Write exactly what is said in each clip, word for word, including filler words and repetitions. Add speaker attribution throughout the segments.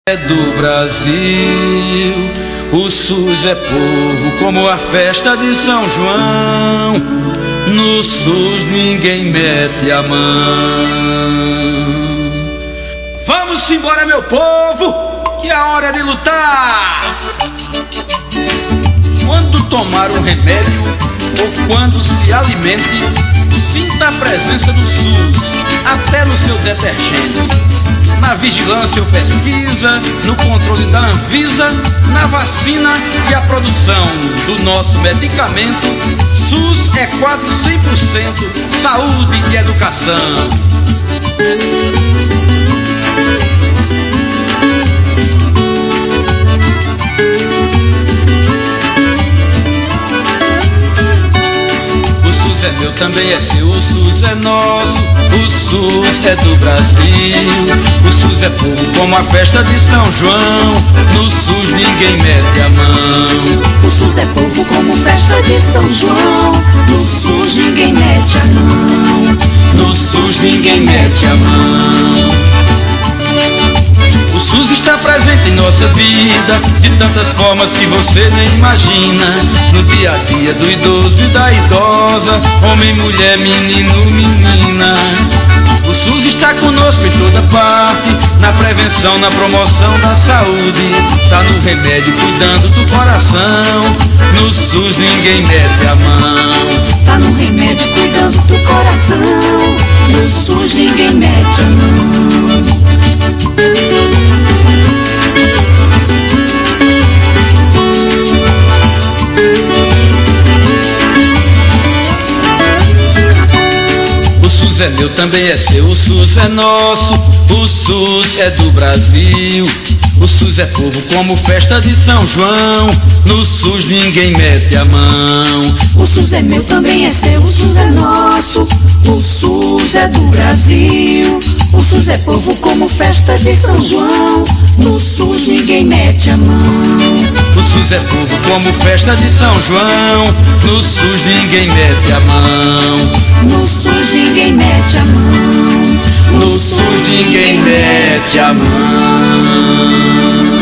Speaker 1: É do Brasil, o SUS é povo como a festa de São João. No SUS ninguém mete a mão. Vamos embora, meu povo, que é a hora é de lutar. Quando tomar um remédio ou quando se alimente, sinta a presença do SUS até no seu detergente. Na vigilância ou pesquisa, no controle da Anvisa, na vacina e a produção do nosso medicamento, SUS é quase cem por cento saúde e educação. O SUS é meu, também é seu, o SUS é nosso, o SUS é do Brasil. O SUS é povo como a festa de São João, no SUS ninguém mete a mão.
Speaker 2: O SUS é povo como festa de São João, no SUS ninguém mete a mão.
Speaker 1: No SUS ninguém mete a mão. O SUS está presente em nossa vida de tantas formas que você nem imagina. No dia a dia do idoso e da idosa, homem, mulher, menino, menina. O SUS está conosco em toda parte, na prevenção, na promoção da saúde. Tá no remédio, cuidando do coração, no SUS ninguém mete a mão.
Speaker 2: Tá no remédio, cuidando do coração, no SUS ninguém mete a mão.
Speaker 1: O SUS é meu, também é seu, o SUS é nosso, o SUS é do Brasil. O SUS é povo como festa de São João, no SUS ninguém mete a mão.
Speaker 2: O SUS é meu, também é seu, o SUS é nosso, o SUS é do Brasil. O SUS é povo como festa de São João, no SUS ninguém mete a mão.
Speaker 1: O SUS é povo como festa de São João, no SUS ninguém mete a mão.
Speaker 2: No SUS ninguém mete a mão.
Speaker 1: No SUS ninguém mete a mão.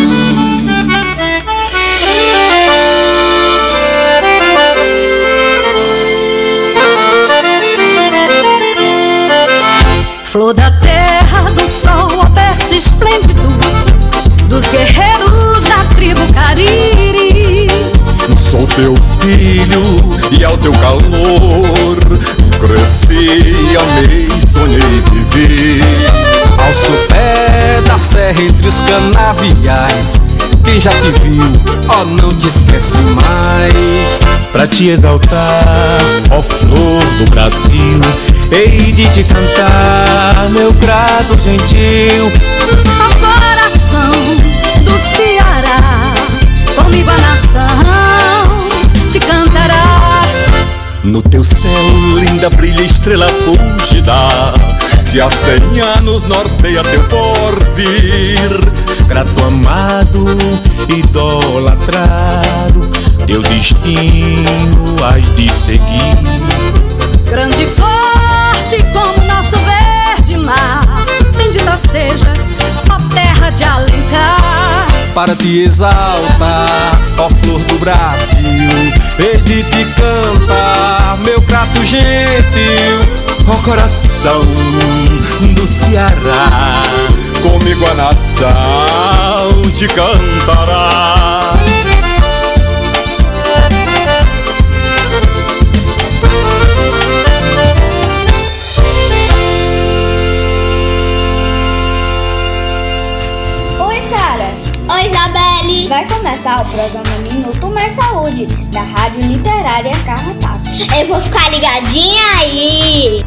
Speaker 2: Flor da terra, do sol, o berço esplêndido dos guerreiros da tribo Cariri.
Speaker 3: Sou teu filho e ao teu calor cresci, amei, sonhei, vivi. Ao sopé da serra entre os canaviais, quem já te viu, ó, não te esquece mais.
Speaker 4: Pra te exaltar, ó flor do Brasil, hei de te cantar, meu grato gentil.
Speaker 2: Ó coração do Ceará, comigo a nação te cantará.
Speaker 3: No teu céu, linda, brilha estrela fúlgida, que há cem anos norteia teu porvir.
Speaker 4: Grato amado, idolatrado, teu destino has de seguir.
Speaker 2: Grande e forte como nosso verde mar, bendita sejas, ó terra de Alencar.
Speaker 3: Para te exaltar, ó flor do Brasil, hei de te cantar, meu grato gentil. Ó coração do Ceará, comigo a nação te cantará.
Speaker 5: Oi, Sara.
Speaker 6: Oi, Isabelle.
Speaker 5: Vai começar o programa Minuto Mais Saúde, da Rádio Literária Carrapato.
Speaker 6: Eu vou ficar ligadinha aí.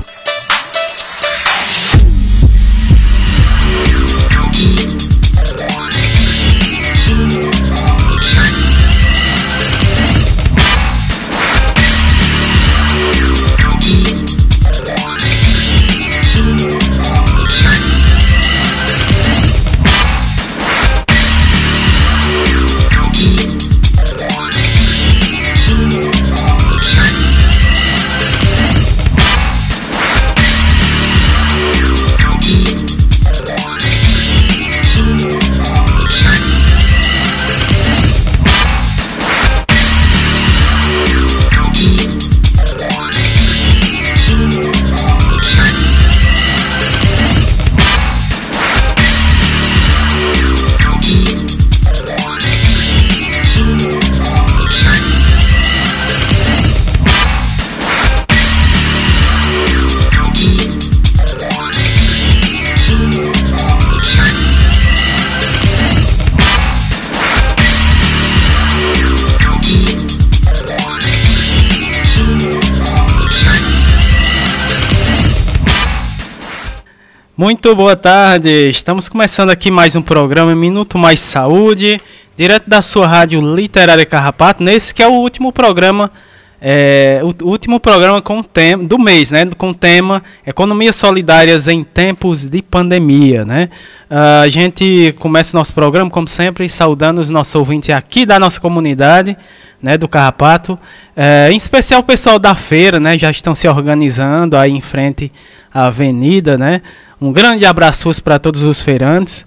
Speaker 7: Muito boa tarde, estamos começando aqui mais um programa Minuto Mais Saúde, direto da sua rádio Literária Carrapato, nesse que é o último programa, é, o último programa com tema, do mês, né, com o tema Economias Solidárias em Tempos de Pandemia, né. Uh, a gente começa nosso programa, como sempre, saudando os nossos ouvintes aqui da nossa comunidade, né, do Carrapato, é, em especial o pessoal da feira, né, já estão se organizando aí em frente à avenida, né. Um grande abraço para todos os feirantes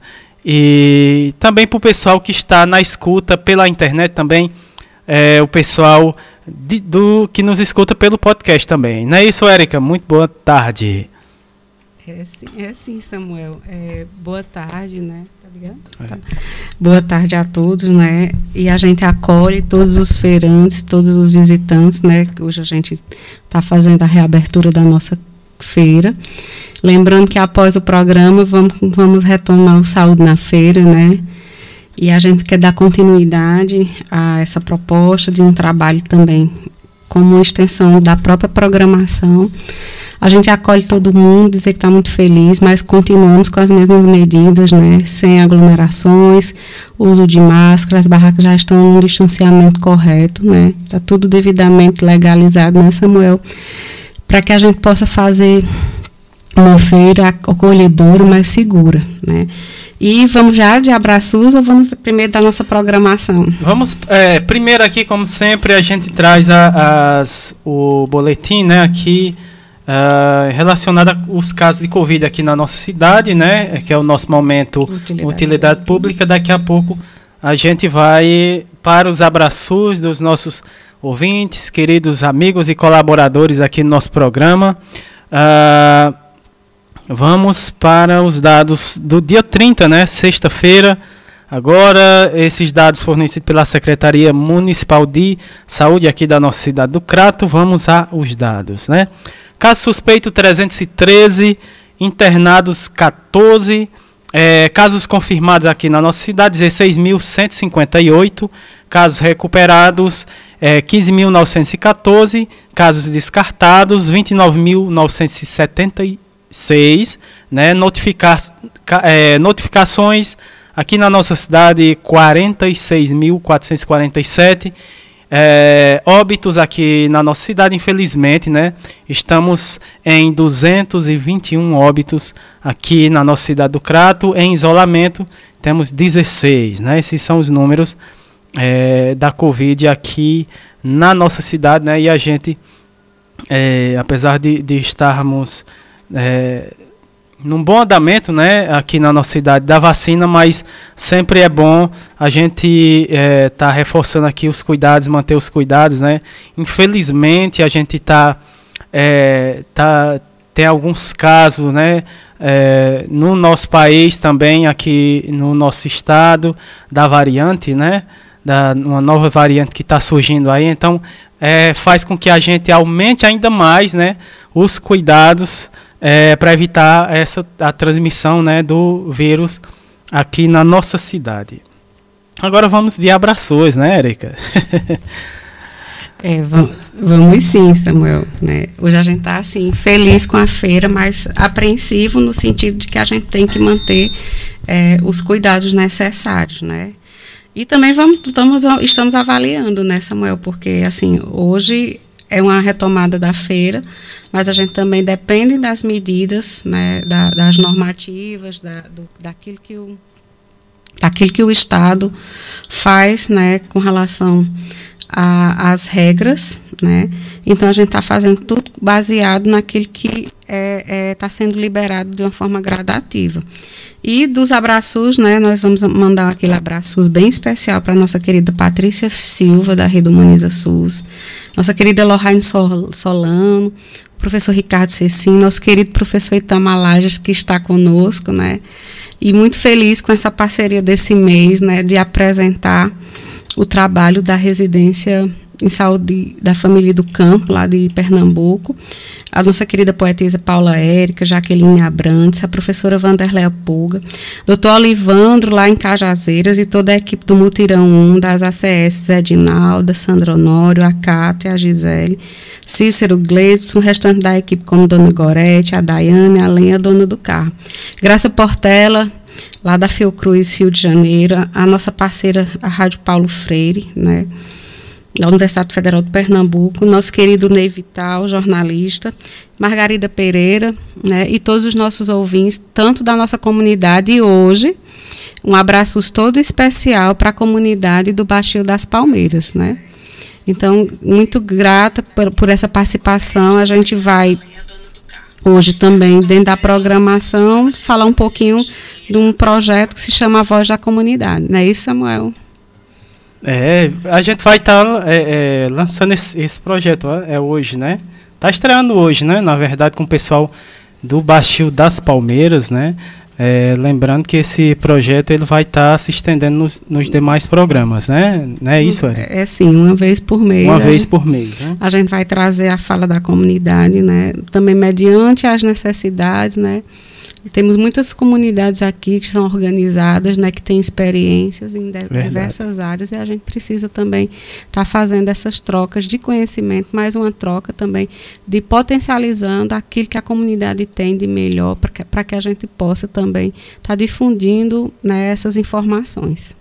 Speaker 7: e também para o pessoal que está na escuta pela internet também, é, o pessoal de, do, que nos escuta pelo podcast também. Não é isso, Érica? Muito boa tarde.
Speaker 8: É sim, é sim, Samuel. É, boa tarde, né? Tá ligado? É. Tá. Boa tarde a todos, né? E a gente acolhe todos os feirantes, todos os visitantes, né? Hoje a gente está fazendo a reabertura da nossa feira. Lembrando que após o programa vamos, vamos retomar o Saúde na Feira, né? E a gente quer dar continuidade a essa proposta de um trabalho também como extensão da própria programação. A gente acolhe todo mundo, dizer que está muito feliz, mas continuamos com as mesmas medidas, né? Sem aglomerações, uso de máscara, as barracas já estão no distanciamento correto, né? Está tudo devidamente legalizado, né, Samuel? Para que a gente possa fazer uma feira acolhedora, mas segura, né? E vamos já de abraços ou vamos primeiro da nossa programação?
Speaker 7: Vamos, é, primeiro aqui, como sempre, a gente traz a, as, o boletim, né, aqui uh, relacionado aos casos de Covid aqui na nossa cidade, né, que é o nosso momento utilidade, utilidade pública. Daqui a pouco a gente vai para os abraços dos nossos ouvintes, queridos amigos e colaboradores aqui no nosso programa. Uh, vamos para os dados do dia trinta, né, sexta-feira. Agora, esses dados fornecidos pela Secretaria Municipal de Saúde aqui da nossa cidade do Crato. Vamos aos dados, né? Caso suspeito trezentos e treze, internados quatorze, é, casos confirmados aqui na nossa cidade dezesseis mil cento e cinquenta e oito, casos recuperados é, quinze mil novecentos e quatorze, casos descartados vinte e nove mil novecentos e setenta e seis, né? Notifica é, notificações aqui na nossa cidade quarenta e seis mil quatrocentos e quarenta e sete, é, óbitos aqui na nossa cidade, infelizmente, né? Estamos em duzentos e vinte e um óbitos aqui na nossa cidade do Crato. Em isolamento temos dezesseis, né? Esses são os números é, da Covid aqui na nossa cidade, né? E a gente, é, apesar de, de estarmos é, num bom andamento, né, aqui na nossa cidade da vacina, mas sempre é bom a gente é, tá reforçando aqui os cuidados, manter os cuidados, né? Infelizmente a gente tá, é, tá tem alguns casos, né, é, no nosso país também, aqui no nosso estado, da variante, né, da uma nova variante que está surgindo aí. Então é, faz com que a gente aumente ainda mais, né, os cuidados É, para evitar essa, a transmissão, né, do vírus aqui na nossa cidade. Agora vamos de abraços, né, Érica?
Speaker 8: É, vamos, vamos sim, Samuel, né? Hoje a gente está assim, feliz com a feira, mas apreensivo no sentido de que a gente tem que manter é, os cuidados necessários, né? E também vamos, estamos, estamos avaliando, né, Samuel? Porque assim, hoje é uma retomada da feira, mas a gente também depende das medidas, né, da, das normativas, da, do, daquilo, que o, daquilo que o Estado faz, né, com relação às regras, né? Então a gente está fazendo tudo baseado naquilo que está é, é, tá sendo liberado de uma forma gradativa. E dos abraços, né, nós vamos mandar aquele abraços bem especial para a nossa querida Patrícia Silva, da Rede Humaniza SUS, nossa querida Lohane Solano, professor Ricardo Cecim, nosso querido professor Itamar Lages, que está conosco, né? E muito feliz com essa parceria desse mês, né, de apresentar o trabalho da residência em saúde da família do campo, lá de Pernambuco, a nossa querida poetisa Paula Érica, Jaqueline Abrantes, a professora Vanderléa Pulga, doutor Olivandro, lá em Cajazeiras, e toda a equipe do Mutirão um, das A C S, Edinalda, Sandra Honório, a Cátia, a Gisele, Cícero Gleidson, o restante da equipe, como Dona Gorete, a Daiane, a Lenha, a dona do carro. Graça Portela, lá da Fiocruz, Rio de Janeiro, a nossa parceira, a Rádio Paulo Freire, né, da Universidade Federal de Pernambuco, nosso querido Ney Vital, jornalista, Margarida Pereira, né, e todos os nossos ouvintes, tanto da nossa comunidade, e hoje, um abraço todo especial para a comunidade do Baixio das Palmeiras, né. Então, muito grata por, por essa participação. A gente vai, hoje também, dentro da programação, falar um pouquinho de um projeto que se chama A Voz da Comunidade. Não é isso, Samuel?
Speaker 7: É, a gente vai estar tá, é, é, lançando esse, esse projeto é hoje, né? Tá estreando hoje, né? Na verdade, com o pessoal do Baixio das Palmeiras, né? É, lembrando que esse projeto ele vai estar tá se estendendo nos, nos demais programas, né? Não é isso, Érica?
Speaker 8: É, é sim, uma vez por mês.
Speaker 7: Uma vez por mês, né?
Speaker 8: A gente vai trazer a fala da comunidade, né? Também mediante as necessidades, né? Temos muitas comunidades aqui que são organizadas, né, que têm experiências em de, diversas áreas, e a gente precisa também estar tá fazendo essas trocas de conhecimento, mais uma troca também de potencializando aquilo que a comunidade tem de melhor, para que, para que a gente possa também estar tá difundindo, né, essas informações.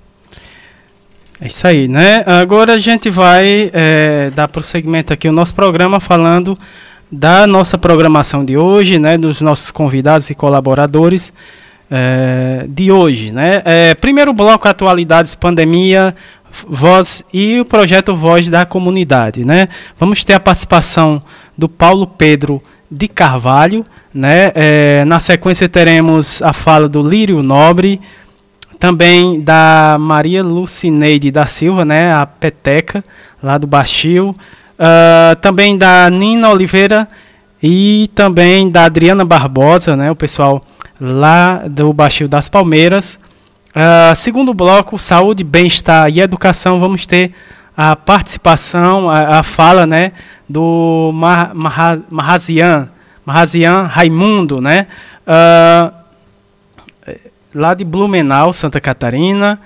Speaker 7: É isso aí, né? Agora a gente vai é, dar prosseguimento aqui ao nosso programa falando da nossa programação de hoje, né, dos nossos convidados e colaboradores é, de hoje, né. É, primeiro bloco, atualidades, pandemia, voz e o projeto Voz da Comunidade, né. Vamos ter a participação do Paulo Pedro de Carvalho, né. É, na sequência teremos a fala do Lírio Nobre, também da Maria Lucineide da Silva, né, a peteca lá do Baixio. Uh, também da Nina Oliveira e também da Adriana Barbosa, né, o pessoal lá do Baixio das Palmeiras. Uh, segundo bloco, saúde, bem-estar e educação, vamos ter a participação, a, a fala, né, do Mar, Mar, Marrazian, Marrazian Raimundo, né, uh, lá de Blumenau, Santa Catarina.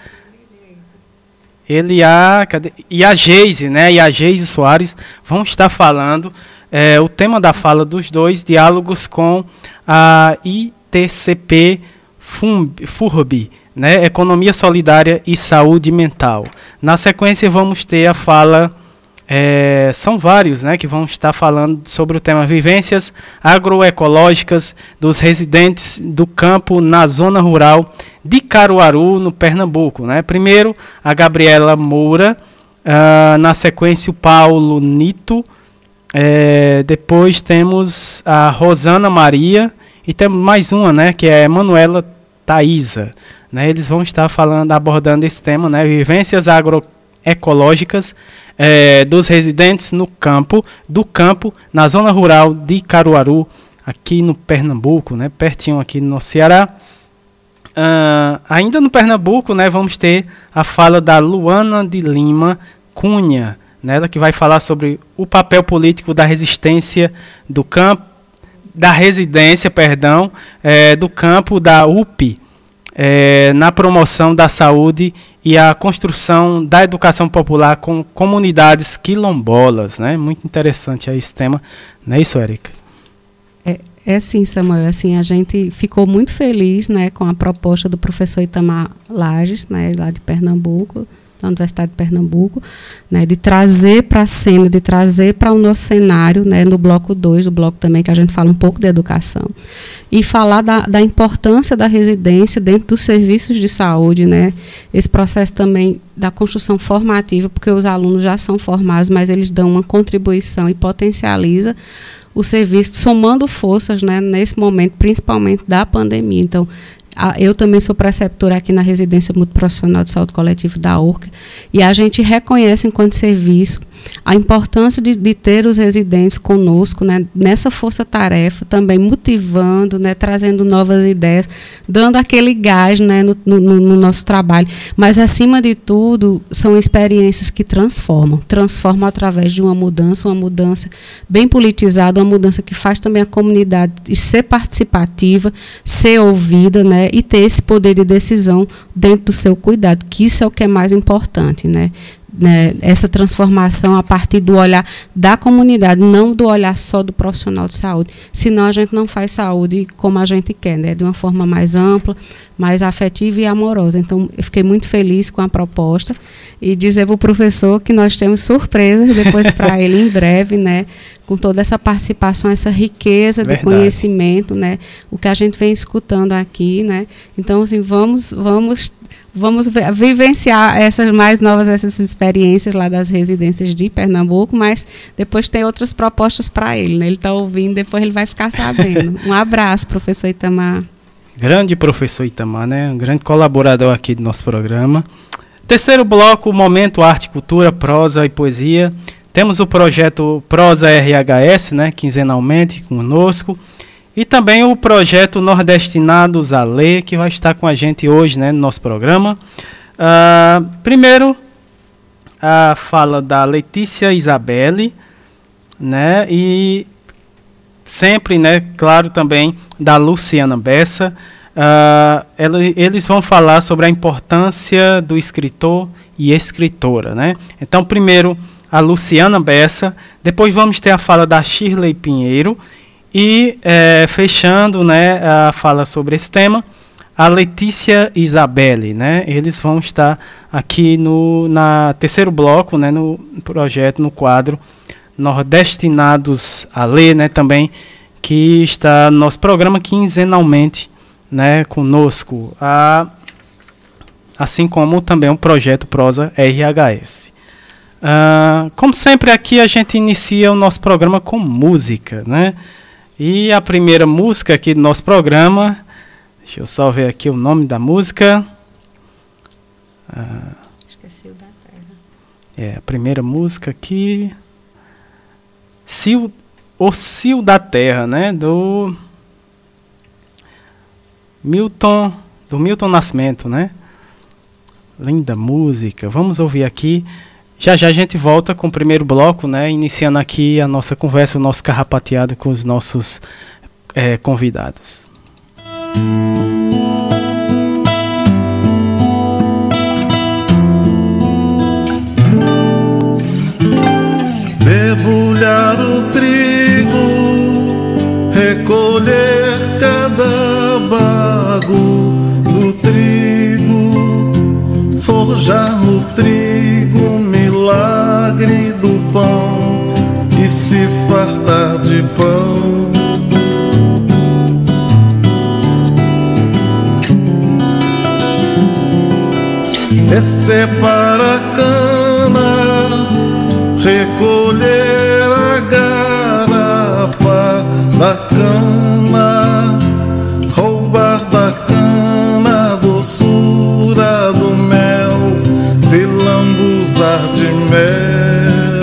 Speaker 7: Ele e a, cadê? e a Geise, né? E a Geise Soares vão estar falando é, o tema da fala dos dois, diálogos com a I T C P F U R B, né? Economia Solidária e Saúde Mental. Na sequência vamos ter a fala, é, são vários, né, que vão estar falando sobre o tema vivências agroecológicas dos residentes do campo na zona rural de Caruaru, no Pernambuco, né? Primeiro, a Gabriela Moura, uh, na sequência o Paulo Nito, é, depois temos a Rosana Maria e temos mais uma, né, que é a Manuela Thaisa, né? Eles vão estar falando, abordando esse tema, né, vivências agroecológicas é, dos residentes no campo, do campo, na zona rural de Caruaru, aqui no Pernambuco, né, pertinho aqui no Ceará. Uh, ainda no Pernambuco, né, vamos ter a fala da Luana de Lima Cunha, né, ela que vai falar sobre o papel político da resistência do campo, da residência, perdão, é, do campo da U P, é, na promoção da saúde e a construção da educação popular com comunidades quilombolas, né? Muito interessante aí esse tema, não é isso, Érica?
Speaker 8: É, é sim, Samuel, assim, a gente ficou muito feliz, né, com a proposta do professor Itamar Lages, né, lá de Pernambuco, da Universidade de Pernambuco, né, de trazer para a cena, de trazer para o nosso cenário, né, no bloco dois, o bloco também que a gente fala um pouco de educação, e falar da, da importância da residência dentro dos serviços de saúde, né, esse processo também da construção formativa, porque os alunos já são formados, mas eles dão uma contribuição e potencializa o serviço, somando forças, né, nesse momento, principalmente da pandemia. Então, Eu também sou preceptora aqui na Residência Multiprofissional de Saúde Coletiva da U R C A, e a gente reconhece enquanto serviço a importância de, de ter os residentes conosco, né, nessa força-tarefa, também motivando, né, trazendo novas ideias, dando aquele gás, né, no, no, no nosso trabalho. Mas, acima de tudo, são experiências que transformam, transformam através de uma mudança, uma mudança bem politizada, uma mudança que faz também a comunidade ser participativa, ser ouvida, né, e ter esse poder de decisão dentro do seu cuidado, que isso é o que é mais importante, né? Né, essa transformação a partir do olhar da comunidade, não do olhar só do profissional de saúde. Senão a gente não faz saúde como a gente quer, né, de uma forma mais ampla, mais afetiva e amorosa. Então, eu fiquei muito feliz com a proposta e dizer para o professor que nós temos surpresas depois para ele em breve, né, com toda essa participação, essa riqueza de conhecimento, né, o que a gente vem escutando aqui, né. Então, assim, vamos, vamos Vamos vivenciar essas mais novas, essas experiências lá das residências de Pernambuco, mas depois tem outras propostas para ele, né? Ele está ouvindo, depois ele vai ficar sabendo. Um abraço, professor Itamar.
Speaker 7: Grande professor Itamar, né? Um grande colaborador aqui do nosso programa. Terceiro bloco, Momento Arte, Cultura, Prosa e Poesia. Temos o projeto Prosa R H S, né? Quinzenalmente conosco. E também o projeto Nordestinados a Ler, que vai estar com a gente hoje, né, no nosso programa. Uh, primeiro, a fala da Letícia Isabelle, né, e sempre, né, claro, também da Luciana Bessa. Uh, ela, eles vão falar sobre a importância do escritor e escritora, né. Então, primeiro, a Luciana Bessa, depois vamos ter a fala da Shirley Pinheiro, e é, fechando, né, a fala sobre esse tema, a Letícia Isabelle, né, eles vão estar aqui no na terceiro bloco, né, no projeto, no quadro Nordestinados a Ler, né, também, que está no nosso programa quinzenalmente, né, conosco, a, assim como também o projeto Prosa R H S. Uh, como sempre, aqui a gente inicia o nosso programa com música, né? E a primeira música aqui do nosso programa, deixa eu só ver aqui o nome da música. Uh,
Speaker 8: Esqueci o da Terra.
Speaker 7: É, a primeira música aqui, Cio, O Cio da Terra, né? Do Milton, do Milton Nascimento, né? Linda música. Vamos ouvir aqui. Já já a gente volta com o primeiro bloco, né? Iniciando aqui a nossa conversa, o nosso carrapateado com os nossos é, convidados.
Speaker 9: Debulhar o trigo, recolher cada bago do trigo, forjar no trigo milagre do pão e se fartar de pão. É separar a cana, recolher a garapa da cana, roubar da cana a doçura do mel, se lambuzar de mel.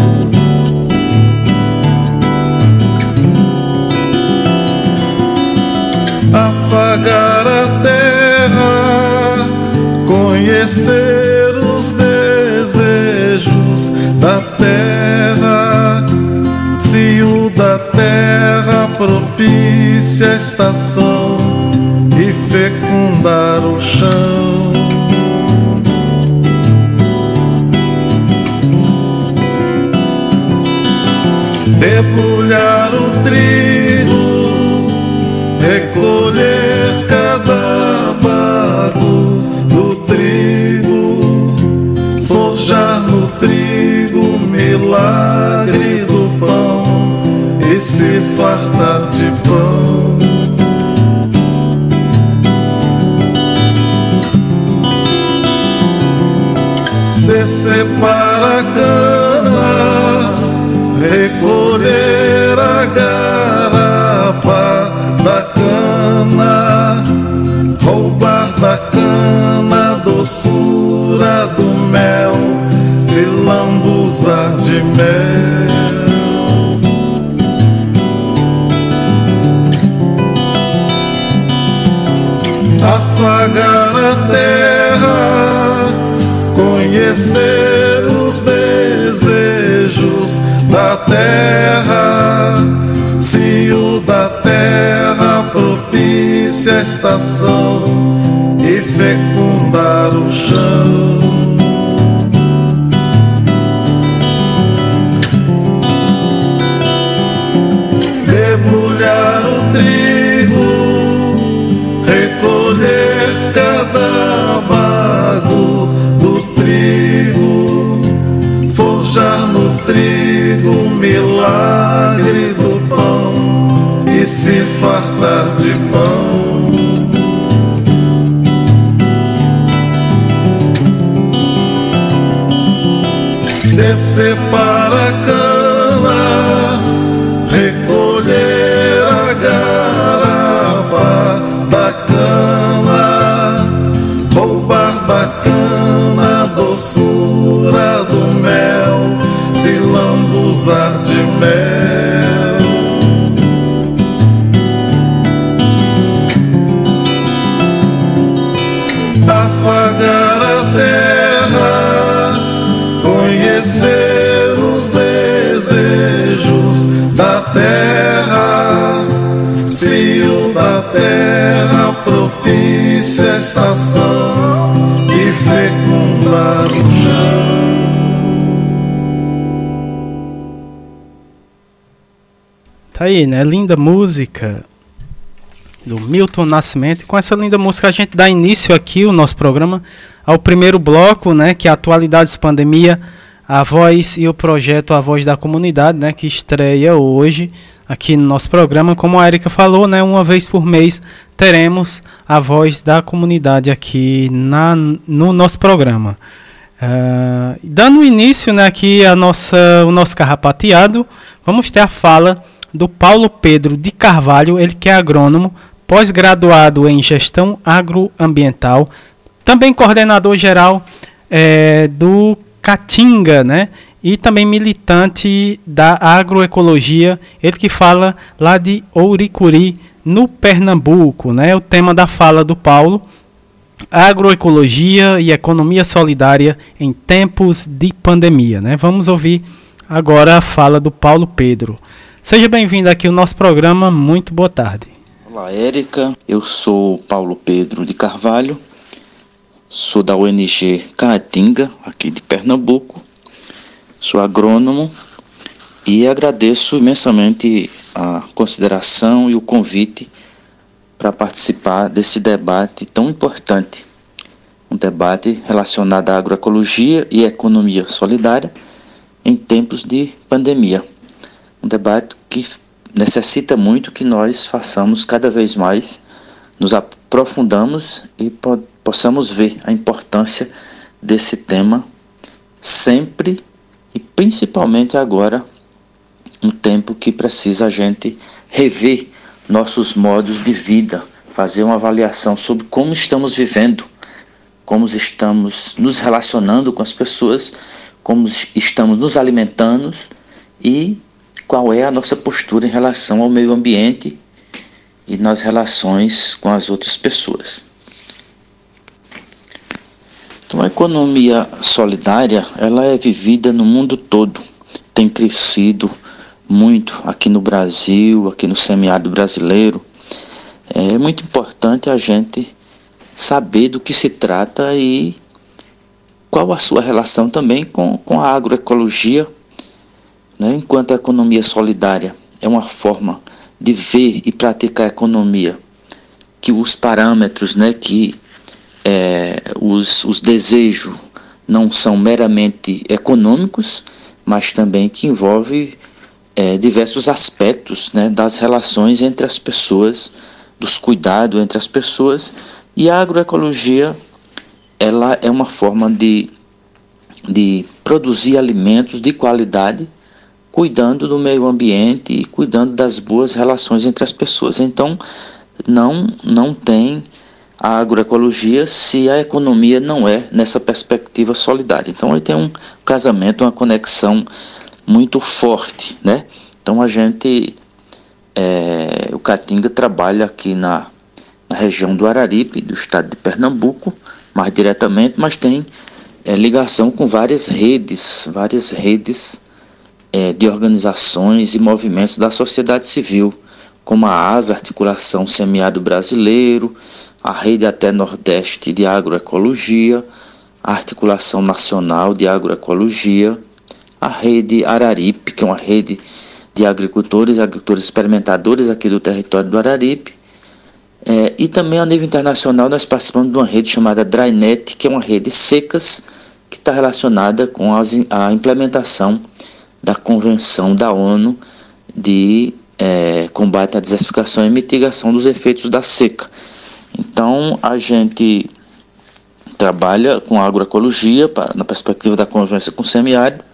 Speaker 9: Afagar a terra, conhecer os desejos da terra, se o da terra propicia a estação e fecundar o chão. Debulhar o trigo, recolher cada bago do trigo, forjar no trigo milagre do pão e se fartar de pão. Descer para a cana, recolher a garapa da cana, doçura do mel se lambuzar de mel. Afagar a terra, conhecer os desejos da terra, se o da terra propicia a estação e fecundar o chão. Debulhar o trigo, recolher cada bago do trigo, forjar no trigo o milagre do pão e se fartar de pão. Descer para a cana, recolher a garapa da cana, roubar da cana a doçura do mel, se lambuzar de mel. Afagar a terra, conhecer os desejos da terra, se o da terra propicia a estação e fecundar o chão.
Speaker 7: Tá aí, né? Linda música do Milton Nascimento. E com essa linda música a gente dá início aqui o nosso programa ao primeiro bloco, né, que é Atualidades Pandemia, a voz e o projeto A Voz da Comunidade, né, que estreia hoje aqui no nosso programa. Como a Erika falou, né, uma vez por mês teremos a voz da comunidade aqui na, no nosso programa. Uh, dando início, né, aqui a nossa, o nosso carrapateado, vamos ter a fala do Paulo Pedro de Carvalho, ele que é agrônomo, pós-graduado em gestão agroambiental, também coordenador geral é, do Caatinga, né? E também militante da agroecologia, ele que fala lá de Ouricuri, no Pernambuco, né? O tema da fala do Paulo, agroecologia e economia solidária em tempos de pandemia, né? Vamos ouvir agora a fala do Paulo Pedro. Seja bem-vindo aqui ao nosso programa, muito boa tarde.
Speaker 10: Olá, Érica, eu sou Paulo Pedro de Carvalho, sou da O N G Caatinga, aqui de Pernambuco, sou agrônomo e agradeço imensamente a consideração e o convite para participar desse debate tão importante, um debate relacionado à agroecologia e economia solidária em tempos de pandemia, um debate que necessita muito que nós façamos cada vez mais, nos aprofundamos e po- possamos ver a importância desse tema sempre e principalmente agora, um tempo que precisa a gente rever nossos modos de vida, fazer uma avaliação sobre como estamos vivendo, como estamos nos relacionando com as pessoas, como estamos nos alimentando e qual é a nossa postura em relação ao meio ambiente e nas relações com as outras pessoas. Então, a economia solidária, ela é vivida no mundo todo, tem crescido muito aqui no Brasil, aqui no semiárido brasileiro. É muito importante a gente saber do que se trata e qual a sua relação também com, com a agroecologia, né? Enquanto a economia solidária é uma forma de ver e praticar a economia, que os parâmetros, né, que é, os, os desejos não são meramente econômicos, mas também que envolve é, diversos aspectos, né, das relações entre as pessoas, dos cuidados entre as pessoas, e a agroecologia ela é uma forma de, de produzir alimentos de qualidade, cuidando do meio ambiente e cuidando das boas relações entre as pessoas. Então, não, não tem a agroecologia se a economia não é nessa perspectiva solidária. Então aí tem um casamento, uma conexão muito forte, né? Então a gente, é, o Caatinga trabalha aqui na, na região do Araripe, do estado de Pernambuco, mais diretamente, mas tem é, ligação com várias redes, várias redes é, de organizações e movimentos da sociedade civil, como a ASA, Articulação Semiárido Brasileiro, a Rede Até Nordeste de Agroecologia, a Articulação Nacional de Agroecologia, a Rede Araripe, que é uma rede de agricultores, agricultores experimentadores aqui do território do Araripe, é, e também a nível internacional nós participamos de uma rede chamada DryNet, que é uma rede secas, que está relacionada com as, a implementação da Convenção da ONU de é, combate à desertificação e mitigação dos efeitos da seca. Então, a gente trabalha com agroecologia para, na perspectiva da convivência com o semiárido,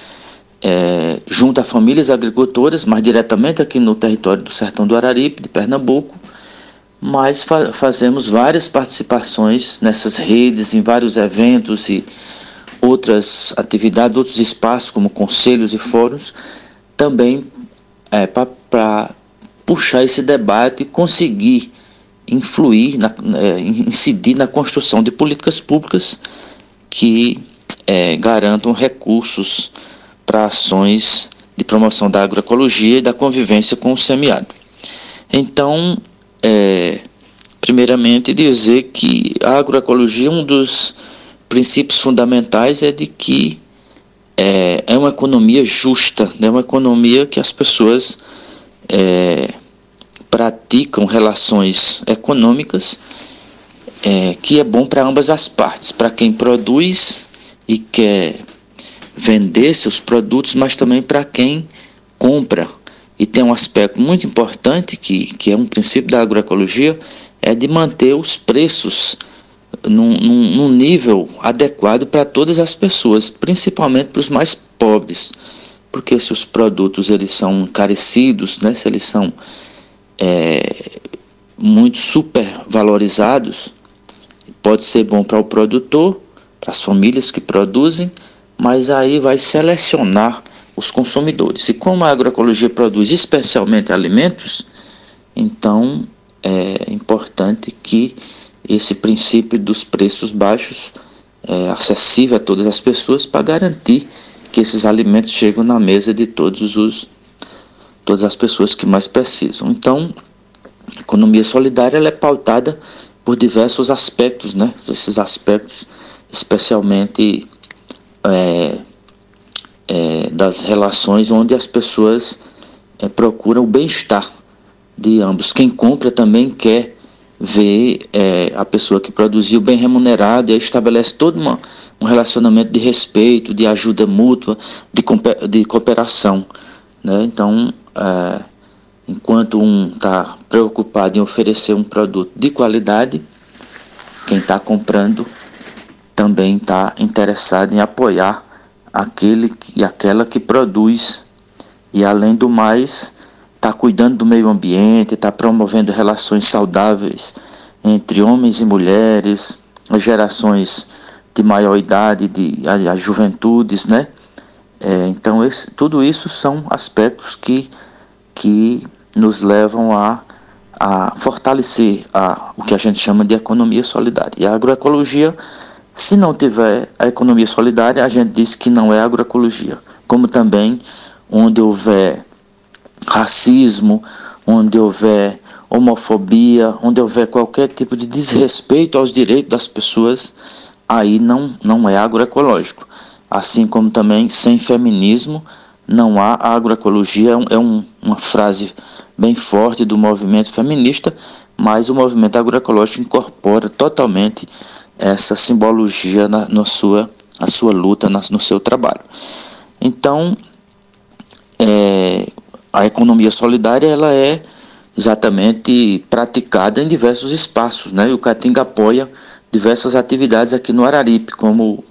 Speaker 10: é, junto a famílias agricultoras, mais diretamente aqui no território do Sertão do Araripe, de Pernambuco, mas fa fazemos várias participações nessas redes, em vários eventos e outras atividades, outros espaços, como conselhos e fóruns, também é, para puxar esse debate e conseguir influir, na, é, incidir na construção de políticas públicas que é, garantam recursos para ações de promoção da agroecologia e da convivência com o semiárido. Então, é, primeiramente dizer que a agroecologia, um dos princípios fundamentais é de que é, é uma economia justa, é né? Uma economia que as pessoas é, praticam relações econômicas, é, que é bom para ambas as partes, para quem produz e quer vender seus produtos, mas também para quem compra. E tem um aspecto muito importante, que, que é um princípio da agroecologia, é de manter os preços num, num, num nível adequado para todas as pessoas, principalmente para os mais pobres, porque se os produtos eles são encarecidos, né, se eles são é, muito supervalorizados, pode ser bom para o produtor, para as famílias que produzem, mas aí vai selecionar os consumidores. E como a agroecologia produz especialmente alimentos, então é importante que esse princípio dos preços baixos é acessível a todas as pessoas, para garantir que esses alimentos chegam na mesa de todos os, todas as pessoas que mais precisam. Então, a economia solidária ela é pautada por diversos aspectos, né? Esses aspectos especialmente é, é, das relações onde as pessoas é, procuram o bem-estar de ambos. Quem compra também quer ver é, a pessoa que produziu bem remunerada, e aí estabelece todo uma, um relacionamento de respeito, de ajuda mútua, de, de cooperação, né? Então, é, enquanto um está preocupado em oferecer um produto de qualidade, quem está comprando também está interessado em apoiar aquele e aquela que produz, e além do mais está cuidando do meio ambiente, está promovendo relações saudáveis entre homens e mulheres, as gerações de maior idade, de, as juventudes, né? É, então esse, tudo isso são aspectos que, que nos levam a, a fortalecer a, o que a gente chama de economia solidária. E a agroecologia, se não tiver a economia solidária, a gente diz que não é agroecologia. Como também onde houver racismo, onde houver homofobia, onde houver qualquer tipo de desrespeito aos direitos das pessoas, aí não, não é agroecológico. Assim como também sem feminismo não há agroecologia. É, um, é um, uma frase bem forte do movimento feminista, mas o movimento agroecológico incorpora totalmente essa simbologia na, na sua, na sua luta, na, no seu trabalho. Então, é, a economia solidária ela é exatamente praticada em diversos espaços, né? E o Caatinga apoia diversas atividades aqui no Araripe, como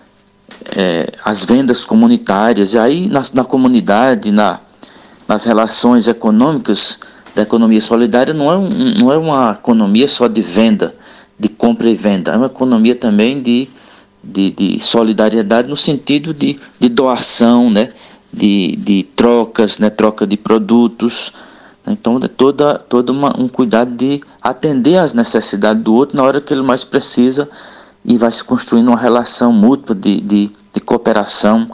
Speaker 10: é, as vendas comunitárias. E aí na, na comunidade, na, nas relações econômicas da economia solidária, não é, um, não é uma economia só de venda, compra e venda, é uma economia também de, de, de solidariedade no sentido de, de doação, né? de, de trocas, né? Troca de produtos. Então é toda, toda uma, um cuidado de atender às necessidades do outro na hora que ele mais precisa, e vai se construindo uma relação mútua de, de, de cooperação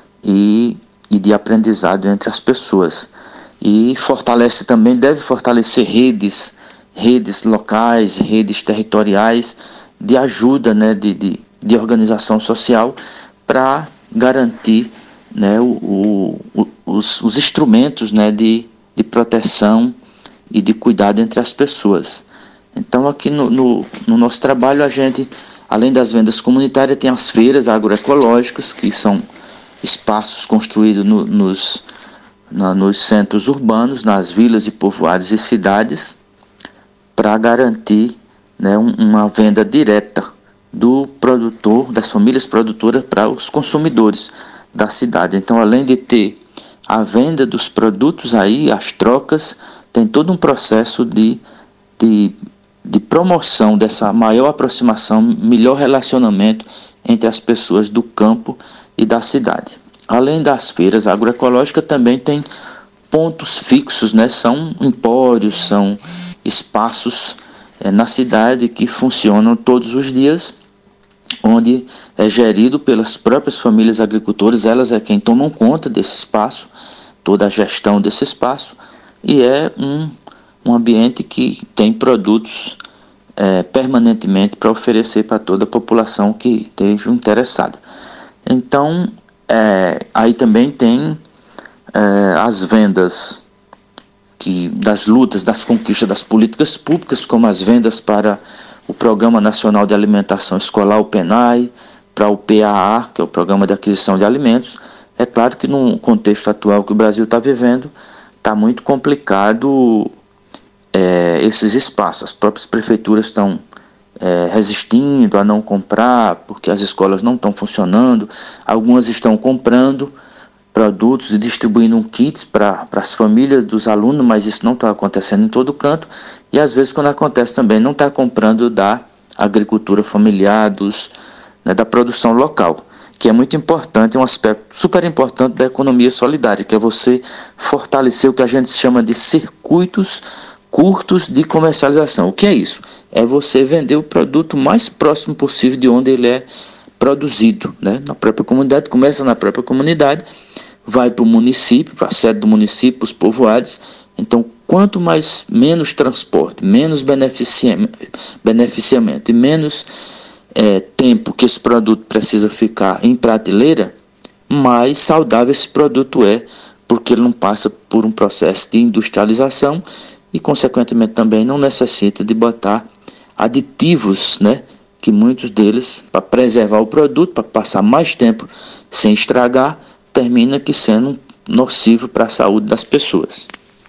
Speaker 10: e, e de aprendizado entre as pessoas. E fortalece também, deve fortalecer redes, redes locais, redes territoriais de ajuda, né, de, de, de organização social para garantir, né, o, o, os, os instrumentos, né, de, de proteção e de cuidado entre as pessoas. Então aqui no, no, no nosso trabalho a gente, além das vendas comunitárias, tem as feiras agroecológicas, que são espaços construídos no, nos, na, nos centros urbanos, nas vilas e povoados e cidades, para garantir, né, um, uma venda direta do produtor, das famílias produtoras, para os consumidores da cidade. Então, além de ter a venda dos produtos aí, as trocas, tem todo um processo de, de, de promoção dessa maior aproximação, melhor relacionamento entre as pessoas do campo e da cidade. Além das feiras agroecológicas, também tem pontos fixos, né? São empórios, são espaços é, na cidade que funcionam todos os dias, onde é gerido pelas próprias famílias agricultoras. Elas é quem tomam conta desse espaço, toda a gestão desse espaço, e é um, um ambiente que tem produtos é, permanentemente para oferecer para toda a população que esteja interessada. Então, é, aí também tem é, as vendas que, das lutas, das conquistas das políticas públicas, como as vendas para o Programa Nacional de Alimentação Escolar, o PENAI, para o P A A, que é o Programa de Aquisição de Alimentos. É claro que no contexto atual que o Brasil está vivendo, está muito complicado é, esses espaços. As próprias prefeituras estão é, resistindo a não comprar, porque as escolas não estão funcionando. Algumas estão comprando produtos e distribuindo um kit para as famílias dos alunos, mas isso não está acontecendo em todo canto. E às vezes, quando acontece também, não está comprando da agricultura familiar, dos, né, da produção local, que é muito importante, é um aspecto super importante da economia solidária, que é você fortalecer o que a gente chama de circuitos curtos de comercialização. O que é isso? É você vender o produto mais próximo possível de onde ele é produzido, né? Na própria comunidade, começa na própria comunidade, vai para o município, para a sede do município, os povoados. Então, quanto mais menos transporte, menos beneficiamento, beneficiamento e menos é, tempo que esse produto precisa ficar em prateleira, mais saudável esse produto é, porque ele não passa por um processo de industrialização e, consequentemente, também não necessita de botar aditivos, né? Que muitos deles, para preservar o produto, para passar mais tempo sem estragar, termina que sendo nocivo para a saúde das pessoas.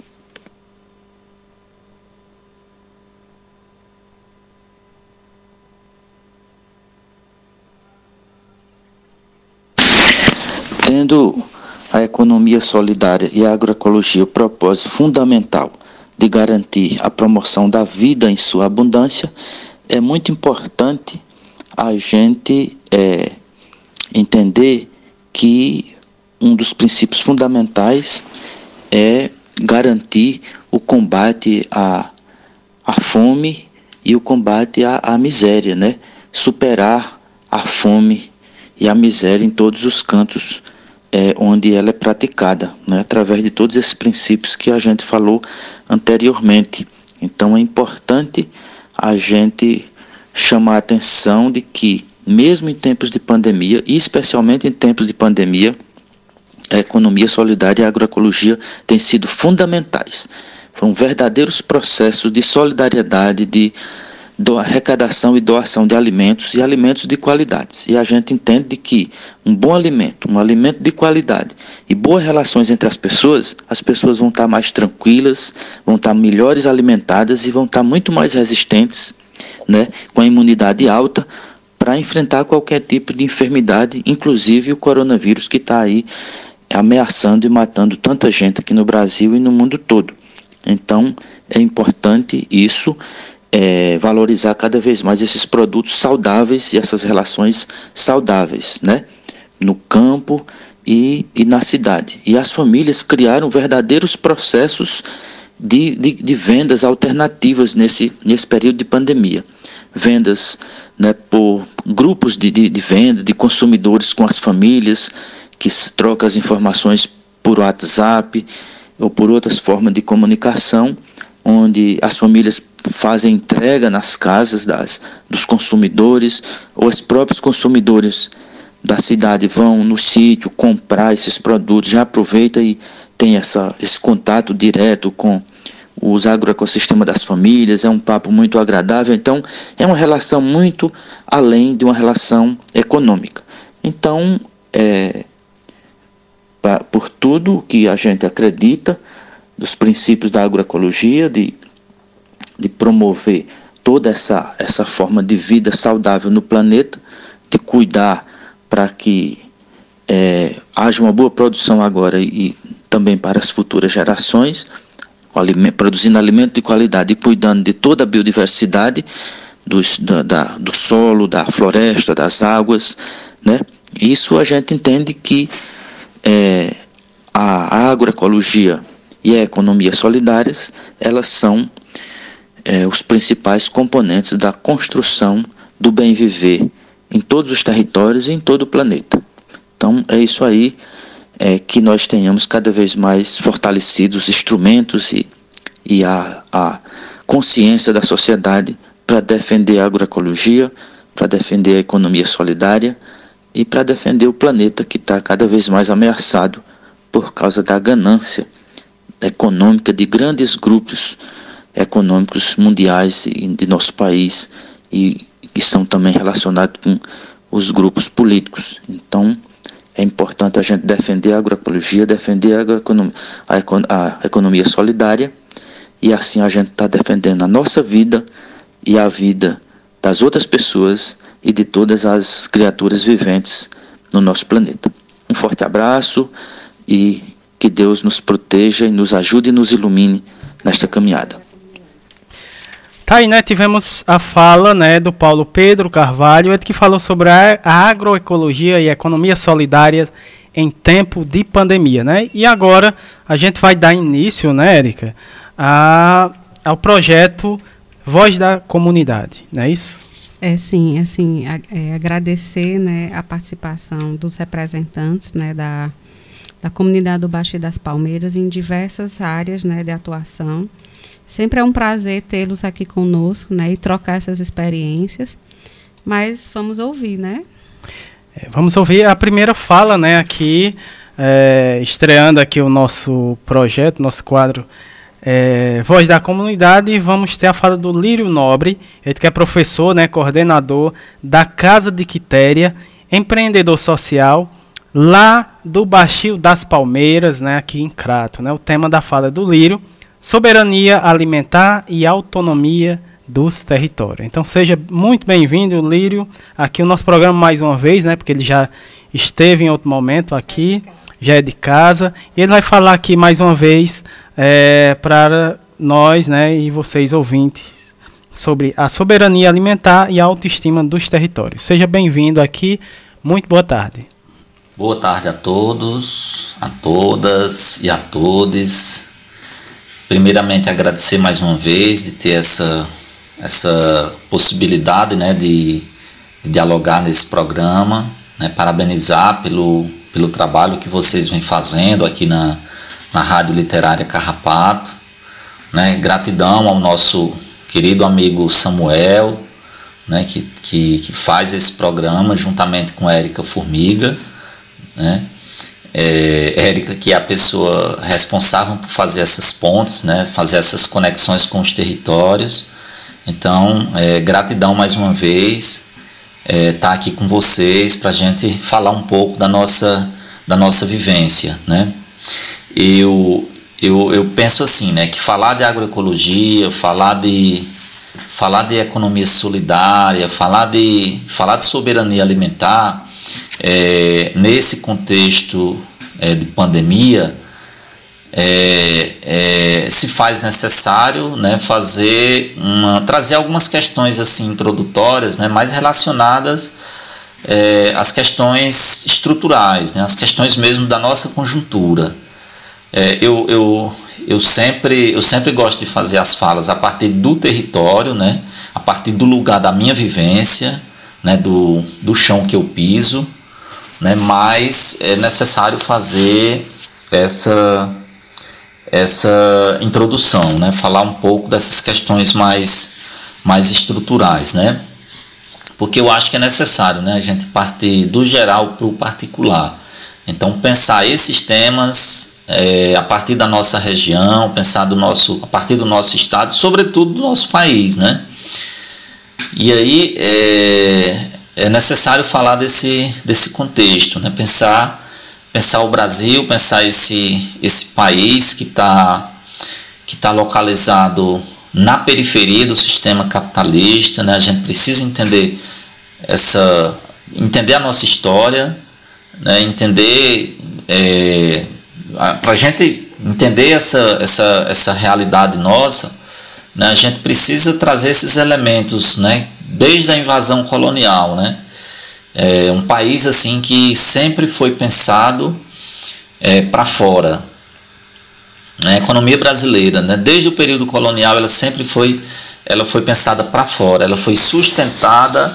Speaker 10: Tendo a economia solidária e a agroecologia o propósito fundamental de garantir a promoção da vida em sua abundância, é muito importante a gente é, entender que um dos princípios fundamentais é garantir o combate à, à fome e o combate à, à miséria, né? Superar a fome e a miséria em todos os cantos é, onde ela é praticada, né? Através de todos esses princípios que a gente falou anteriormente. Então é importante a gente chamar a atenção de que, mesmo em tempos de pandemia, e especialmente em tempos de pandemia, a economia solidária e a agroecologia têm sido fundamentais. Foram verdadeiros processos de solidariedade, de do, arrecadação e doação de alimentos e alimentos de qualidade. E a gente entende que um bom alimento, um alimento de qualidade e boas relações entre as pessoas, as pessoas vão estar mais tranquilas, vão estar melhores alimentadas e vão estar muito mais resistentes, né, com a imunidade alta, para enfrentar qualquer tipo de enfermidade, inclusive o coronavírus, que está aí ameaçando e matando tanta gente aqui no Brasil e no mundo todo. Então é importante isso. é, valorizar cada vez mais esses produtos saudáveis e essas relações saudáveis, né? No campo e, e na cidade. E as famílias criaram verdadeiros processos de, de, de vendas alternativas nesse, nesse período de pandemia. Vendas, né, por grupos de, de, de venda, de consumidores com as famílias, que trocam as informações por WhatsApp ou por outras formas de comunicação, onde as famílias fazem entrega nas casas das, dos consumidores, ou os próprios consumidores da cidade vão no sítio comprar esses produtos, já aproveita e tem essa, esse contato direto com os agroecossistemas das famílias, é um papo muito agradável. Então é uma relação muito além de uma relação econômica. Então, é, pra, por tudo que a gente acredita, dos princípios da agroecologia, de, de promover toda essa, essa forma de vida saudável no planeta, de cuidar para que é, haja uma boa produção agora e, e também para as futuras gerações, alimento, produzindo alimento de qualidade e cuidando de toda a biodiversidade dos, da, da, do solo, da floresta, das águas, né? Isso a gente entende que é, a agroecologia e a economia solidárias, elas são é, os principais componentes da construção do bem viver em todos os territórios e em todo o planeta. Então é isso aí, é, que nós tenhamos cada vez mais fortalecidos os instrumentos e, e a, a consciência da sociedade para defender a agroecologia, para defender a economia solidária e para defender o planeta, que está cada vez mais ameaçado por causa da ganância econômica de grandes grupos econômicos mundiais e de nosso país, e que são também relacionados com os grupos políticos. Então é importante a gente defender a agroecologia, defender a, agroeconomia, a, econ, a economia solidária, e assim a gente está defendendo a nossa vida e a vida das outras pessoas e de todas as criaturas viventes no nosso planeta. Um forte abraço e que Deus nos proteja e nos ajude e nos ilumine nesta caminhada.
Speaker 7: Tá aí, né? Tivemos a fala, né, do Paulo Pedro Carvalho, ele que falou sobre a, a agroecologia e a economia solidária em tempo de pandemia, né? E agora a gente vai dar início, né, Érica, a, ao projeto Voz da Comunidade, não é isso?
Speaker 8: É sim, assim, é, agradecer, né, a participação dos representantes, né, da, da comunidade do Baixio das Palmeiras em diversas áreas, né, de atuação. Sempre é um prazer tê-los aqui conosco, né, e trocar essas experiências. Mas vamos ouvir, né?
Speaker 7: É, vamos ouvir a primeira fala, né, aqui, é, estreando aqui o nosso projeto, nosso quadro é, Voz da Comunidade. Vamos ter a fala do Lírio Nobre, ele que é professor, né, coordenador da Casa de Quitéria, empreendedor social, lá do Baixio das Palmeiras, né, aqui em Crato, né? O tema da fala do Lírio: soberania alimentar e autonomia dos territórios. Então seja muito bem-vindo, Lírio, aqui o nosso programa mais uma vez, né, porque ele já esteve em outro momento aqui, já é de casa, e ele vai falar aqui mais uma vez é, para nós, né, e vocês ouvintes, sobre a soberania alimentar e a autoestima dos territórios. Seja bem-vindo aqui, muito boa tarde.
Speaker 11: Boa tarde a todos, a todas e a todos. Primeiramente, agradecer mais uma vez de ter essa, essa possibilidade, né, de, de dialogar nesse programa, né, parabenizar pelo, pelo trabalho que vocês vêm fazendo aqui na, na Rádio Literária Carrapato, né, gratidão ao nosso querido amigo Samuel, né, que, que, que faz esse programa juntamente com a Érica Formiga, né. É, Érica, que é a pessoa responsável por fazer essas pontes, né, fazer essas conexões com os territórios. Então, é, gratidão mais uma vez, é, tá aqui com vocês para a gente falar um pouco da nossa, da nossa vivência, né. Eu, eu, eu penso assim, né, que falar de agroecologia, falar de, falar de economia solidária, falar de, falar de soberania alimentar, É, nesse contexto é, de pandemia, é, é, se faz necessário, né, fazer uma, trazer algumas questões assim introdutórias, né, mais relacionadas é, às questões estruturais, né, as questões mesmo da nossa conjuntura. É, eu, eu, eu, sempre, eu sempre gosto de fazer as falas a partir do território, né, a partir do lugar da minha vivência, né, do, do chão que eu piso, né, mas é necessário fazer essa, essa introdução, né, falar um pouco dessas questões mais, mais estruturais, né, porque eu acho que é necessário, né, a gente partir do geral para o particular. Então, pensar esses temas é, a partir da nossa região, pensar do nosso, a partir do nosso estado, sobretudo do nosso país, né? E aí é, é necessário falar desse, desse contexto, né? Pensar, pensar o Brasil, pensar esse, esse país que está que tá localizado na periferia do sistema capitalista, né? A gente precisa entender essa, entender a nossa história, né? Entender é, para a gente entender essa, essa, essa realidade nossa, né, a gente precisa trazer esses elementos, né, desde a invasão colonial, né, é um país assim que sempre foi pensado é, para fora. A economia brasileira, né, desde o período colonial, ela sempre foi, ela foi pensada para fora, ela foi sustentada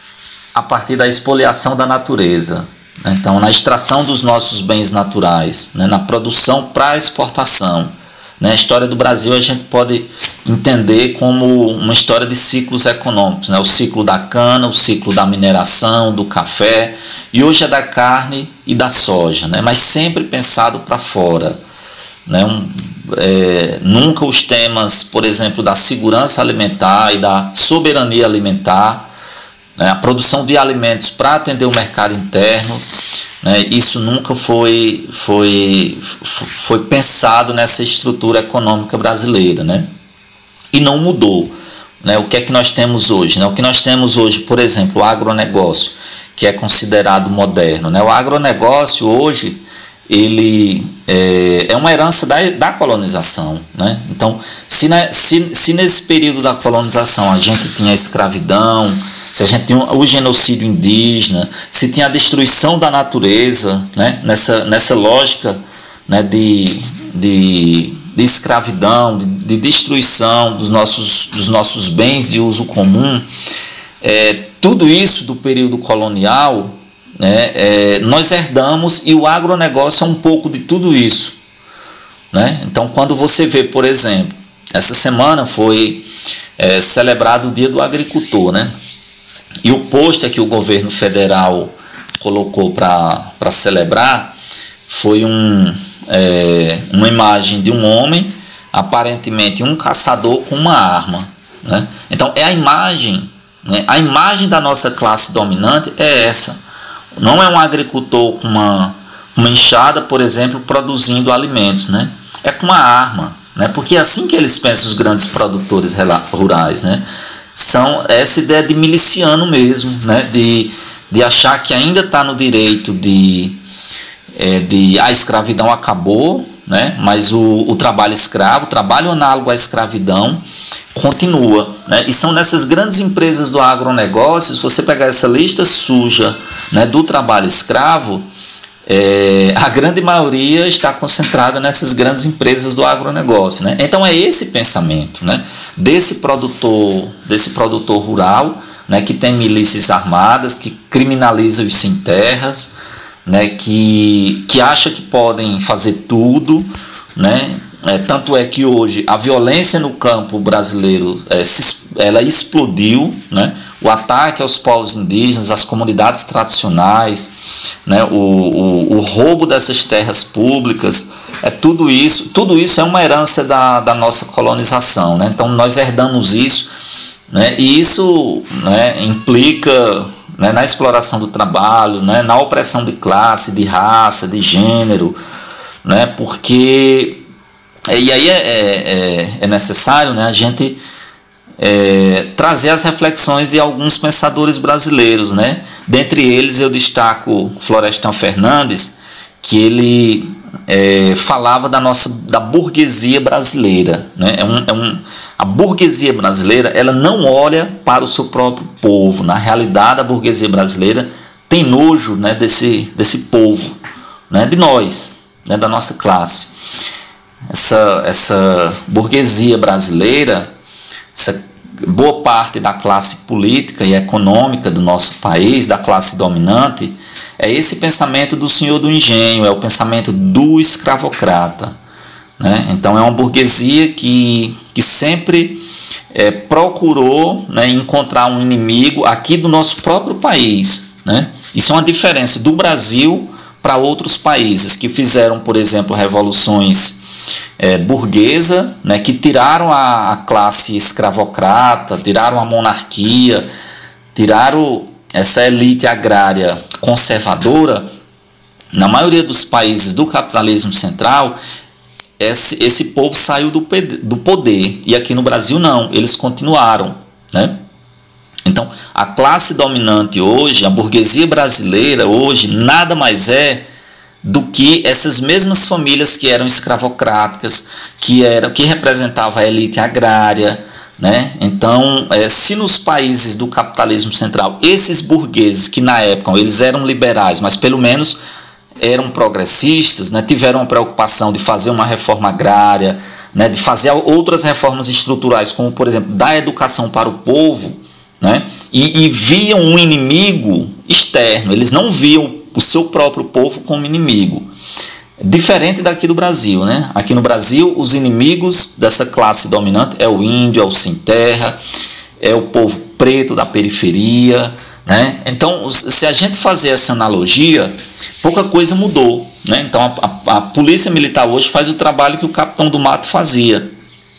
Speaker 11: a partir da expoliação da natureza. Então, na extração dos nossos bens naturais, né, na produção para exportação. Né, a história do Brasil a gente pode entender como uma história de ciclos econômicos. Né, o ciclo da cana, o ciclo da mineração, do café, e hoje é da carne e da soja, né, mas sempre pensado para fora. Né, um, é, nunca os temas, por exemplo, da segurança alimentar e da soberania alimentar, a produção de alimentos para atender o mercado interno, né, isso nunca foi, foi, foi pensado nessa estrutura econômica brasileira, né, e não mudou. Né, o que é que nós temos hoje? Né, o que nós temos hoje, por exemplo, o agronegócio, que é considerado moderno. Né, o agronegócio hoje ele é, é uma herança da, da colonização. Né, então, se, né, se, se nesse período da colonização a gente tinha a escravidão, se a gente tinha o genocídio indígena, se tinha a destruição da natureza, né, nessa, nessa lógica, né, de, de, de escravidão, de, de destruição dos nossos, dos nossos bens de uso comum, é, tudo isso do período colonial, né, é, nós herdamos, e o agronegócio é um pouco de tudo isso. Né? Então, quando você vê, por exemplo, essa semana foi é, celebrado o Dia do Agricultor, né? E o pôster que o governo federal colocou para celebrar foi um, é, uma imagem de um homem, aparentemente um caçador com uma arma. Né? Então é a imagem, né? A imagem da nossa classe dominante é essa. Não é um agricultor com uma, uma enxada, por exemplo, produzindo alimentos. Né? É com uma arma. Né? Porque é assim que eles pensam, os grandes produtores rurais. Né? São essa ideia de miliciano mesmo, né? de, de achar que ainda está no direito de, é, de a escravidão acabou, né? Mas o, o trabalho escravo, o trabalho análogo à escravidão continua. Né? E são nessas grandes empresas do agronegócio, se você pegar essa lista suja, né, do trabalho escravo, É, a grande maioria está concentrada nessas grandes empresas do agronegócio. Né? Então é esse pensamento, né, desse produtor, desse produtor rural, né, que tem milícias armadas, que criminaliza os sem terras, né, que, que acha que podem fazer tudo. Né? É, tanto é que hoje a violência no campo brasileiro é, se, ela explodiu. Né? O ataque aos povos indígenas, às comunidades tradicionais, né, o, o, o roubo dessas terras públicas, é tudo isso, tudo isso é uma herança da, da nossa colonização. Né? Então nós herdamos isso, né, e isso, né, implica, né, na exploração do trabalho, né, na opressão de classe, de raça, de gênero, né, porque, e aí é, é, é necessário, né, a gente É, trazer as reflexões de alguns pensadores brasileiros, né? Dentre eles eu destaco Florestan Fernandes, que ele, é, falava da nossa da burguesia brasileira, né? É um, é um, a burguesia brasileira, ela não olha para o seu próprio povo. Na realidade, a burguesia brasileira tem nojo, né, desse, desse povo, né, de nós, né, da nossa classe. Essa, essa burguesia brasileira, essa boa parte da classe política e econômica do nosso país, da classe dominante, é esse pensamento do senhor do engenho, é o pensamento do escravocrata, né? Então é uma burguesia que, que sempre é, procurou, né, encontrar um inimigo aqui do nosso próprio país, né? Isso é uma diferença do Brasil para outros países que fizeram, por exemplo, revoluções É, burguesa, né, que tiraram a, a classe escravocrata, tiraram a monarquia, tiraram essa elite agrária conservadora. Na maioria dos países do capitalismo central, esse, esse povo saiu do, do poder, e aqui no Brasil não, eles continuaram, né? Então, a classe dominante hoje, a burguesia brasileira hoje, nada mais é do que essas mesmas famílias que eram escravocráticas, que, eram, que representavam a elite agrária, né? Então, é, se nos países do capitalismo central, esses burgueses que na época eles eram liberais, mas pelo menos eram progressistas, né? Tiveram a preocupação de fazer uma reforma agrária, né? De fazer outras reformas estruturais, como por exemplo, da educação para o povo, né? E, e viam um inimigo externo, eles não viam o seu próprio povo como inimigo. Diferente daqui do Brasil, né? Aqui no Brasil, os inimigos dessa classe dominante é o índio, é o sem terra, é o povo preto da periferia, né? Então, se a gente fazer essa analogia, pouca coisa mudou, né? Então, a, a, a polícia militar hoje faz o trabalho que o Capitão do Mato fazia,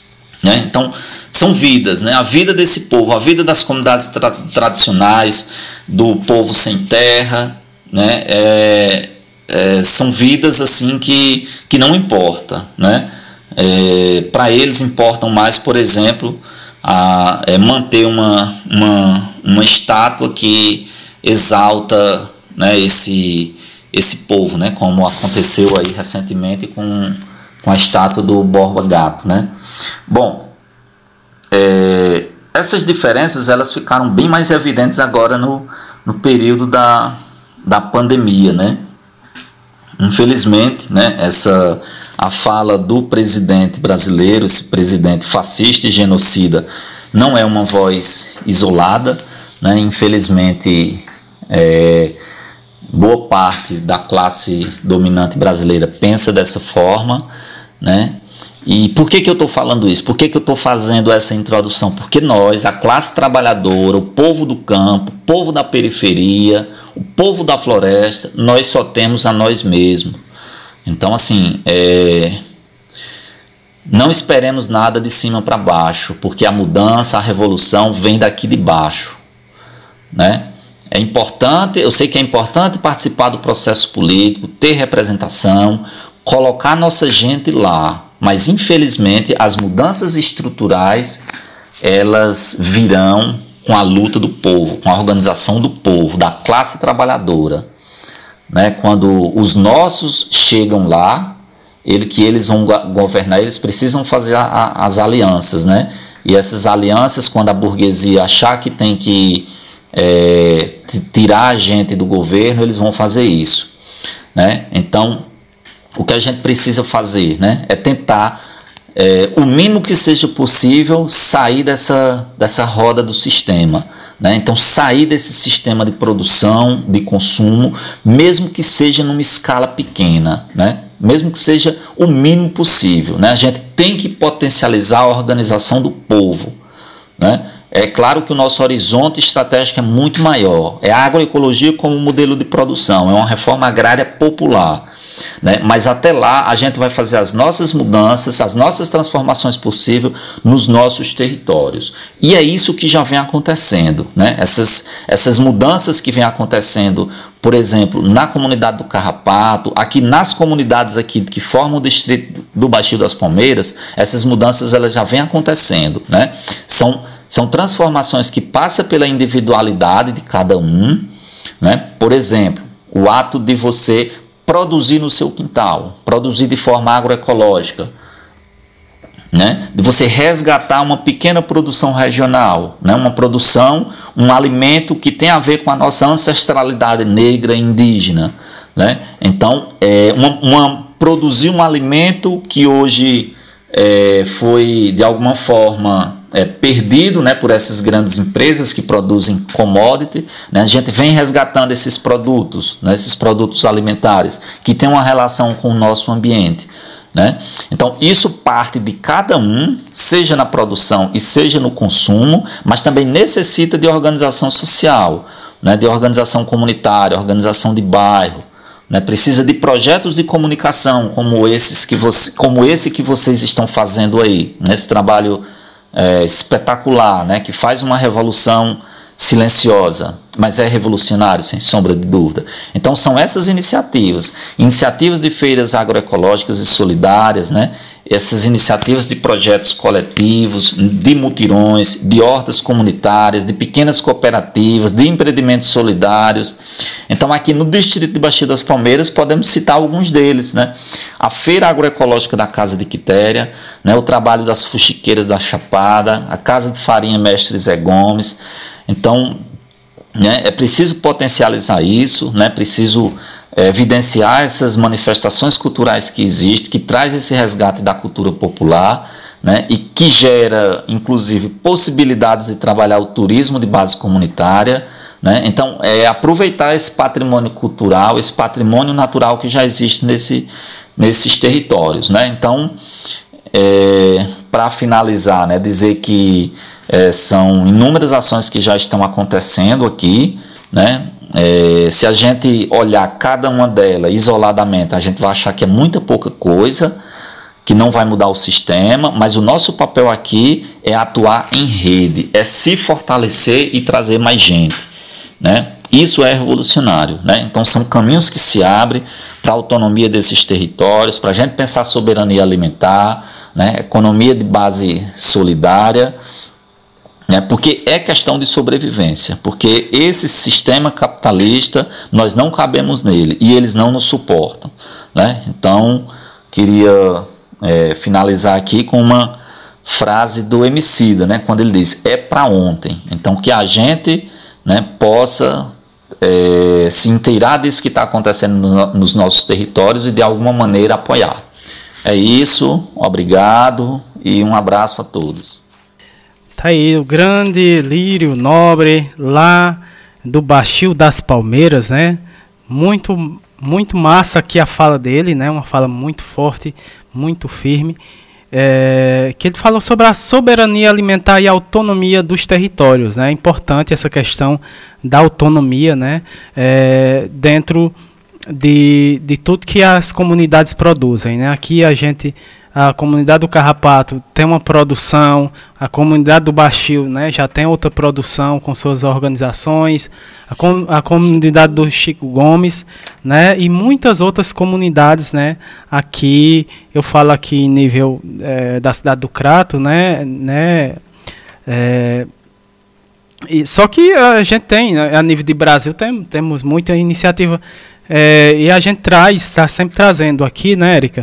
Speaker 11: né? Então, são vidas, né? A vida desse povo, a vida das comunidades tra tradicionais, do povo sem terra, né? É, é, são vidas assim que, que não importa, né? É, para eles importam mais, por exemplo, a, é manter uma, uma, uma estátua que exalta, né, esse, esse povo, né? Como aconteceu aí recentemente com, com a estátua do Borba Gato, né? Bom, é, essas diferenças elas ficaram bem mais evidentes agora no, no período da da pandemia, né? Infelizmente, né, essa, a fala do presidente brasileiro, esse presidente fascista e genocida, não é uma voz isolada, né? Infelizmente, é, boa parte da classe dominante brasileira pensa dessa forma, né? E por que que eu estou falando isso? Por que que eu estou fazendo essa introdução? Porque nós, a classe trabalhadora, o povo do campo, o povo da periferia, o povo da floresta, nós só temos a nós mesmos. Então, assim, é, não esperemos nada de cima para baixo, porque a mudança, a revolução vem daqui de baixo, né? É importante, eu sei que é importante participar do processo político, ter representação, colocar nossa gente lá, mas infelizmente as mudanças estruturais elas virão com a luta do povo, com a organização do povo, da classe trabalhadora, né? Quando os nossos chegam lá, ele, que eles vão governar, eles precisam fazer a, a, as alianças, né? E essas alianças, quando a burguesia achar que tem que é, tirar a gente do governo, eles vão fazer isso, né? Então, o que a gente precisa fazer, né, é tentar, é, o mínimo que seja possível, sair dessa, dessa roda do sistema, né? Então, sair desse sistema de produção, de consumo, mesmo que seja numa escala pequena, né? Mesmo que seja o mínimo possível, né? A gente tem que potencializar a organização do povo, né? É claro que o nosso horizonte estratégico é muito maior. É a agroecologia como modelo de produção, é uma reforma agrária popular, né? Mas até lá a gente vai fazer as nossas mudanças, as nossas transformações possíveis nos nossos territórios. E é isso que já vem acontecendo, né? Essas, essas mudanças que vem acontecendo, por exemplo, na comunidade do Carrapato, aqui nas comunidades aqui que formam o distrito do Baixio das Palmeiras, essas mudanças elas já vêm acontecendo, né? São São transformações que passam pela individualidade de cada um, né? Por exemplo, o ato de você produzir no seu quintal, produzir de forma agroecológica, né? De você resgatar uma pequena produção regional, né? Uma produção, um alimento que tem a ver com a nossa ancestralidade negra e indígena, né? Então, é, uma, uma, produzir um alimento que hoje é, foi, de alguma forma, é, perdido, né, por essas grandes empresas que produzem commodity, né? A gente vem resgatando esses produtos, né, esses produtos alimentares, que têm uma relação com o nosso ambiente. Né? Então, isso parte de cada um, seja na produção e seja no consumo, mas também necessita de organização social, né? De organização comunitária, organização de bairro, né? Precisa de projetos de comunicação como, esses que você, como esse que vocês estão fazendo aí, nesse trabalho é, espetacular, né? Que faz uma revolução silenciosa, mas é revolucionário, sem sombra de dúvida. Então são essas iniciativas, iniciativas de feiras agroecológicas e solidárias, né? Essas iniciativas de projetos coletivos, de mutirões, de hortas comunitárias, de pequenas cooperativas, de empreendimentos solidários. Então aqui no Distrito de Baixio das Palmeiras podemos citar alguns deles, né? A Feira Agroecológica da Casa de Quitéria, né? O trabalho das Fuxiqueiras da Chapada, a Casa de Farinha Mestre Zé Gomes. Então, né, é preciso potencializar isso, né, preciso é, evidenciar essas manifestações culturais que existem, que traz esse resgate da cultura popular, né, e que gera, inclusive, possibilidades de trabalhar o turismo de base comunitária. Né? Então, é aproveitar esse patrimônio cultural, esse patrimônio natural que já existe nesse, nesses territórios. Né? Então, é, para finalizar, né, dizer que É, são inúmeras ações que já estão acontecendo aqui, né? É, se a gente olhar cada uma delas isoladamente, a gente vai achar que é muita pouca coisa, que não vai mudar o sistema, mas o nosso papel aqui é atuar em rede, é se fortalecer e trazer mais gente, né? Isso é revolucionário, né? Então são caminhos que se abrem para a autonomia desses territórios, para a gente pensar soberania alimentar, né? Economia de base solidária, né? Porque é questão de sobrevivência, porque esse sistema capitalista, nós não cabemos nele e eles não nos suportam, né? Então, queria é, finalizar aqui com uma frase do Emicida, né? Quando ele diz, é para ontem. Então, que a gente, né, possa é, se inteirar disso que está acontecendo no, nos nossos territórios e de alguma maneira apoiar. É isso, obrigado e um abraço a todos.
Speaker 7: Tá aí o grande Lírio Nobre, lá do Baixio das Palmeiras, né? Muito, muito massa aqui a fala dele, né? Uma fala muito forte, muito firme. É, que ele falou sobre a soberania alimentar e a autonomia dos territórios, né? É importante essa questão da autonomia, né? É, dentro de, de tudo que as comunidades produzem, né? Aqui a gente... A comunidade do Carrapato tem uma produção, a comunidade do Baixio, né, já tem outra produção com suas organizações, a, com, a comunidade do Chico Gomes, né, e muitas outras comunidades, né, aqui, eu falo aqui em nível é, da cidade do Crato, né, né é, e, só que a gente tem, né, a nível de Brasil, tem, temos muita iniciativa. É, e a gente traz, está sempre trazendo aqui, né, Érica,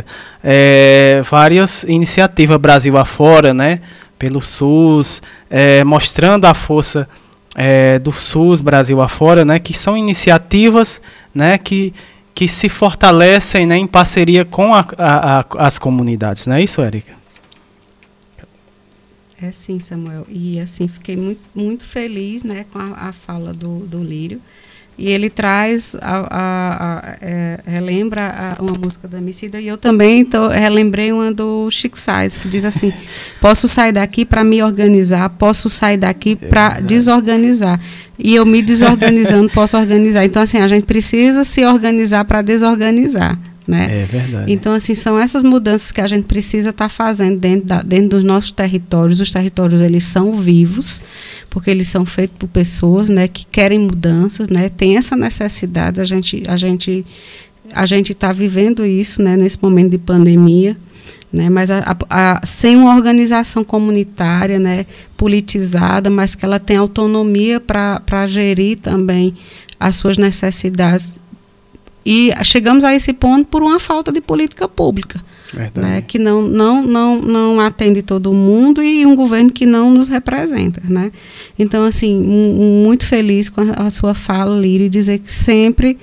Speaker 7: é, várias iniciativas Brasil afora, né, pelo SUS, é, mostrando a força é, do SUS Brasil afora, né, que são iniciativas, né, que, que se fortalecem, né, em parceria com a, a, a, as comunidades, não é isso, Érica?
Speaker 8: É sim, Samuel, e assim, fiquei muito, muito feliz, né, com a, a fala do, do Lírio. E ele traz, a, a, a, é, relembra a, uma música do Emicida, e eu também tô, relembrei uma do Chico Sainz, que diz assim, posso sair daqui para me organizar, posso sair daqui para desorganizar. E eu me desorganizando posso organizar. Então, assim, a gente precisa se organizar para desorganizar. Né?
Speaker 7: É verdade.
Speaker 8: Então, assim, são essas mudanças que a gente precisa estar tá fazendo dentro, da, dentro dos nossos territórios. Os territórios, eles são vivos, porque eles são feitos por pessoas, né, que querem mudanças, né? Tem essa necessidade, a gente a gente a gente está vivendo isso, né, nesse momento de pandemia, né? Mas a, a, a, sem uma organização comunitária, né, politizada, mas que ela tem autonomia para gerir também as suas necessidades E chegamos a esse ponto por uma falta de política pública, né, que não, não, não, não atende todo mundo e um governo que não nos representa, né? Então, assim, muito feliz com a, a sua fala, Lírio, e dizer que sempre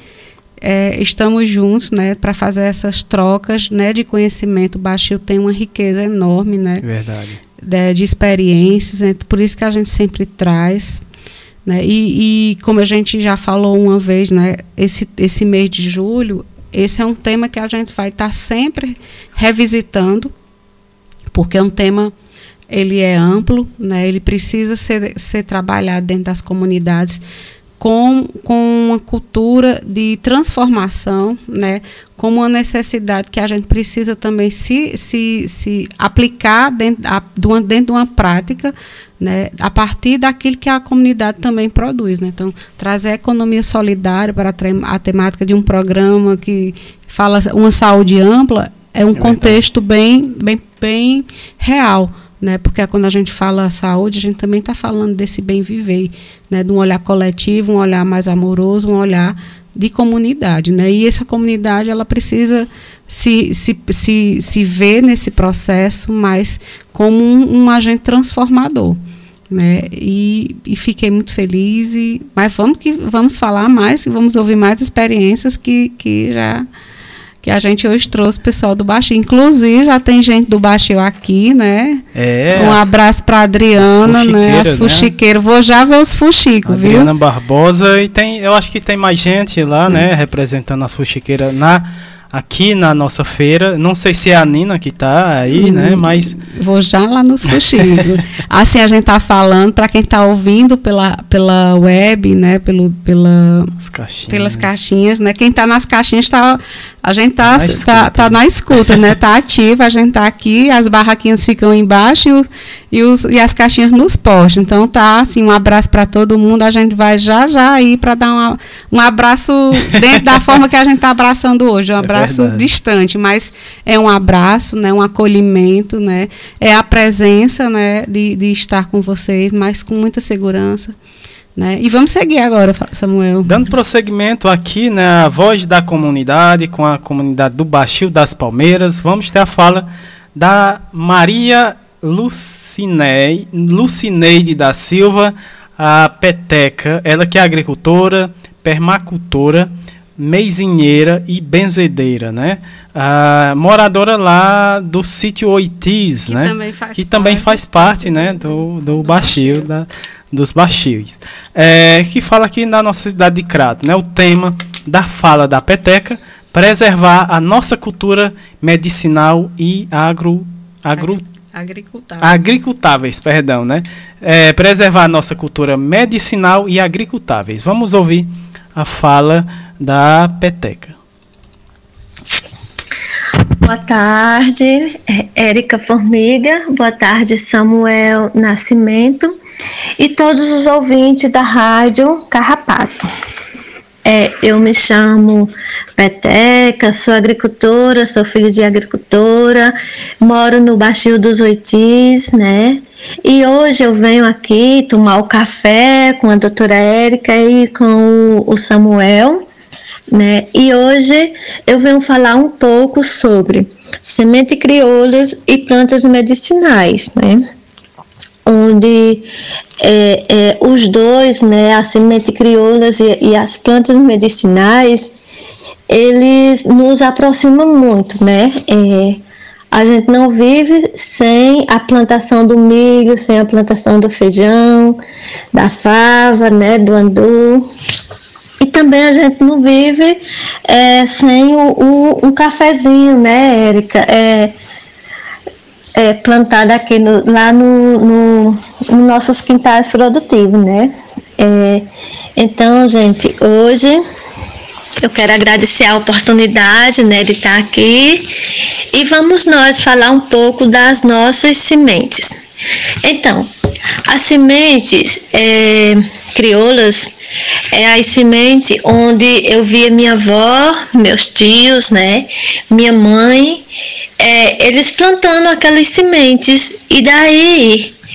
Speaker 8: é, estamos juntos, né, para fazer essas trocas, né, de conhecimento. O Baixio tem uma riqueza enorme, né? Verdade. De, de experiências, né, por isso que a gente sempre traz. Né? E, e como a gente já falou uma vez, né, esse, esse mês de julho, esse é um tema que a gente vai estar tá sempre revisitando, porque é um tema, ele é amplo, né, ele precisa ser, ser trabalhado dentro das comunidades com, com uma cultura de transformação, né, como uma necessidade que a gente precisa também se, se, se aplicar dentro, a, dentro de uma prática, né, a partir daquilo que a comunidade também produz, né? Então, trazer a economia solidária para a, a temática de um programa que fala uma saúde ampla é um é contexto bem, bem, bem real, né? Porque quando a gente fala saúde, a gente também está falando desse bem viver, né? De um olhar coletivo, um olhar mais amoroso, um olhar de comunidade, né? E essa comunidade, ela precisa se, se, se, se ver nesse processo mais como um, um agente transformador, né? E, e fiquei muito feliz, e, mas vamos, que, vamos falar mais, vamos ouvir mais experiências que, que já... que a gente hoje trouxe o pessoal do Baixio. Inclusive, já tem gente do Baixio aqui, né? É. Um abraço para a Adriana, as né? As fuxiqueiras. Né? Vou já ver os fuxicos, viu?
Speaker 7: Adriana Barbosa. E tem, eu acho que tem mais gente lá, hum. né? Representando as fuxiqueiras na, aqui na nossa feira. Não sei se é a Nina que está aí, hum. né? Mas...
Speaker 8: Vou já lá nos fuxicos. Assim, a gente está falando, para quem está ouvindo pela, pela web, né? Pelo, pela,
Speaker 7: caixinhas.
Speaker 8: Pelas caixinhas, né? Quem está nas caixinhas está... A gente está tá, tá, tá na escuta, né? Está ativa, a gente está aqui, as barraquinhas ficam embaixo e, o, e, os, e as caixinhas nos postos. Então, tá, assim, um abraço para todo mundo. A gente vai já, já aí para dar uma, um abraço dentro da forma que a gente está abraçando hoje. Um abraço é distante, mas é um abraço, né? Um acolhimento, né? É a presença, né? De, de estar com vocês, mas com muita segurança. Né? E vamos seguir agora, Samuel.
Speaker 7: Dando prosseguimento aqui, né, a voz da comunidade, com a comunidade do Baixio das Palmeiras, vamos ter a fala da Maria Lucineide, Lucineide da Silva, a peteca, ela que é agricultora, permacultora, meizinheira e benzedeira, né? A moradora lá do sítio Oitis,
Speaker 8: que
Speaker 7: né?
Speaker 8: Também faz
Speaker 7: que
Speaker 8: parte,
Speaker 7: também faz parte, né, do, do, do Baixio, Baixio. Da, dos Baixios, é, que fala aqui na nossa cidade de Crato, né? O tema da fala da peteca, preservar a nossa cultura medicinal e agro, agro,
Speaker 8: agricultáveis.
Speaker 7: agricultáveis, perdão, né? É, preservar a nossa cultura medicinal e agricultáveis. Vamos ouvir a fala da peteca.
Speaker 12: Boa tarde, Érica Formiga. Boa tarde, Samuel Nascimento e todos os ouvintes da Rádio Carrapato. É, eu me chamo Peteca, sou agricultora, sou filha de agricultora, moro no Baixio dos Oitis, né? E hoje eu venho aqui tomar o café com a doutora Érica e com o, o Samuel, né? E hoje eu venho falar um pouco sobre semente crioulas e plantas medicinais, né? Onde é, é, os dois, né, a semente crioulas e, e as plantas medicinais, eles nos aproximam muito, né? É, a gente não vive sem a plantação do milho, sem a plantação do feijão, da fava, né, do andu. E também a gente não vive é, sem o, o, um cafezinho, né, Érica? É, é plantado aqui no, lá no, no, no nossos quintais produtivos, né? É, então, gente, hoje eu quero agradecer a oportunidade, né, de estar aqui e vamos nós falar um pouco das nossas sementes. Então, as sementes é, crioulas é a semente onde eu via minha avó, meus tios, né, minha mãe, é, eles plantando aquelas sementes e daí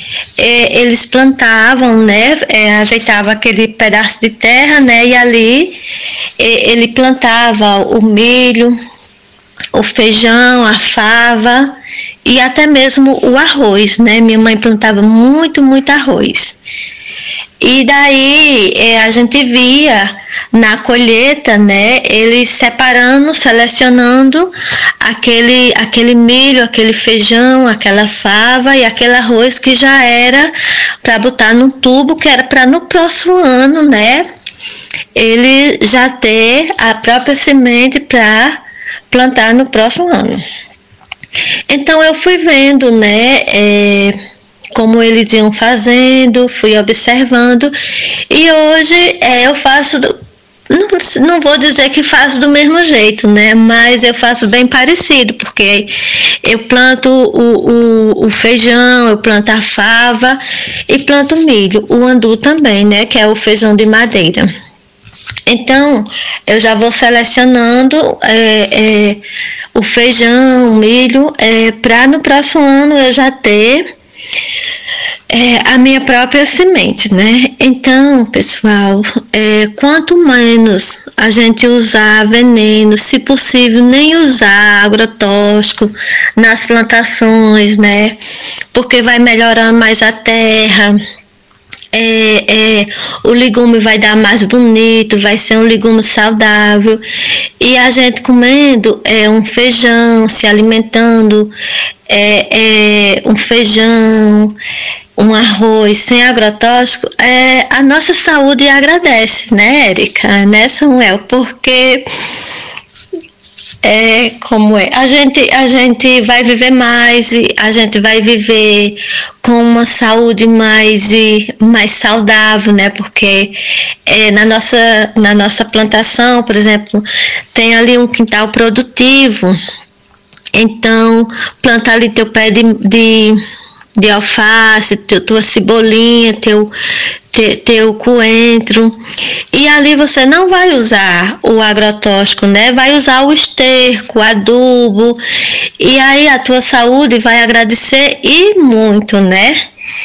Speaker 12: é, eles plantavam, né, é, ajeitava aquele pedaço de terra, né, e ali é, ele plantava o milho, o feijão, a fava e até mesmo o arroz, né? Minha mãe plantava muito, muito arroz. E daí é, a gente via na colheita, né, eles separando, selecionando aquele, aquele milho, aquele feijão, aquela fava e aquele arroz que já era para botar num tubo, que era para no próximo ano, né, ele já ter a própria semente para plantar no próximo ano. Então eu fui vendo, né, é, como eles iam fazendo, fui observando, e hoje é, eu faço, do, não, não vou dizer que faço do mesmo jeito, né, mas eu faço bem parecido, porque eu planto o, o, o feijão, eu planto a fava e planto o milho, o andu também, né, que é o feijão de madeira. Então, eu já vou selecionando é, é, o feijão, o milho, é, para no próximo ano eu já ter é, a minha própria semente, né? Então, pessoal, é, quanto menos a gente usar veneno, se possível, nem usar agrotóxico nas plantações, né? Porque vai melhorando mais a terra. É, é, o legume vai dar mais bonito, vai ser um legume saudável, e a gente comendo é, um feijão, se alimentando, é, é, um feijão, um arroz sem agrotóxico, é, a nossa saúde agradece, né, Érica? Né, Samuel? Porque é como é, a gente, a gente vai viver mais, e a gente vai viver com uma saúde mais, e, mais saudável, né? Porque é, na, nossa, na nossa plantação, por exemplo, tem ali um quintal produtivo, então planta ali teu pé de, de, de alface, teu, tua cebolinha, teu, te, teu coentro, e ali você não vai usar o agrotóxico, né? Vai usar o esterco, o adubo, e aí a tua saúde vai agradecer e muito, né?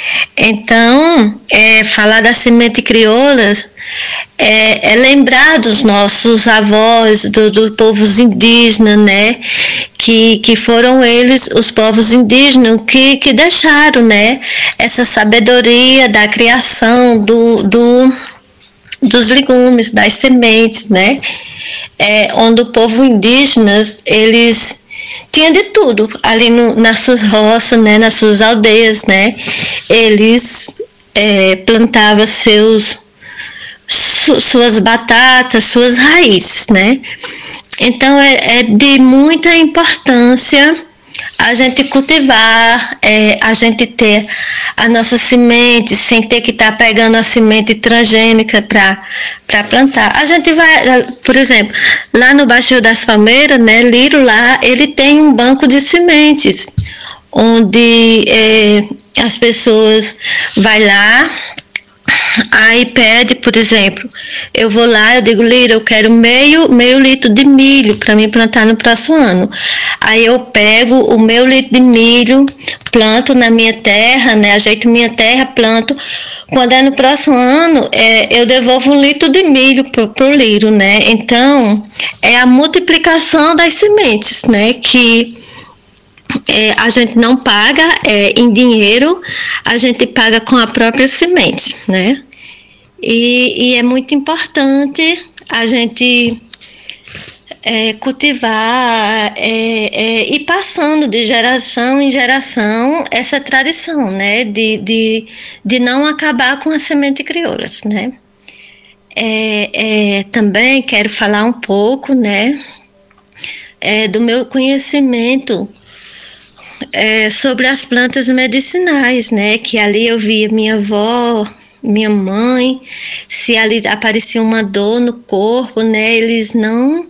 Speaker 12: Então, é, falar da semente crioulas é, é lembrar dos nossos avós, dos do povos indígenas, né? Que, que foram eles, os povos indígenas, que, que deixaram, né? Essa sabedoria da criação do, do, dos legumes, das sementes, né? É, onde o povo indígena, eles tinha de tudo ali no, nas suas roças, né, nas suas aldeias, né, eles é, plantavam seus, su, suas batatas, suas raízes, né, então é, é de muita importância a gente cultivar, é, a gente ter a nossa semente sem ter que estar tá pegando a semente transgênica para plantar. A gente vai, por exemplo, lá no Baixio das Palmeiras, né, Liro lá, ele tem um banco de sementes, onde é, as pessoas vai lá, aí pede, por exemplo, eu vou lá, eu digo, Lira, eu quero meio, meio litro de milho para mim plantar no próximo ano. Aí eu pego o meu litro de milho, planto na minha terra, né, ajeito minha terra, planto. Quando é no próximo ano, é, eu devolvo um litro de milho pro, pro Liro, né. Então, é a multiplicação das sementes, né, que É, a gente não paga é, em dinheiro, a gente paga com a própria semente, né? E, e é muito importante a gente é, cultivar é, é, e passando de geração em geração essa tradição, né? De, de, de não acabar com as sementes crioulas, né? É, é, também quero falar um pouco, né? É, do meu conhecimento É, sobre as plantas medicinais, né, que ali eu via minha avó, minha mãe, se ali aparecia uma dor no corpo, né, eles não,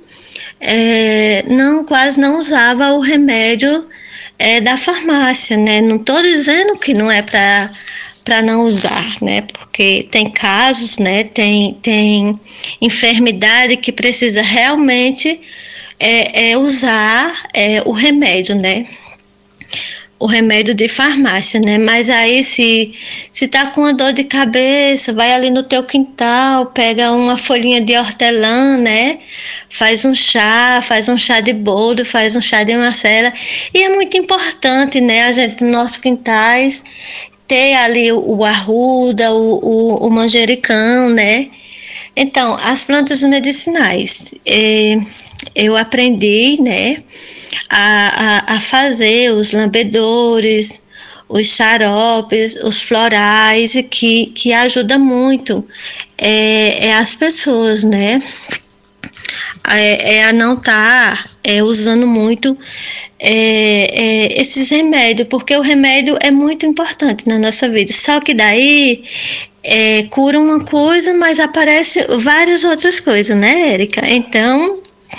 Speaker 12: é, não quase não usavam o remédio é, da farmácia, né, não estou dizendo que não é para para não usar, né, porque tem casos, né, tem, tem enfermidade que precisa realmente é, é usar é, o remédio, né. o remédio de farmácia, né? Mas aí se se tá com uma dor de cabeça, vai ali no teu quintal, pega uma folhinha de hortelã, né? Faz um chá, faz um chá de boldo, faz um chá de macela. E é muito importante, né, a gente nos nossos quintais ter ali o, o arruda, o, o, o manjericão, né? Então, as plantas medicinais, eh, eu aprendi, né, a, a, a fazer os lambedores, os xaropes, os florais, que, que ajuda muito é, é as pessoas, né, é, é a não estar tá, é, usando muito é, é, esses remédios, porque o remédio é muito importante na nossa vida, só que daí é, cura uma coisa, mas aparece várias outras coisas, né, Érica? Então,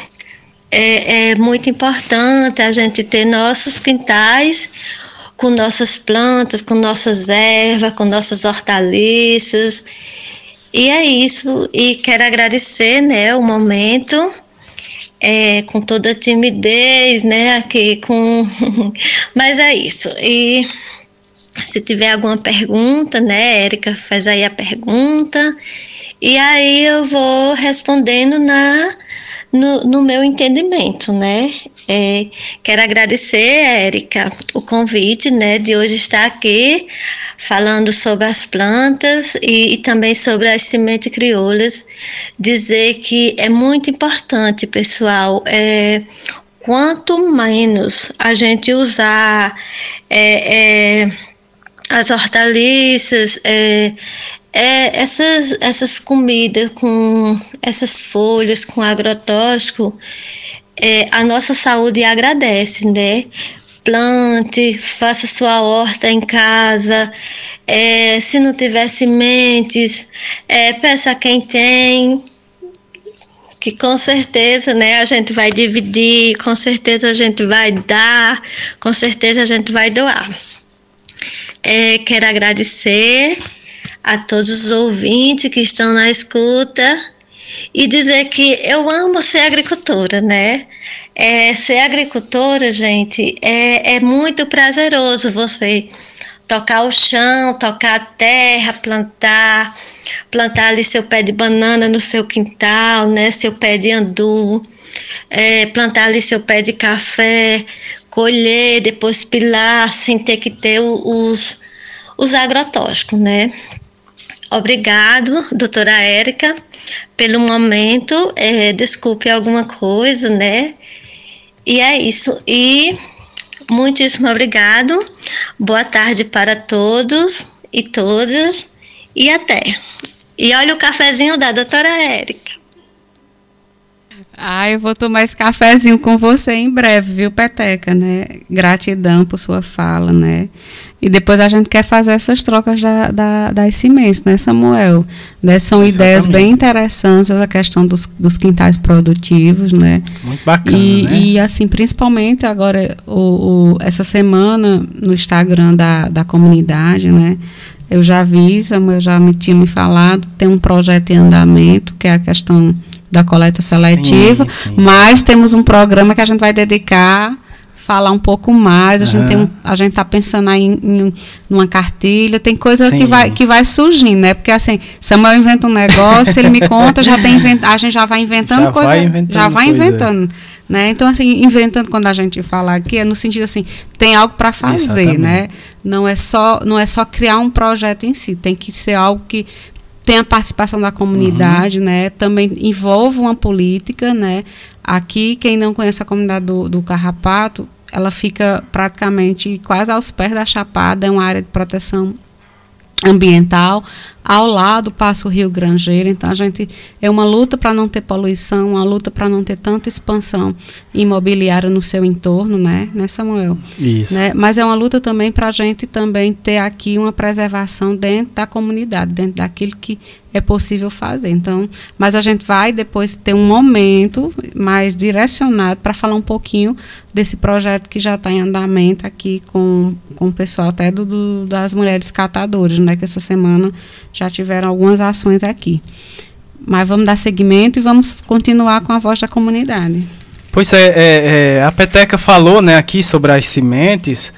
Speaker 12: é, é muito importante a gente ter nossos quintais com nossas plantas, com nossas ervas, com nossas hortaliças. E é isso. E quero agradecer, né, o momento, é, com toda a timidez, né, aqui com... Mas é isso. E se tiver alguma pergunta, né, Érica, faz aí a pergunta. E aí eu vou respondendo na... No, no meu entendimento, né? É, quero agradecer, Érica, o convite, né, de hoje estar aqui falando sobre as plantas e, e também sobre as sementes crioulas. Dizer que é muito importante, pessoal, é, quanto menos a gente usar é, é, as hortaliças, é, É, essas, essas comidas com essas folhas, com agrotóxico, é, a nossa saúde agradece, né? Plante, faça sua horta em casa, é, se não tiver sementes, é, peça a quem tem, que com certeza, né, a gente vai dividir, com certeza a gente vai dar, com certeza a gente vai doar. É, quero agradecer a todos os ouvintes que estão na escuta e dizer que eu amo ser agricultora, né? É, ser agricultora, gente, é, é muito prazeroso você tocar o chão, tocar a terra, plantar, plantar ali seu pé de banana no seu quintal, né? Seu pé de andu, é, plantar ali seu pé de café, colher, depois pilar, sem ter que ter os, os agrotóxicos, né? Obrigado, doutora Érica, pelo momento, é, desculpe alguma coisa, né? E é isso, e muitíssimo obrigado, boa tarde para todos e todas, e até. E olha o cafezinho da doutora Érica.
Speaker 8: Ah, eu vou tomar esse cafezinho com você em breve, viu, Peteca, né? Gratidão por sua fala, né? E depois a gente quer fazer essas trocas da, da, das sementes, né, Samuel? Né? São Exatamente. Ideias bem interessantes, a questão dos, dos quintais produtivos, né?
Speaker 7: Muito bacana,
Speaker 8: e,
Speaker 7: né?
Speaker 8: E, assim, principalmente agora, o, o, essa semana, no Instagram da, da comunidade, né? Eu já vi, Samuel já me tinha me falado, tem um projeto em andamento, que é a questão da coleta seletiva, sim, sim. Mas temos um programa que a gente vai dedicar, falar um pouco mais, a uhum. gente tem um, a gente está pensando aí em, em numa cartilha, tem coisa que vai, que vai surgindo, né? Porque assim, Samuel inventa um negócio, ele me conta, já tem invent, a gente já vai inventando já coisa, vai inventando já vai coisa. inventando, né? Então assim, inventando quando a gente fala aqui é no sentido assim, tem algo para fazer, Exatamente. né? Não é só não é só criar um projeto em si, tem que ser algo que tem a participação da comunidade, uhum. né? Também envolve uma política, né? Aqui, quem não conhece a comunidade do, do Carrapato, ela fica praticamente quase aos pés da Chapada, é uma área de proteção ambiental. Ao lado passa o Rio Grangeiro, então a gente é uma luta para não ter poluição, uma luta para não ter tanta expansão imobiliária no seu entorno, né, né Samuel?
Speaker 7: Isso.
Speaker 8: Né? Mas é uma luta também para a gente também ter aqui uma preservação dentro da comunidade, dentro daquilo que é possível fazer. Então, mas a gente vai depois ter um momento mais direcionado para falar um pouquinho desse projeto que já está em andamento aqui com, com o pessoal até do, do, das mulheres catadoras, né, que essa semana já tiveram algumas ações aqui. Mas vamos dar seguimento e vamos continuar com a voz da comunidade.
Speaker 7: Pois é, é, é a Peteca falou, né, aqui sobre as sementes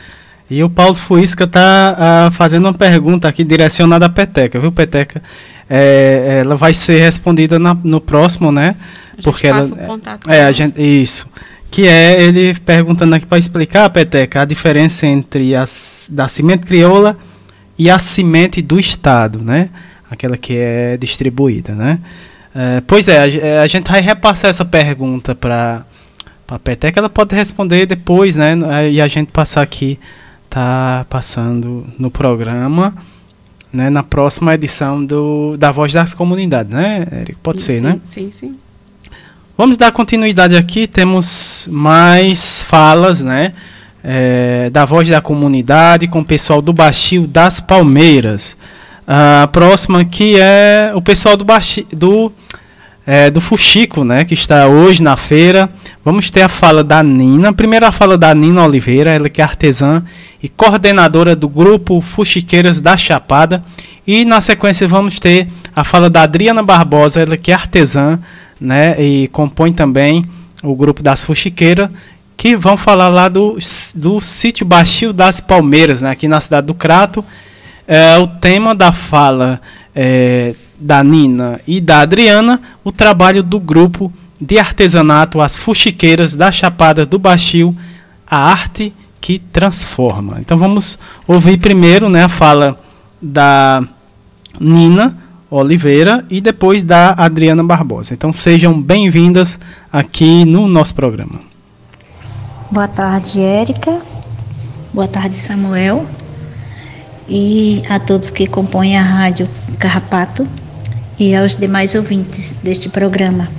Speaker 7: E o Paulo Fuisca está fazendo uma pergunta aqui direcionada à Peteca, viu, Peteca? É, ela vai ser respondida na, no próximo, né?
Speaker 8: A gente
Speaker 7: Porque
Speaker 8: passa
Speaker 7: ela,
Speaker 8: o contato.
Speaker 7: É, a gente, isso. Que é ele perguntando aqui para explicar, Peteca, a diferença entre a da semente crioula e a semente do Estado, né? Aquela que é distribuída, né? É, pois é, a, a gente vai repassar essa pergunta para a Peteca, ela pode responder depois, né? E a gente passar aqui, tá passando no programa, né? Na próxima edição do, da Voz das Comunidades, né, Érico? Pode
Speaker 8: sim,
Speaker 7: ser, né?
Speaker 8: Sim, sim.
Speaker 7: Vamos dar continuidade aqui, temos mais falas, né? É, da Voz da Comunidade com o pessoal do Baixio das Palmeiras. A próxima aqui é o pessoal do Baixio, do, é, do Fuxico, né? Que está hoje na feira. Vamos ter a fala da Nina. Primeiro a fala da Nina Oliveira, ela que é artesã e coordenadora do grupo Fuxiqueiras da Chapada. E na sequência vamos ter a fala da Adriana Barbosa, ela que é artesã, né, e compõe também o grupo das Fuxiqueiras, que vão falar lá do, do sítio Baixio das Palmeiras, né, aqui na cidade do Crato. É, o tema da fala é, da Nina e da Adriana, o trabalho do grupo de artesanato As Fuxiqueiras da Chapada do Baixio, a arte que transforma. Então vamos ouvir primeiro, né, a fala da Nina Oliveira e depois da Adriana Barbosa. Então sejam bem-vindas aqui no nosso programa.
Speaker 13: Boa tarde, Érica. Boa tarde, Samuel. E a todos que compõem a Rádio Carrapato e aos demais ouvintes deste programa.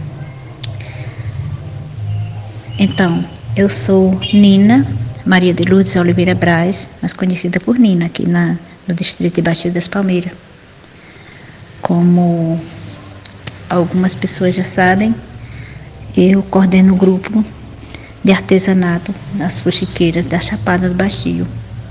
Speaker 13: Então, eu sou Nina Maria de Lourdes Oliveira Braz, mais conhecida por Nina, aqui na, no distrito de Baixio das Palmeiras. Como algumas pessoas já sabem, eu coordeno o grupo de artesanato das Fuxiqueiras da Chapada do Baixio.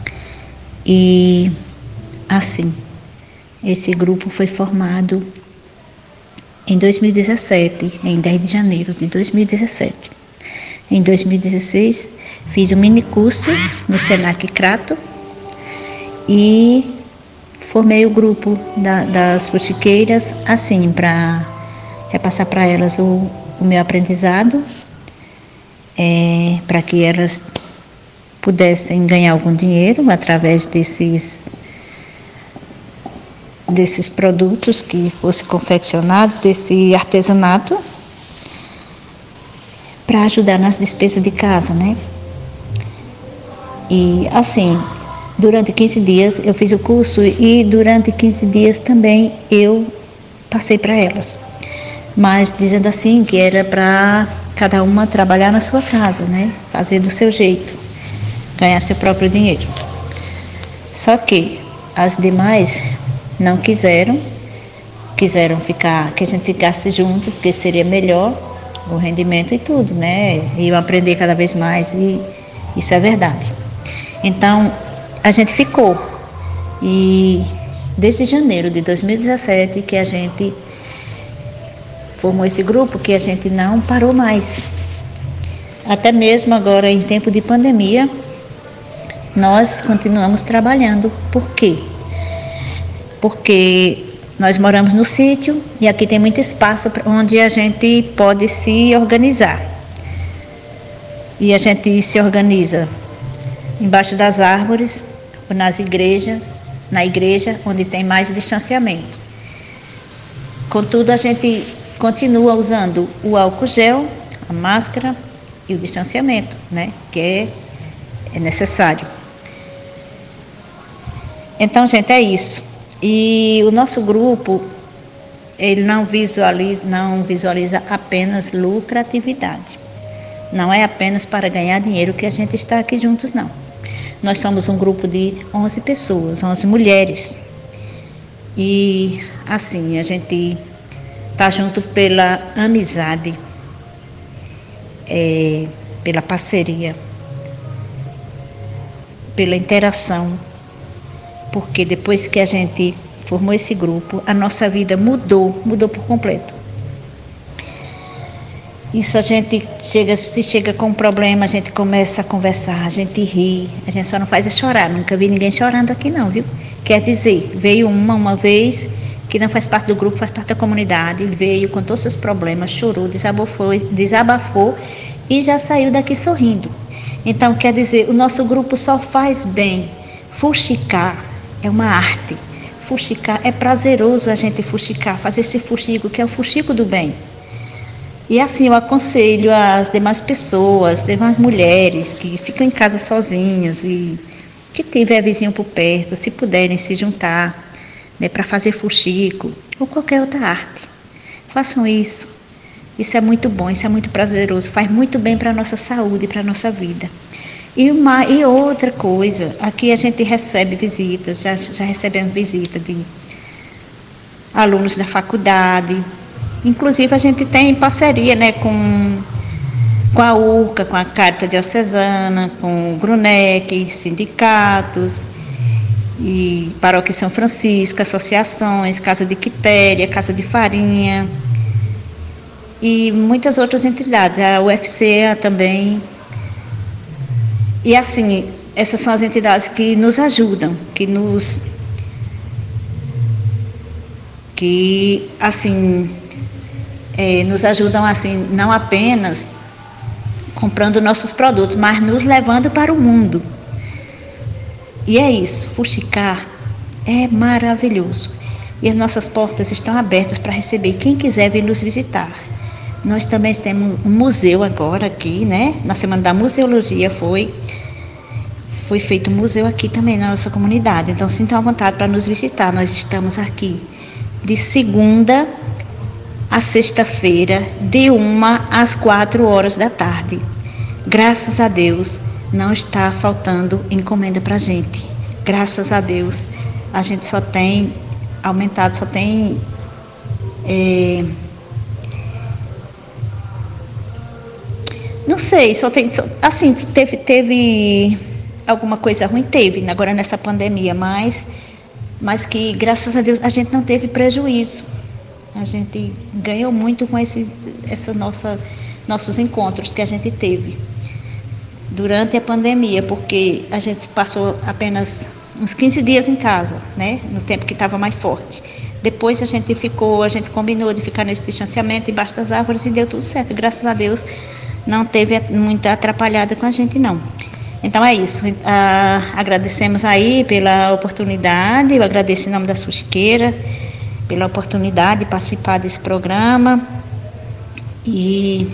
Speaker 13: E, assim, esse grupo foi formado em dois mil e dezessete, em dez de janeiro de dois mil e dezessete. Em dois mil e dezesseis, fiz um mini curso no Senac Crato e formei o grupo da, das Fuxiqueiras, assim, para repassar para elas o, o meu aprendizado, é, para que elas pudessem ganhar algum dinheiro através desses, desses produtos que fosse confeccionado, desse artesanato, para ajudar nas despesas de casa, né? E, assim, durante quinze dias eu fiz o curso e durante quinze dias também eu passei para elas. Mas dizendo assim que era para cada uma trabalhar na sua casa, né? Fazer do seu jeito, ganhar seu próprio dinheiro. Só que as demais não quiseram, quiseram ficar, que a gente ficasse junto, porque seria melhor o rendimento e tudo, né? E eu aprender cada vez mais, e isso é verdade. Então, a gente ficou. E desde janeiro de dois mil e dezessete que a gente formou esse grupo, que a gente não parou mais. Até mesmo agora, em tempo de pandemia, nós continuamos trabalhando. Por quê? Porque nós moramos no sítio e aqui tem muito espaço onde a gente pode se organizar. E a gente se organiza embaixo das árvores ou nas igrejas, na igreja onde tem mais distanciamento. Contudo, a gente continua usando o álcool gel, a máscara e o distanciamento, né, que é, é necessário. Então, gente, é isso. E o nosso grupo, ele não visualiza, não visualiza apenas lucratividade. Não é apenas para ganhar dinheiro que a gente está aqui juntos, não. Nós somos um grupo de onze pessoas, onze mulheres. E, assim, a gente está junto pela amizade, é, pela parceria, pela interação. Porque depois que a gente formou esse grupo, a nossa vida mudou, mudou por completo. Isso a gente chega, se chega com um problema, a gente começa a conversar, a gente ri, a gente só não faz é chorar. Nunca vi ninguém chorando aqui não, viu? Quer dizer, veio uma uma vez que não faz parte do grupo, faz parte da comunidade, veio com todos os seus problemas, chorou, desabafou, desabafou e já saiu daqui sorrindo. Então, quer dizer, o nosso grupo só faz bem. Fuxicar é uma arte. Fuxicar é prazeroso a gente fuxicar, fazer esse fuxico, que é o fuxico do bem. E assim, eu aconselho as demais pessoas, as demais mulheres que ficam em casa sozinhas e que tiver vizinho por perto, se puderem se juntar, né, para fazer fuxico ou qualquer outra arte. Façam isso. Isso é muito bom, isso é muito prazeroso, faz muito bem para a nossa saúde, para a nossa vida. E, uma, e outra coisa, aqui a gente recebe visitas, já, já recebemos visita de alunos da faculdade, inclusive a gente tem parceria, né, com, com a U C A, com a Carta Diocesana, com o Grunec, sindicatos, e Paróquia São Francisco, associações, Casa de Quitéria, Casa de Farinha, e muitas outras entidades, a U F C A também. E assim, essas são as entidades que nos ajudam, que nos, que assim, é, nos ajudam assim, não apenas comprando nossos produtos, mas nos levando para o mundo. E é isso, fuxicar é maravilhoso. E as nossas portas estão abertas para receber quem quiser vir nos visitar. Nós também temos um museu agora aqui, né? Na Semana da Museologia foi, foi feito um museu aqui também na nossa comunidade. Então, sintam à vontade para nos visitar. Nós estamos aqui de segunda a sexta-feira, de uma às quatro horas da tarde. Graças a Deus, não está faltando encomenda para a gente. Graças a Deus, a gente só tem aumentado, só tem... É, não sei, só tem... Só, assim, teve, teve alguma coisa ruim? Teve, agora nessa pandemia, mas, mas que, graças a Deus, a gente não teve prejuízo. A gente ganhou muito com esses, essa nossa, nossos encontros que a gente teve durante a pandemia, porque a gente passou apenas uns quinze dias em casa, né, no tempo que estava mais forte. Depois a gente ficou, a gente combinou de ficar nesse distanciamento embaixo das árvores e deu tudo certo. Graças a Deus não teve muita atrapalhada com a gente, não. Então é isso. Ah, agradecemos aí pela oportunidade, eu agradeço em nome da Fuxiqueira pela oportunidade de participar desse programa. E,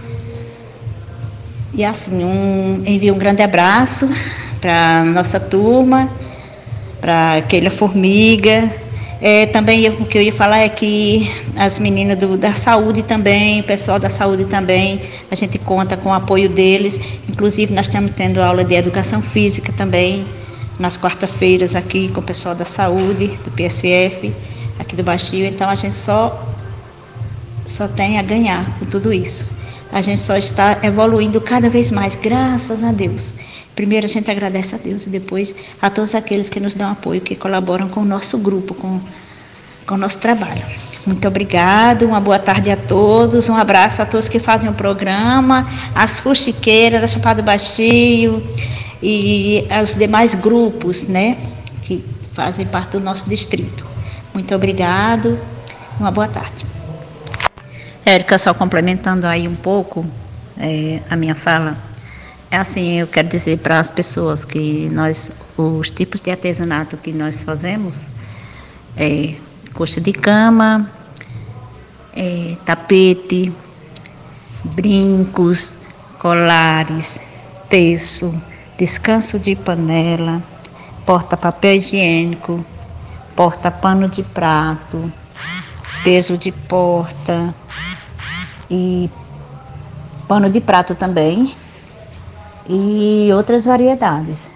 Speaker 13: e assim, um, envio um grande abraço para a nossa turma, para Keila Formiga. É, também eu, o que eu ia falar é que as meninas do, da saúde também, o pessoal da saúde também, a gente conta com o apoio deles. Inclusive nós estamos tendo aula de educação física também, nas quarta-feiras aqui com o pessoal da saúde, do P S F, aqui do Baixio. Então a gente só, só tem a ganhar com tudo isso. A gente só está evoluindo cada vez mais, graças a Deus. Primeiro a gente agradece a Deus e depois a todos aqueles que nos dão apoio, que colaboram com o nosso grupo, com, com o nosso trabalho. Muito obrigado, uma boa tarde a todos, um abraço a todos que fazem o programa, as fuxiqueiras da Chapada do Baixio e aos demais grupos, né, que fazem parte do nosso distrito. Muito obrigado, uma boa tarde. Érica, só complementando aí um pouco é, a minha fala, é assim, eu quero dizer para as pessoas que nós, os tipos de artesanato que nós fazemos, é coxa de cama, é, tapete, brincos, colares, terço, descanso de panela, porta-papel higiênico, porta-pano de prato, peso de porta e pano de prato também, e outras variedades.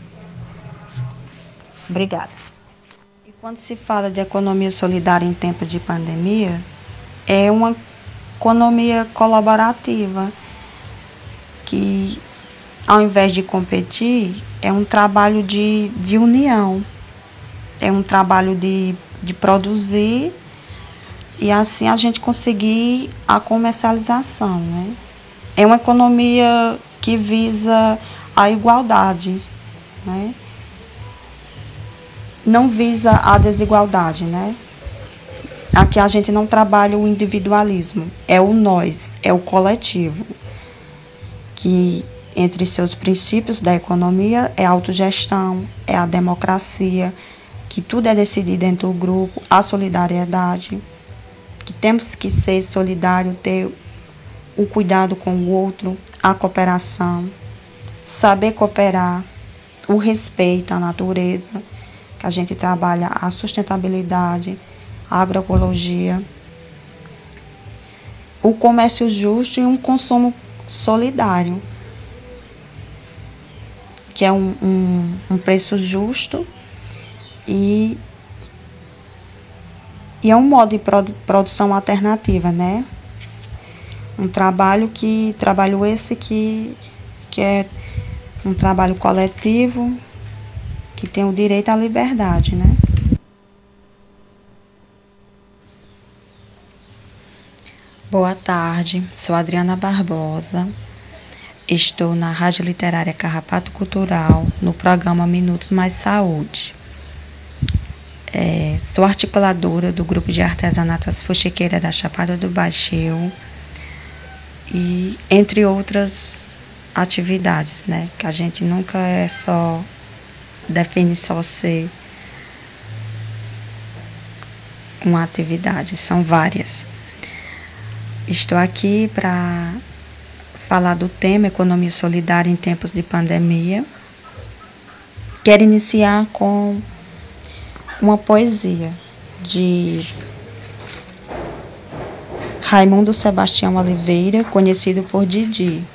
Speaker 13: Obrigada.
Speaker 14: E quando se fala de economia solidária em tempo de pandemias, é uma economia colaborativa, que ao invés de competir, é um trabalho de, de união, é um trabalho de, de produzir e assim a gente conseguir a comercialização, né? É uma economia que visa a igualdade, né? Não visa a desigualdade, né? Aqui a gente não trabalha o individualismo, é o nós, é o coletivo, que entre seus princípios da economia é a autogestão, é a democracia, que tudo é decidido dentro do grupo, a solidariedade, que temos que ser solidários, ter o cuidado com o outro, a cooperação, saber cooperar, o respeito à natureza, que a gente trabalha a sustentabilidade, a agroecologia, o comércio justo e um consumo solidário, que é um, um, um preço justo e, e é um modo de produ, produção alternativa, né? Um trabalho que, trabalho esse que, que é um trabalho coletivo, que tem o direito à liberdade, né? Boa tarde, sou Adriana Barbosa, estou na Rádio Literária Carrapato Cultural, no programa Minutos Mais Saúde. É, sou articuladora do Grupo de Artesanatas Fuxiqueira da Chapada do Baixio e entre outras atividades, né? Que a gente nunca é só, define só ser uma atividade, são várias. Estou aqui para falar do tema Economia Solidária em Tempos de Pandemia. Quero iniciar com uma poesia de Raimundo Sebastião Oliveira, conhecido por Didi.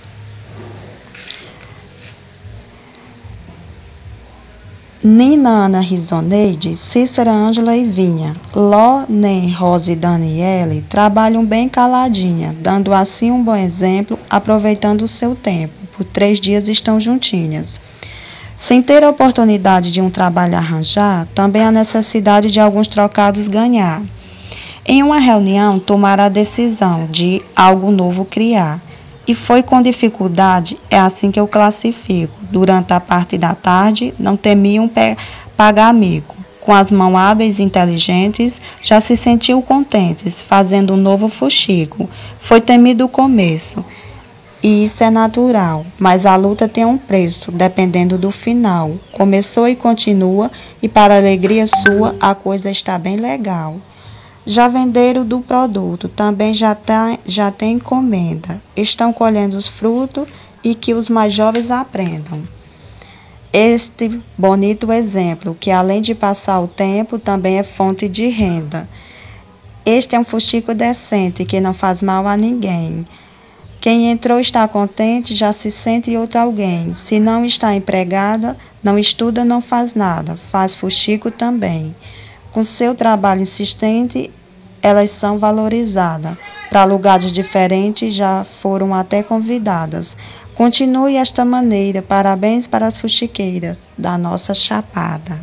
Speaker 14: Nina, Ana, Risoneide, Cícera, Ângela e Vinha, Ló, Nem, Rosa e Daniele trabalham bem caladinha, dando assim um bom exemplo, aproveitando o seu tempo. Por três dias estão juntinhas. Sem ter a oportunidade de um trabalho arranjar, também a necessidade de alguns trocados ganhar. Em uma reunião, tomaram a decisão de algo novo criar. E foi com dificuldade, é assim que eu classifico. Durante a parte da tarde, não temiam pe- pagar amigo. Com as mãos hábeis e inteligentes, já se sentiu contentes, fazendo um novo fuxico. Foi temido o começo, e isso é natural, mas a luta tem um preço, dependendo do final. Começou e continua, e para alegria sua, a coisa está bem legal. Já venderam do produto, também já, tá, já tem encomenda. Estão colhendo os frutos e que os mais jovens aprendam. Este bonito exemplo, que além de passar o tempo, também é fonte de renda. Este é um fuxico decente, que não faz mal a ninguém. Quem entrou está contente, já se sente outro alguém. Se não está empregada, não estuda, não faz nada, faz fuxico também. Com seu trabalho insistente, elas são valorizadas. Para lugares diferentes já foram até convidadas. Continue esta maneira. Parabéns para as fuxiqueiras da nossa Chapada.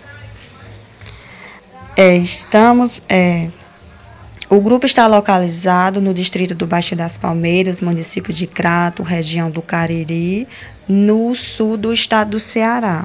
Speaker 14: É, estamos... É, o grupo está localizado no distrito do Baixo das Palmeiras, município de Crato, região do Cariri, no sul do estado do Ceará.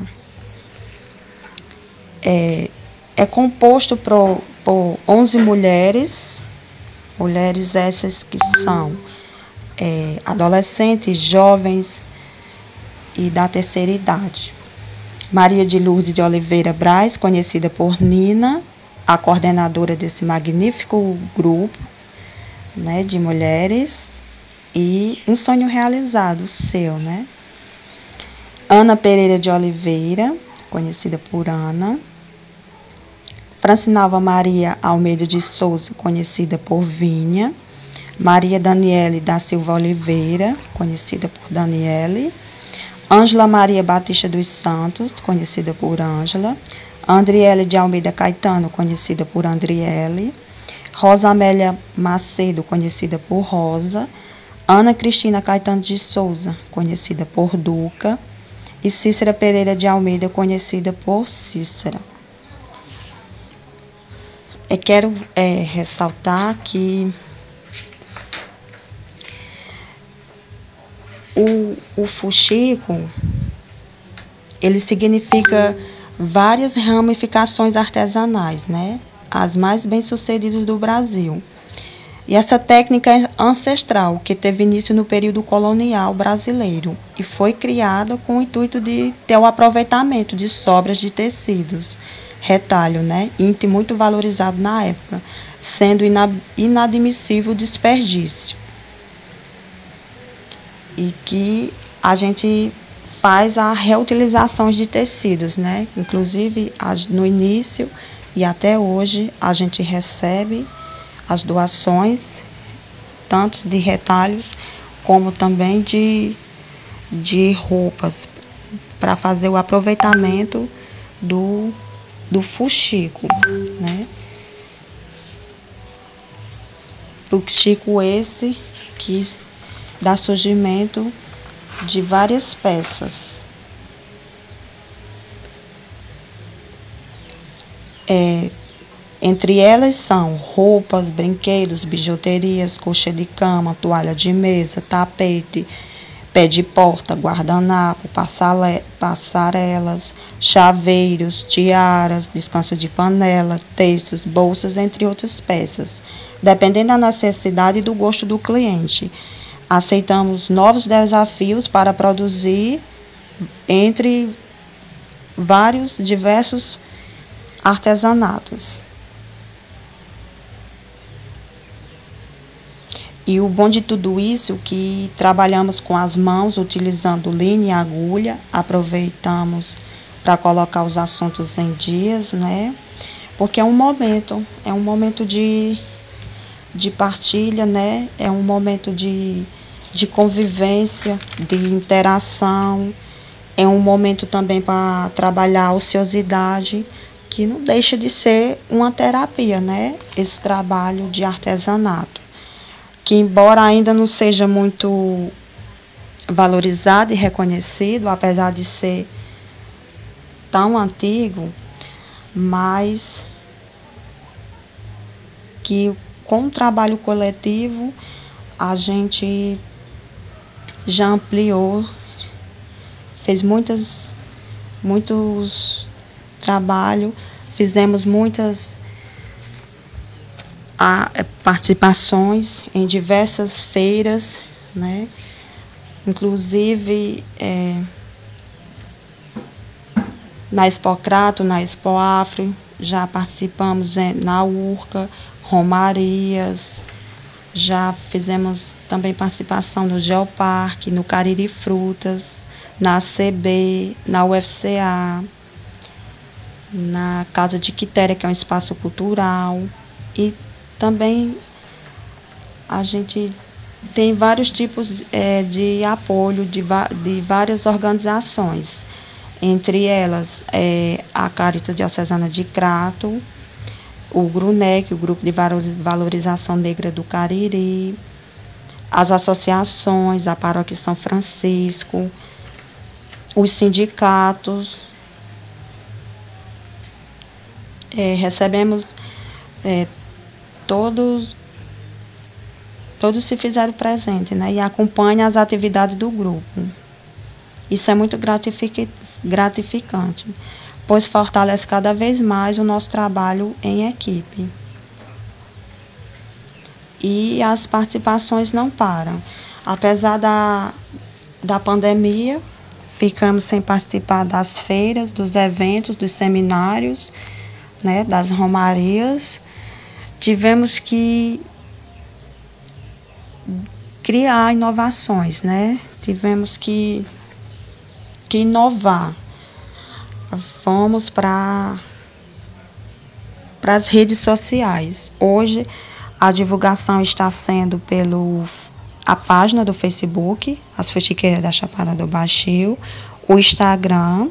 Speaker 14: É... É composto por, por onze mulheres, mulheres essas que são é, adolescentes, jovens e da terceira idade. Maria de Lourdes de Oliveira Braz, conhecida por Nina, a coordenadora desse magnífico grupo, né, de mulheres, e um sonho realizado seu, né? Ana Pereira de Oliveira, conhecida por Ana. Francinalva Maria Almeida de Souza, conhecida por Vinha. Maria Daniele da Silva Oliveira, conhecida por Daniele. Ângela Maria Batista dos Santos, conhecida por Ângela. Andriele de Almeida Caetano, conhecida por Andriele. Rosa Amélia Macedo, conhecida por Rosa. Ana Cristina Caetano de Souza, conhecida por Duca. E Cícera Pereira de Almeida, conhecida por Cícera. eu quero é, ressaltar que o, o fuxico, ele significa várias ramificações artesanais, né? As mais bem-sucedidas do Brasil. E essa técnica é ancestral, que teve início no período colonial brasileiro e foi criada com o intuito de ter o aproveitamento de sobras de tecidos, retalho, né? Item muito valorizado na época, sendo inadmissível o desperdício. E que a gente faz a reutilização de tecidos, né? Inclusive, no início e até hoje, a gente recebe as doações, tanto de retalhos, como também de, de roupas, para fazer o aproveitamento do, do fuxico, né? Fuxico esse que dá surgimento de várias peças. É, entre elas são roupas, brinquedos, bijuterias, coxa de cama, toalha de mesa, tapete, pé de porta, guardanapo, passarelas, chaveiros, tiaras, descanso de panela, textos, bolsas, entre outras peças. Dependendo da necessidade e do gosto do cliente, aceitamos novos desafios para produzir entre vários diversos artesanatos. E o bom de tudo isso, que trabalhamos com as mãos, utilizando linha e agulha, aproveitamos para colocar os assuntos em dias, né? Porque é um momento, é um momento de, de partilha, né? É um momento de, de convivência, de interação, é um momento também para trabalhar a ociosidade, que não deixa de ser uma terapia, né? Esse trabalho de artesanato, que embora ainda não seja muito valorizado e reconhecido, apesar de ser tão antigo, mas que com o trabalho coletivo a gente já ampliou, fez muitas, muitos trabalhos, fizemos muitas a participações em diversas feiras, né? Inclusive é, na Expocrato, na Expo Afro, já participamos é, na Urca, Romarias, já fizemos também participação no Geoparque, no Cariri Frutas, na A C B, na U F C A, na Casa de Quitéria, que é um espaço cultural, e também a gente tem vários tipos é, de apoio de, de várias organizações, entre elas é, a Caritas Diocesana de Crato, o GRUNEC, o Grupo de Valorização Negra do Cariri, as associações, a Paróquia São Francisco, os sindicatos. É, recebemos é, todos todos se fizeram presente, né, e acompanham as atividades do grupo. Isso é muito gratific, gratificante, pois fortalece cada vez mais o nosso trabalho em equipe. E as participações não param. Apesar da, da pandemia, ficamos sem participar das feiras, dos eventos, dos seminários, né, das romarias. Tivemos que criar inovações, né? Tivemos que, que inovar. Fomos para para as redes sociais. Hoje a divulgação está sendo pelo a página do Facebook, As Fuxiqueiras da Chapada do Baixio, o Instagram,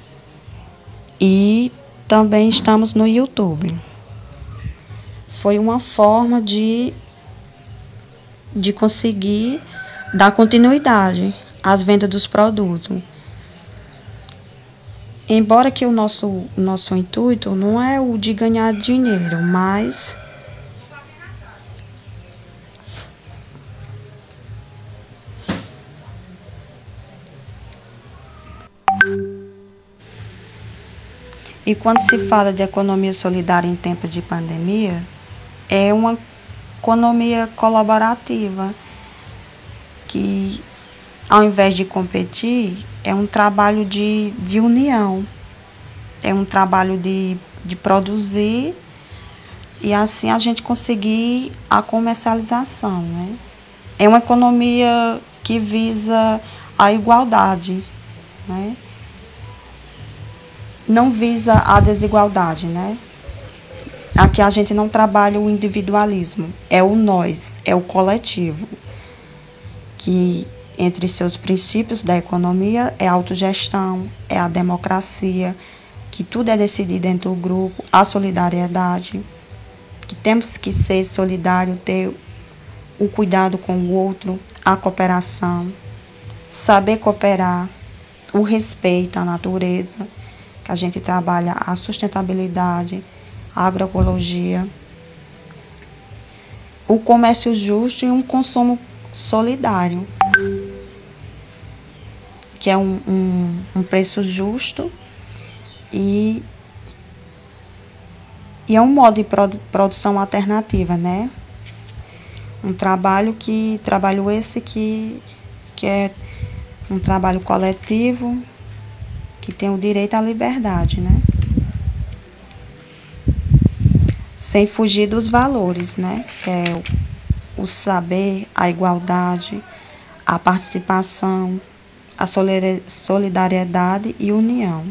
Speaker 14: e também estamos no YouTube. Foi uma forma de, de conseguir dar continuidade às vendas dos produtos. embora que o nosso, nosso intuito não é o de ganhar dinheiro, mas e quando se fala de economia solidária em tempo de pandemias, é uma economia colaborativa, que ao invés de competir, é um trabalho de, de união, é um trabalho de, de produzir e assim a gente conseguir a comercialização, né? É uma economia que visa a igualdade, né? Não visa a desigualdade, né? Aqui a gente não trabalha o individualismo, é o nós, é o coletivo, que entre seus princípios da economia é a autogestão, é a democracia, que tudo é decidido dentro do grupo, a solidariedade, que temos que ser solidários, ter o cuidado com o outro, a cooperação, saber cooperar, o respeito à natureza, que a gente trabalha a sustentabilidade, a agroecologia, o comércio justo e um consumo solidário, que é um, um, um preço justo e, e é um modo de produ, produção alternativa, né? Um trabalho que, trabalho esse que, que é um trabalho coletivo, que tem o direito à liberdade, né? Sem fugir dos valores, né? Que é o, o saber, a igualdade, a participação, a solidariedade e união.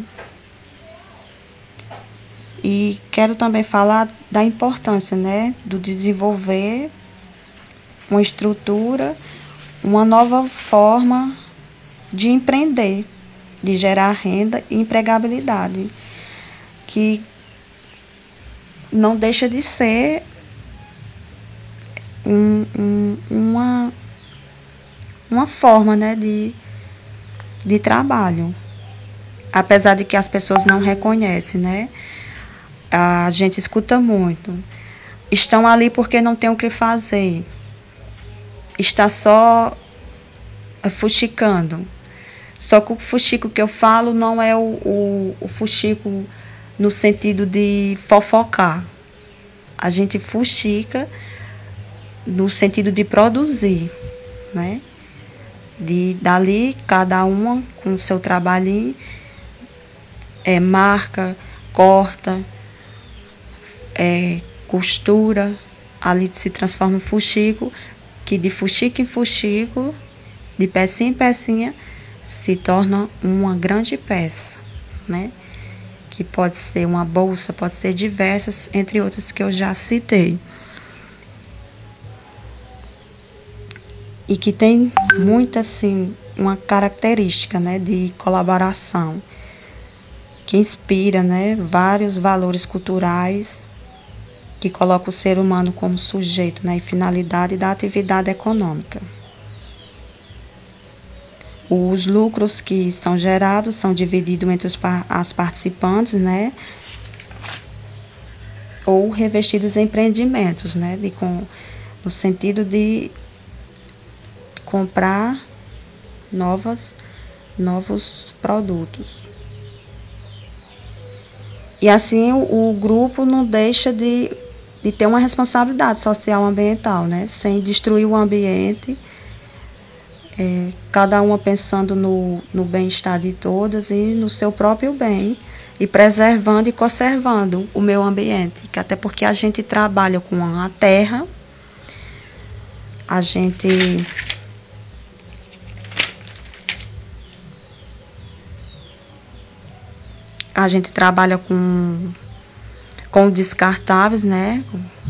Speaker 14: E quero também falar da importância, né, do desenvolver uma estrutura, uma nova forma de empreender, de gerar renda e empregabilidade, que não deixa de ser um, um, uma, uma forma, né, de, de trabalho. Apesar de que as pessoas não reconhecem, né? A gente escuta muito. Estão ali porque não tem o que fazer. Está só fuxicando. Só que o fuxico que eu falo não é o, o, o fuxico no sentido de fofocar. A gente fuxica no sentido de produzir, né? De dali, cada uma com o seu trabalhinho, é, marca, corta, é, costura, ali se transforma em fuxico, que de fuxico em fuxico, de pecinha em pecinha, se torna uma grande peça, né? Que pode ser uma bolsa, pode ser diversas, entre outras que eu já citei. E que tem muito, assim, uma característica, né, de colaboração, que inspira, né, vários valores culturais, que coloca o ser humano como sujeito, né, e finalidade da atividade econômica. Os lucros que são gerados são divididos entre os, as participantes, né, ou revestidos em empreendimentos, né, de, com, no sentido de comprar novas, novos produtos. E assim o, o grupo não deixa de, de ter uma responsabilidade social ambiental, né, sem destruir o ambiente, é, cada uma pensando no, no bem-estar de todas e no seu próprio bem, e preservando e conservando o meio ambiente, que até porque a gente trabalha com a terra, a gente a gente trabalha com com descartáveis, né?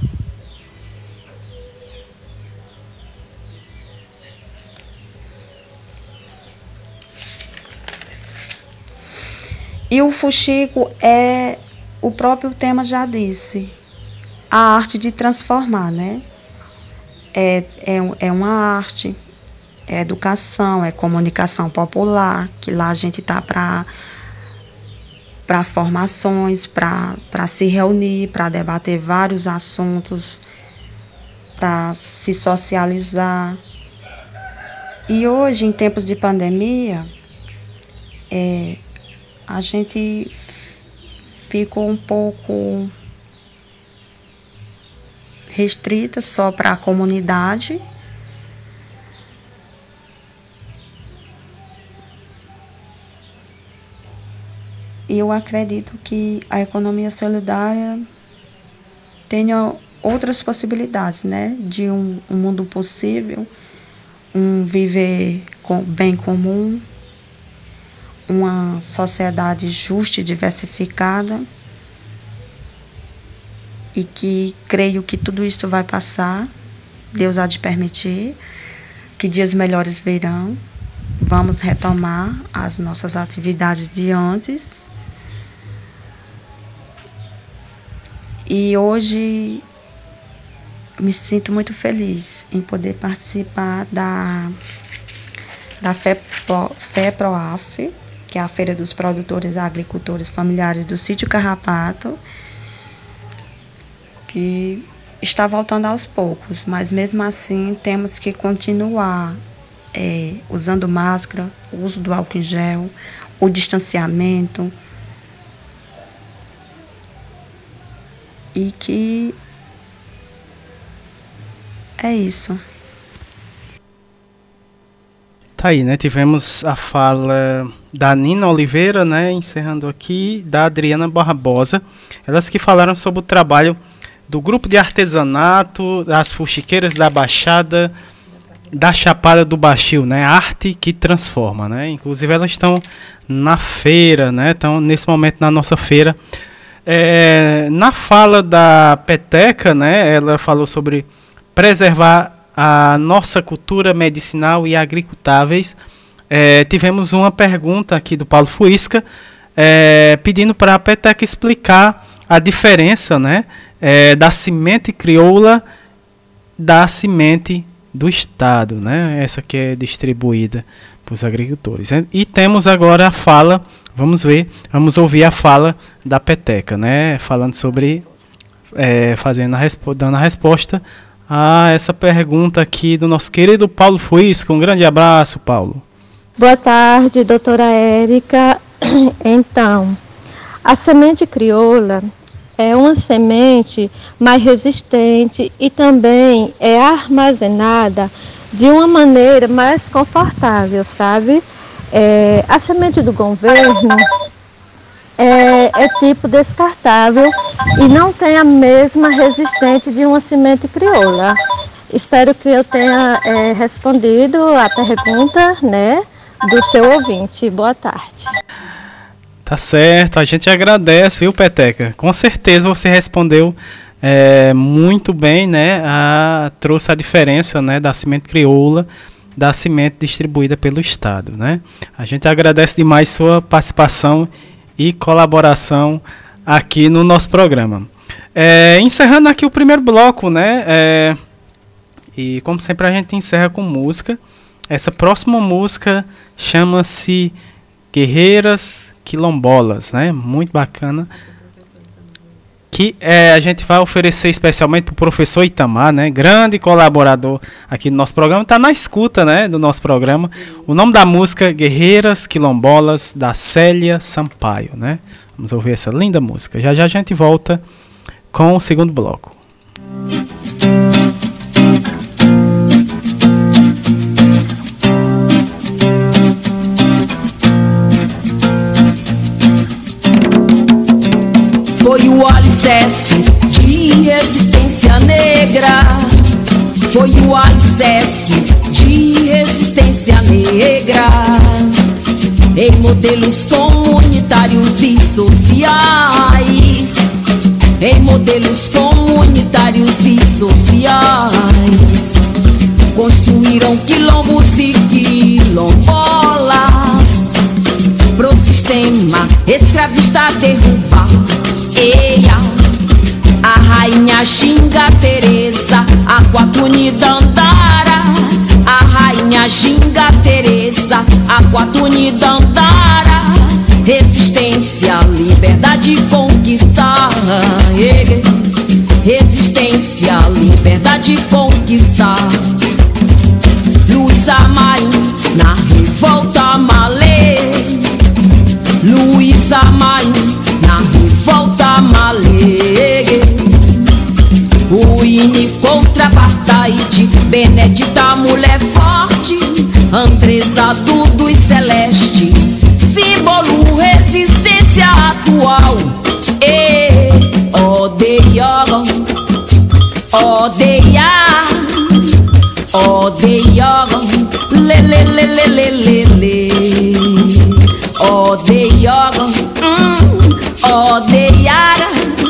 Speaker 14: E o fuxico é, o próprio tema já disse, a arte de transformar, né? É, é, é uma arte, é educação, é comunicação popular, que lá a gente tá para para formações, para se reunir, para debater vários assuntos, para se socializar. E hoje, em tempos de pandemia, é, a gente ficou um pouco restrita só para a comunidade. E eu acredito que a economia solidária tenha outras possibilidades, né? De um, um mundo possível, um viver com, bem comum, uma sociedade justa e diversificada, e que creio que tudo isso vai passar, Deus há de permitir, que dias melhores virão, vamos retomar as nossas atividades de antes. E hoje me sinto muito feliz em poder participar da, da FEPROAF, que é a Feira dos Produtores e Agricultores Familiares do Sítio Carrapato, que está voltando aos poucos, mas mesmo assim temos que continuar é, usando máscara, o uso do álcool em gel, o distanciamento, e que é isso.
Speaker 7: Tá aí, né? Tivemos a fala da Nina Oliveira, né? Encerrando aqui, da Adriana Barbosa. Elas que falaram sobre o trabalho do grupo de artesanato, das fuxiqueiras da Baixada, da Chapada do Baixio, né? Arte que transforma, né? Inclusive elas estão na feira, né? Estão nesse momento na nossa feira. É, na fala da Peteca, né, ela falou sobre preservar a nossa cultura medicinal e agricultáveis. É, tivemos uma pergunta aqui do Paulo Fuisca, é, pedindo para a Peteca explicar a diferença, né, é, da semente crioula da semente do estado, né, essa que é distribuída para os agricultores. E temos agora a fala, vamos ver, vamos ouvir a fala da Peteca, né, falando sobre, é, fazendo a dando a resposta a essa pergunta aqui do nosso querido Paulo Fuisca. Um grande abraço, Paulo.
Speaker 12: Boa tarde, doutora Érica. Então, a semente crioula é uma semente mais resistente e também é armazenada de uma maneira mais confortável, sabe? É, a semente do governo é, é tipo descartável e não tem a mesma resistência de uma semente crioula. Espero que eu tenha é, respondido a pergunta, né, do seu ouvinte. Boa tarde.
Speaker 7: Tá certo, a gente agradece, viu, Peteca? Com certeza você respondeu é, muito bem, né? A, trouxe a diferença, né, da semente crioula da semente distribuída pelo Estado, né? A gente agradece demais sua participação e colaboração aqui no nosso programa. É, encerrando aqui o primeiro bloco, né? É, e como sempre a gente encerra com música. Essa próxima música chama-se Guerreiras Quilombolas, né? Muito bacana. Que é, a gente vai oferecer especialmente para o professor Itamar, né? Grande colaborador aqui do nosso programa. Está na escuta, né, do nosso programa. O nome da música Guerreiras Quilombolas, da Célia Sampaio, né? Vamos ouvir essa linda música. Já já a gente volta com o segundo bloco.
Speaker 2: Foi o alicerce de resistência negra. Foi o alicerce de resistência negra. Em modelos comunitários e sociais. Em modelos comunitários e sociais. Construíram quilombos e quilombolas pro sistema escravista derrubar. Eia, a rainha Ginga Teresa, a Quatuni Dandara. A rainha Ginga Teresa, a Quatuni Dandara. Resistência livre.
Speaker 15: liberdade conquistar. Resistência, liberdade conquistar. Luísa Maim na revolta malê. Luísa Maim na revolta malê. O I N E contra apartheid, Benedita mulher forte, Andresa Dudu e Celeste, símbolo resistência atual. E odeiam, odeiam, odeiam, le le le le le le le, odeiam, hum, odeiam,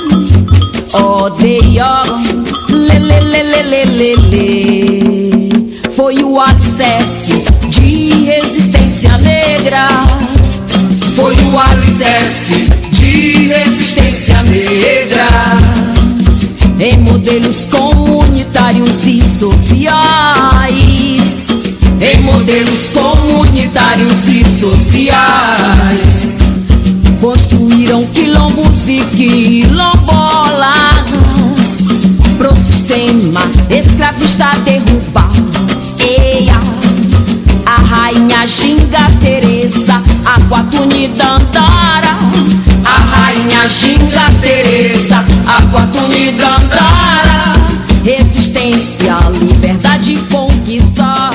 Speaker 15: odeiam, le le le le le le le. Foi o alicerce de resistência negra. Foi o alicerce de resistência negra. Em modelos comunitários e sociais. Em modelos comunitários e sociais. Construíram quilombos e quilombolas pro sistema escravista derrubar. Eia, a rainha Ginga Teresa, a Quatuni Dandara. A rainha Ginga Teresa, a Quatuni Dandara. Resistência, liberdade conquistar.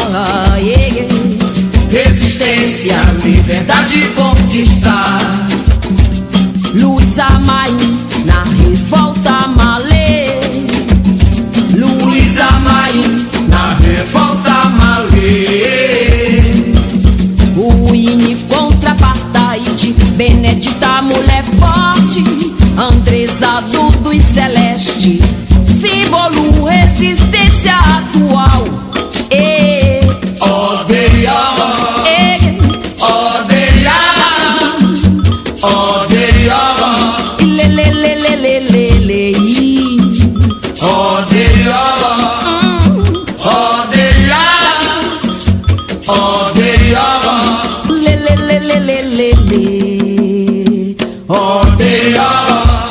Speaker 15: Resistência, liberdade conquistar. Luísa Maim na revolta malê. Luísa Maim na revolta malê. O I N E contra apartheid, Benedita mulher forte, Andresa Dudu e Celeste, símbolo resistência atual. E odeiam, e odeiam, odeiam, le le le le le le le, odeiam, odeiam, odeiam, le le le le le le le, odeiam.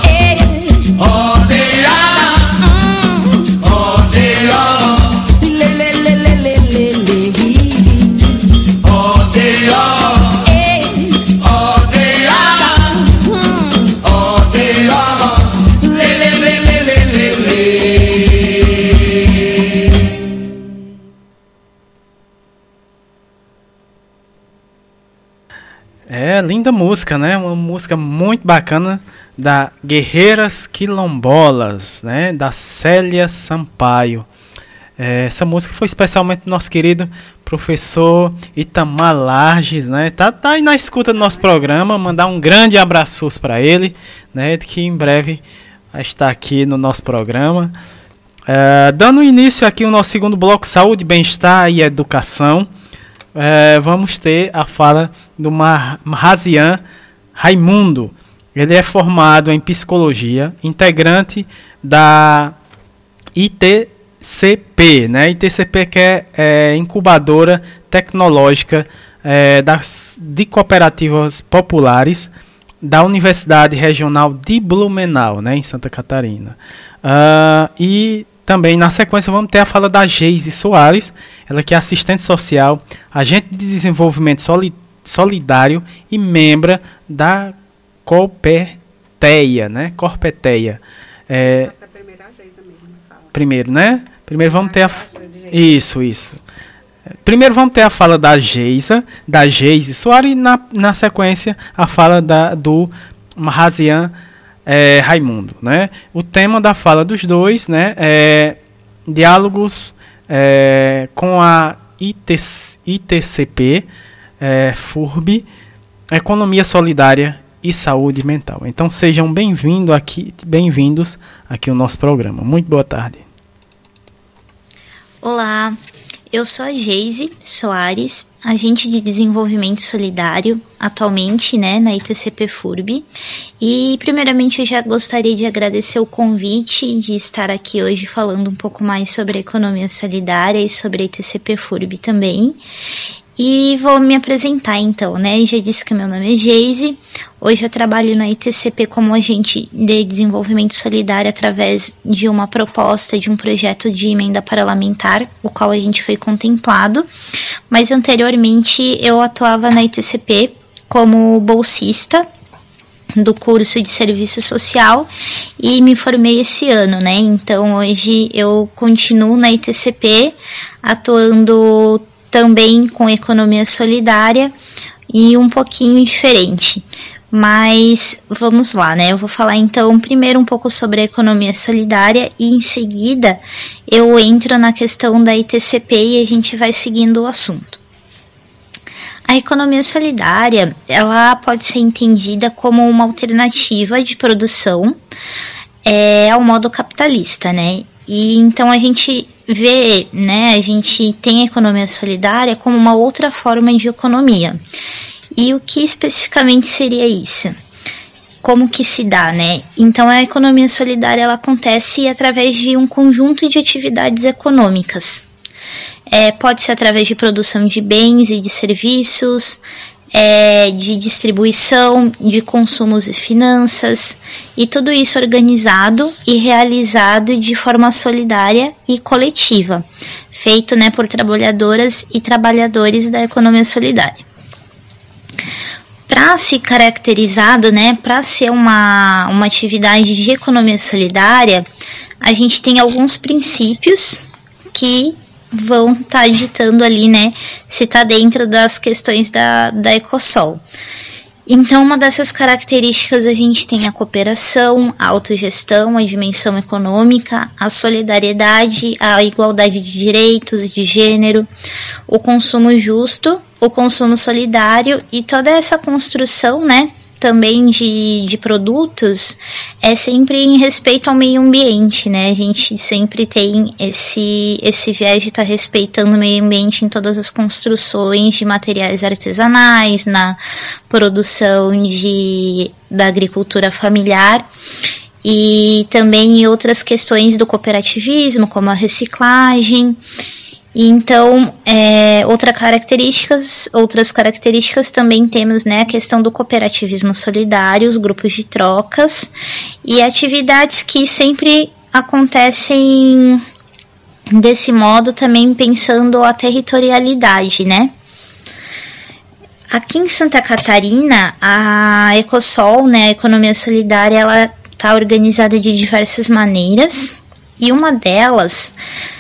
Speaker 7: É, linda música, né? Uma música muito bacana da Guerreiras Quilombolas, né? Da Célia Sampaio. É, essa música foi especialmente do nosso querido professor Itamar Lages, né? Tá, tá aí na escuta do nosso programa. Mandar um grande abraço para ele, né? Que em breve vai estar aqui no nosso programa. É, dando início aqui ao nosso segundo bloco, Saúde, Bem-Estar e Educação. É, vamos ter a fala do Marrazian Raimundo. Ele é formado em Psicologia, integrante da I T C P, né? I T C P que é, é incubadora tecnológica é, das, de cooperativas populares da Universidade Regional de Blumenau, né? Em Santa Catarina. Uh, e também, na sequência, vamos ter a fala da Geise Soares, ela que é assistente social, agente de desenvolvimento solidário e membro da Corpeteia, né? Corpeteia. É, primeiro, né? Primeiro vamos ter a... Isso, isso. Primeiro vamos ter a fala da Geisa, da Geise Soares, e na, na sequência a fala da, do Marrazian É, Raimundo, né? O tema da fala dos dois, né, é diálogos é, com a I T C P, é, F U R B, Economia Solidária e Saúde Mental. Então sejam bem-vindos aqui, bem-vindos aqui ao nosso programa. Muito boa tarde.
Speaker 16: Olá, eu sou a Geise Soares, agente de desenvolvimento solidário, atualmente, né, na I T C P F U R B. E, primeiramente, eu já gostaria de agradecer o convite de estar aqui hoje falando um pouco mais sobre a economia solidária e sobre a I T C P F U R B também. E vou me apresentar então, né? Já disse que meu nome é Geise. Hoje eu trabalho na I T C P como agente de desenvolvimento solidário através de uma proposta de um projeto de emenda parlamentar, o qual a gente foi contemplado. Mas anteriormente eu atuava na I T C P como bolsista do curso de serviço social e me formei esse ano, né? Então hoje eu continuo na I T C P atuando também com economia solidária e um pouquinho diferente. Mas vamos lá, né? Eu vou falar então primeiro um pouco sobre a economia solidária e em seguida eu entro na questão da I T C P e a gente vai seguindo o assunto. A economia solidária, ela pode ser entendida como uma alternativa de produção é, ao modo capitalista, né? E então a gente vê, né, a gente tem a economia solidária como uma outra forma de economia. E o que especificamente seria isso? Como que se dá, né? Então a economia solidária ela acontece através de um conjunto de atividades econômicas. É, pode ser através de produção de bens e de serviços, é, de distribuição, de consumos e finanças, e tudo isso organizado e realizado de forma solidária e coletiva, feito, né, por trabalhadoras e trabalhadores da economia solidária. Para se caracterizado, né, para ser uma, uma atividade de economia solidária, a gente tem alguns princípios que vão estar tá ditando ali, né, se está dentro das questões da, da Ecosol. Então, uma dessas características a gente tem a cooperação, a autogestão, a dimensão econômica, a solidariedade, a igualdade de direitos, de gênero, o consumo justo, o consumo solidário e toda essa construção, né, também de, de produtos é sempre em respeito ao meio ambiente, né? A gente sempre tem esse, esse viés de estar tá respeitando o meio ambiente em todas as construções de materiais artesanais, na produção de, da agricultura familiar e também em outras questões do cooperativismo, como a reciclagem. Então, é, outra características, outras características também temos, né, a questão do cooperativismo solidário, os grupos de trocas e atividades que sempre acontecem desse modo, também pensando a territorialidade, né? Aqui em Santa Catarina, a Ecosol, né, a economia solidária, ela está organizada de diversas maneiras e uma delas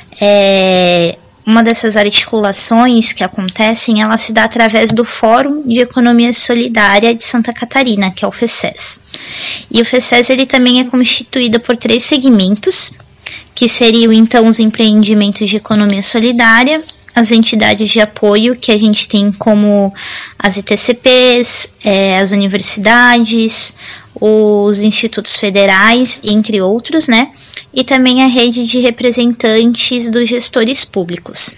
Speaker 16: é... Uma dessas articulações que acontecem, ela se dá através do Fórum de Economia Solidária de Santa Catarina, que é o FECES. E o FECES ele também é constituído por três segmentos, que seriam então os empreendimentos de economia solidária, as entidades de apoio, que a gente tem como as I T C Ps, é, as universidades, os institutos federais, entre outros, né? E também a rede de representantes dos gestores públicos.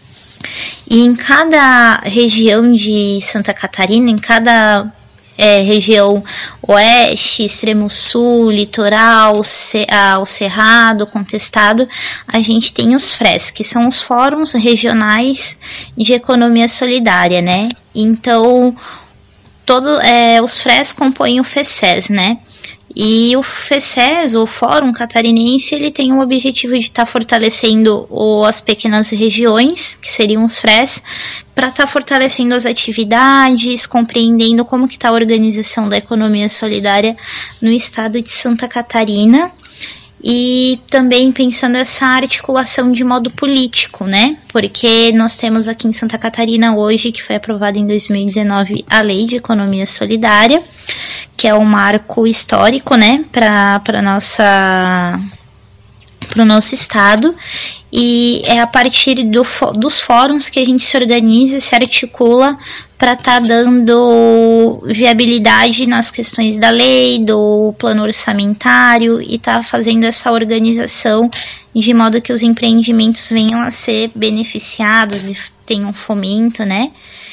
Speaker 16: E em cada região de Santa Catarina, em cada é, região oeste, extremo sul, litoral, ce, ah, o cerrado, contestado, a gente tem os F R E S, que são os fóruns regionais de economia solidária, né? Então, todo, é, os F R E S compõem o FECES, né? E o FECES, o Fórum Catarinense, ele tem o objetivo de estar tá fortalecendo o, as pequenas regiões, que seriam os F R E S, para estar tá fortalecendo as atividades, compreendendo como que está a organização da economia solidária no estado de Santa Catarina. E também pensando essa articulação de modo político, né? Porque nós temos aqui em Santa Catarina hoje, que foi aprovada em dois mil e dezenove, a Lei de Economia Solidária, que é um marco histórico, né, para para nossa para o nosso estado, e é a partir do, dos fóruns que a gente se organiza e se articula para estar tá dando viabilidade nas questões da lei, do plano orçamentário e tá fazendo essa organização de modo que os empreendimentos venham a ser beneficiados e tenham fomento, né?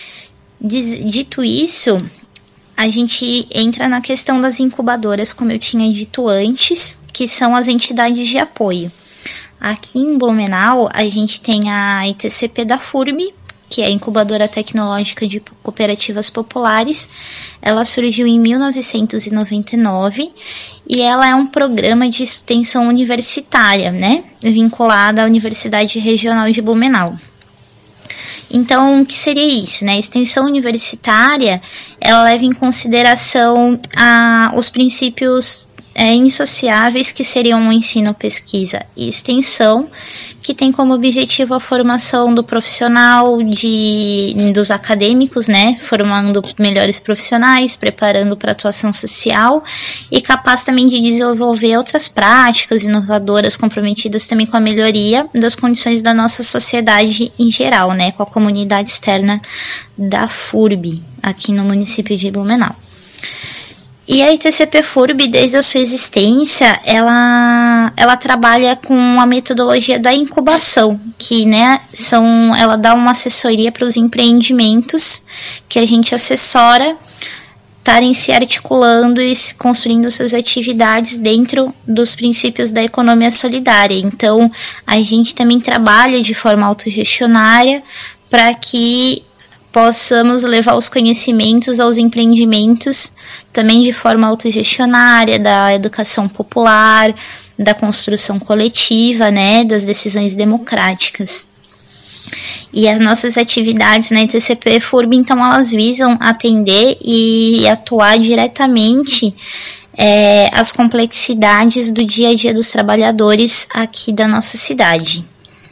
Speaker 16: Dito isso, a gente entra na questão das incubadoras, como eu tinha dito antes, que são as entidades de apoio. Aqui em Blumenau, a gente tem a I T C P da F U R B, que é a Incubadora Tecnológica de Cooperativas Populares. Ela surgiu em mil novecentos e noventa e nove e ela é um programa de extensão universitária, né, vinculada à Universidade Regional de Blumenau. Então, o que seria isso, né? A extensão universitária, ela leva em consideração a, os princípios é, indissociáveis que seriam o ensino, pesquisa e extensão, que tem como objetivo a formação do profissional, de, dos acadêmicos, né, formando melhores profissionais, preparando para a atuação social e capaz também de desenvolver outras práticas inovadoras comprometidas também com a melhoria das condições da nossa sociedade em geral, né, com a comunidade externa da F U R B, aqui no município de Blumenau. E a I T C P F U R B, desde a sua existência, ela, ela trabalha com a metodologia da incubação, que, né, são, ela dá uma assessoria para os empreendimentos que a gente assessora estarem se articulando e construindo suas atividades dentro dos princípios da economia solidária. Então, a gente também trabalha de forma autogestionária para que possamos levar os conhecimentos aos empreendimentos também de forma autogestionária, da educação popular, da construção coletiva, né, das decisões democráticas. E as nossas atividades na I T C P F U R B, então, elas visam atender e atuar diretamente é, as complexidades do dia a dia dos trabalhadores aqui da nossa cidade.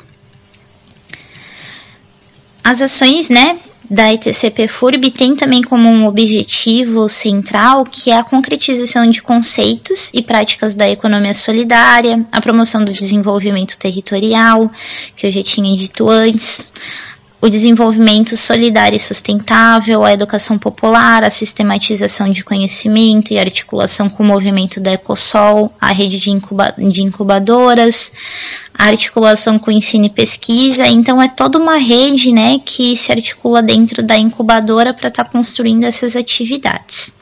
Speaker 16: As ações, né, da I T C P F U R B tem também como um objetivo central que é a concretização de conceitos e práticas da economia solidária, a promoção do desenvolvimento territorial, que eu já tinha dito antes, o desenvolvimento solidário e sustentável, a educação popular, a sistematização de conhecimento e articulação com o movimento da Ecosol, a rede de, incuba- de incubadoras, a articulação com ensino e pesquisa. Então, é toda uma rede, né, que se articula dentro da incubadora para estar tá construindo essas atividades.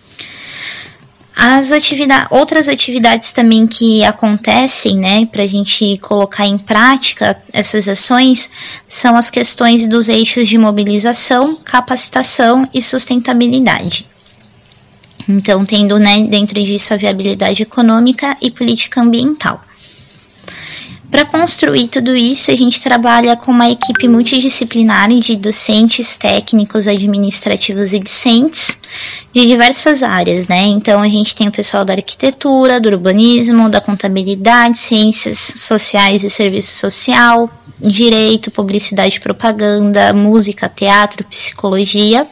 Speaker 16: As atividades, outras atividades também que acontecem, né, para a gente colocar em prática essas ações, são as questões dos eixos de mobilização, capacitação e sustentabilidade. Então, tendo, né, dentro disso a viabilidade econômica e política ambiental. Para construir tudo isso, a gente trabalha com uma equipe multidisciplinar de docentes, técnicos, administrativos e discentes de diversas áreas, né? Então, a gente tem o pessoal da arquitetura, do urbanismo, da contabilidade, ciências sociais e serviço social, direito, publicidade e propaganda, música, teatro, psicologia.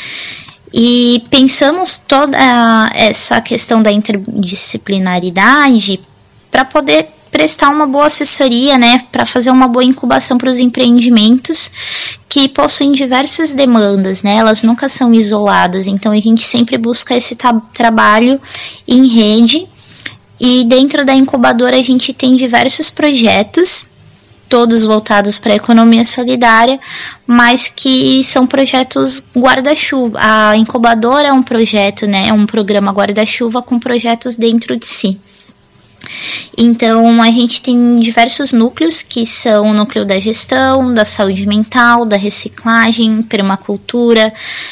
Speaker 16: E pensamos toda essa questão da interdisciplinaridade para poder prestar uma boa assessoria, né, para fazer uma boa incubação para os empreendimentos que possuem diversas demandas, né, elas nunca são isoladas, então a gente sempre busca esse tra- trabalho em rede, e dentro da incubadora a gente tem diversos projetos, todos voltados para a economia solidária, mas que são projetos guarda-chuva. A incubadora é um projeto, né, é um programa guarda-chuva com projetos dentro de si. Então, a gente tem diversos núcleos, que são o núcleo da gestão, da saúde mental, da reciclagem, permacultura,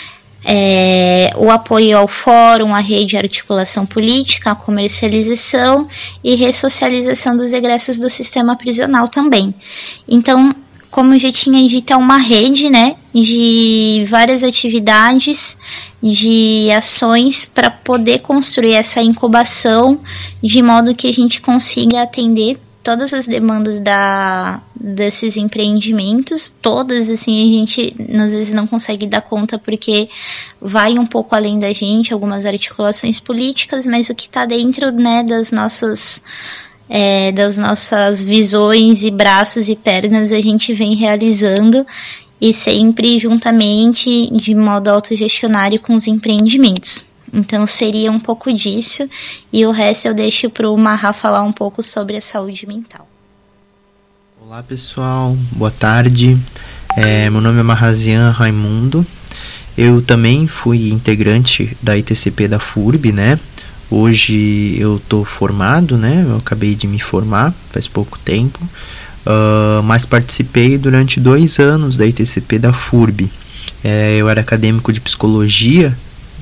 Speaker 16: é, o apoio ao fórum, a rede de articulação política, a comercialização e ressocialização dos egressos do sistema prisional também. Então, como eu já tinha dito, é uma rede, né, de várias atividades, de ações para poder construir essa incubação de modo que a gente consiga atender todas as demandas da, desses empreendimentos, todas, assim, a gente às vezes não consegue dar conta porque vai um pouco além da gente, algumas articulações políticas, mas o que está dentro, né, das nossas... É, das nossas visões e braços e pernas a gente vem realizando, e sempre juntamente de modo autogestionário com os empreendimentos. Então seria um pouco disso, e o resto eu deixo para o Marra falar um pouco sobre a saúde mental.
Speaker 17: Olá pessoal, boa tarde, é, meu nome é Marrazian Raimundo, eu também fui integrante da I T C P da F U R B, né? Hoje eu tô formado, né? Eu acabei de me formar faz pouco tempo, uh, mas participei durante dois anos da I T C P da F U R B. É, eu era acadêmico de psicologia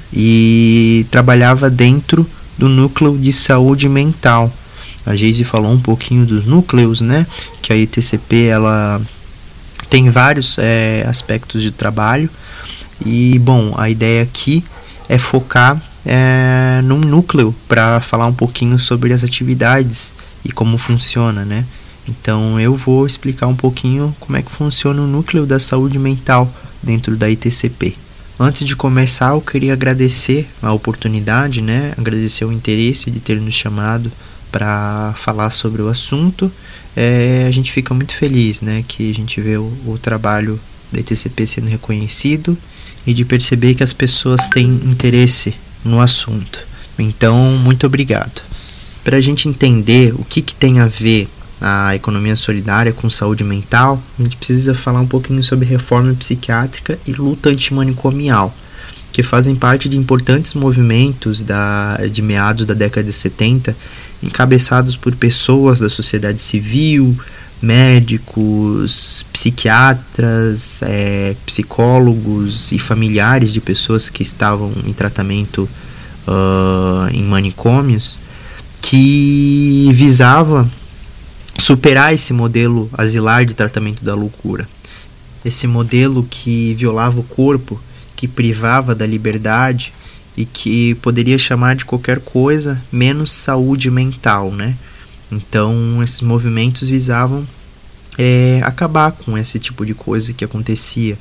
Speaker 17: e trabalhava dentro do núcleo de saúde mental. A Geise falou um pouquinho dos núcleos, né? Que a I T C P ela tem vários é, aspectos de trabalho. E, bom, a ideia aqui é focar é, num núcleo para falar um pouquinho sobre as atividades e como funciona, né? Então, eu vou explicar um pouquinho como é que funciona o núcleo da saúde mental dentro da I T C P. Antes de começar, eu queria agradecer a oportunidade, né? Agradecer o interesse de ter nos chamado para falar sobre o assunto. É, a gente fica muito feliz, né? Que a gente vê o, o trabalho da I T C P sendo reconhecido e de perceber que as pessoas têm interesse no assunto. Então, muito obrigado. Para a gente entender o que, que tem a ver a economia solidária com saúde mental, a gente precisa falar um pouquinho sobre reforma psiquiátrica e luta antimanicomial, que fazem parte de importantes movimentos da, de meados da década de setenta, encabeçados por pessoas da sociedade civil, médicos, psiquiatras, é, psicólogos e familiares de pessoas que estavam em tratamento uh, em manicômios, que visava superar esse modelo asilar de tratamento da loucura. Esse modelo que violava o corpo, que privava da liberdade e que poderia chamar de qualquer coisa menos saúde mental, né? Então, esses movimentos visavam é, acabar com esse tipo de coisa que acontecia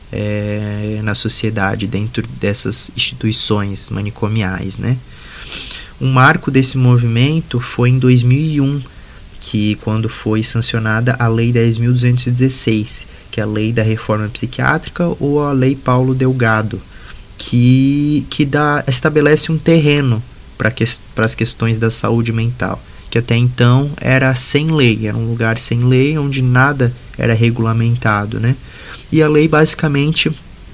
Speaker 17: é, na sociedade, dentro dessas instituições manicomiais, né? Um marco desse movimento foi em dois mil e um, que quando foi sancionada a Lei dez mil duzentos e dezesseis, que é a Lei da Reforma Psiquiátrica, ou a Lei Paulo Delgado, que, que dá, estabelece um terreno para que, as questões da saúde mental, que até então era sem lei, era um lugar sem lei, onde nada era regulamentado, né? E a lei basicamente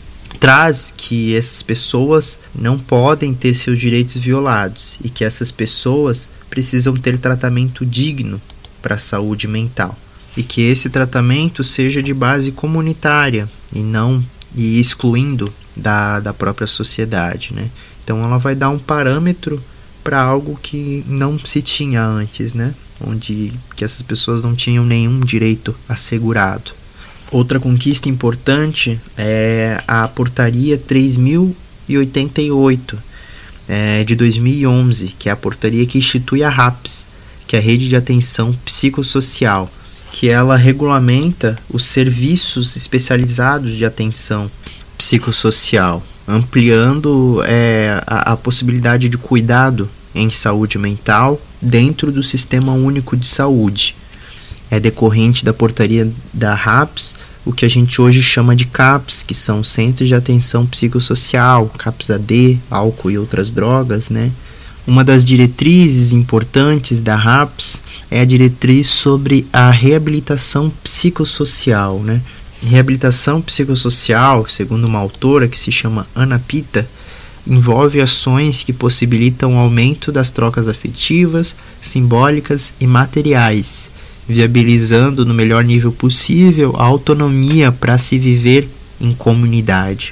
Speaker 17: traz que essas pessoas não podem ter seus direitos violados e que essas pessoas precisam ter tratamento digno para a saúde mental e que esse tratamento seja de base comunitária e não e excluindo da, da própria sociedade, né? Então ela vai dar um parâmetro para algo que não se tinha antes, né? Onde que essas pessoas não tinham nenhum direito assegurado. Outra conquista importante é a Portaria três mil e oitenta e oito, é, de dois mil e onze, que é a portaria que institui a RAPS, que é a Rede de Atenção Psicossocial, que ela regulamenta os serviços especializados de atenção psicossocial, ampliando é, a, a possibilidade de cuidado em saúde mental dentro do Sistema Único de Saúde. É decorrente da portaria da RAPS o que a gente hoje chama de CAPS, que são Centros de Atenção Psicossocial, CAPS A D, álcool e outras drogas, né? Uma das diretrizes importantes da RAPS é a diretriz sobre a reabilitação psicossocial, né? Reabilitação psicossocial, segundo uma autora que se chama Ana Pita, envolve ações que possibilitam o aumento das trocas afetivas, simbólicas e materiais, viabilizando no melhor nível possível a autonomia para se viver em comunidade.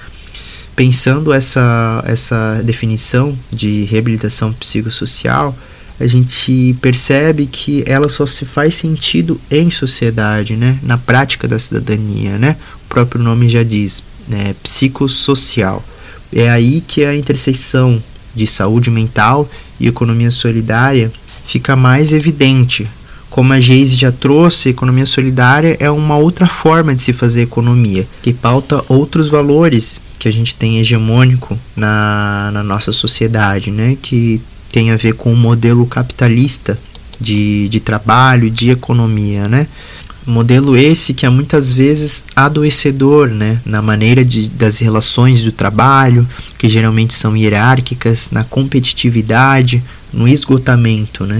Speaker 17: Pensando essa, essa definição de reabilitação psicossocial, a gente percebe que ela só se faz sentido em sociedade, né? Na prática da cidadania, né? O próprio nome já diz, né? Psicossocial. É aí que a interseção de saúde mental e economia solidária fica mais evidente. Como a Geise já trouxe, a economia solidária é uma outra forma de se fazer economia, que pauta outros valores que a gente tem hegemônico na, na nossa sociedade, né? Que tem a ver com o modelo capitalista de, de trabalho e de economia, né? Modelo esse que é muitas vezes adoecedor, né? Na maneira de, das relações do trabalho, que geralmente são hierárquicas, na competitividade, no esgotamento, né?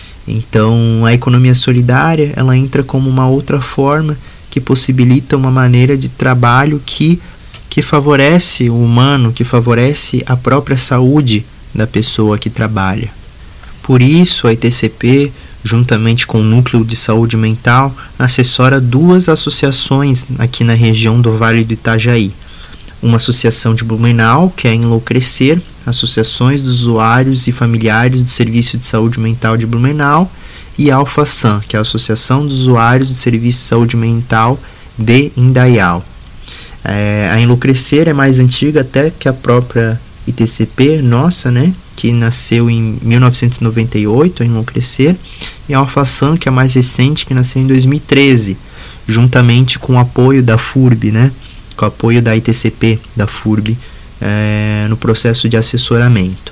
Speaker 17: Então, a economia solidária, ela entra como uma outra forma que possibilita uma maneira de trabalho que, que favorece o humano, que favorece a própria saúde da pessoa que trabalha. Por isso, a I T C P, juntamente com o Núcleo de Saúde Mental, assessora duas associações aqui na região do Vale do Itajaí. Uma associação de Blumenau, que é a Enlouquecer, associações dos usuários e familiares do Serviço de Saúde Mental de Blumenau, e a AlfaSan, que é a Associação dos Usuários do Serviço de Saúde Mental de Indaial. É, a Enlouquecer é mais antiga até que a própria I T C P, nossa, né, que nasceu em mil novecentos e noventa e oito, a Enlouquecer, e a AlfaSan, que é mais recente, que nasceu em dois mil e treze, juntamente com o apoio da F U R B, né, com o apoio da I T C P, da F U R B, é, no processo de assessoramento.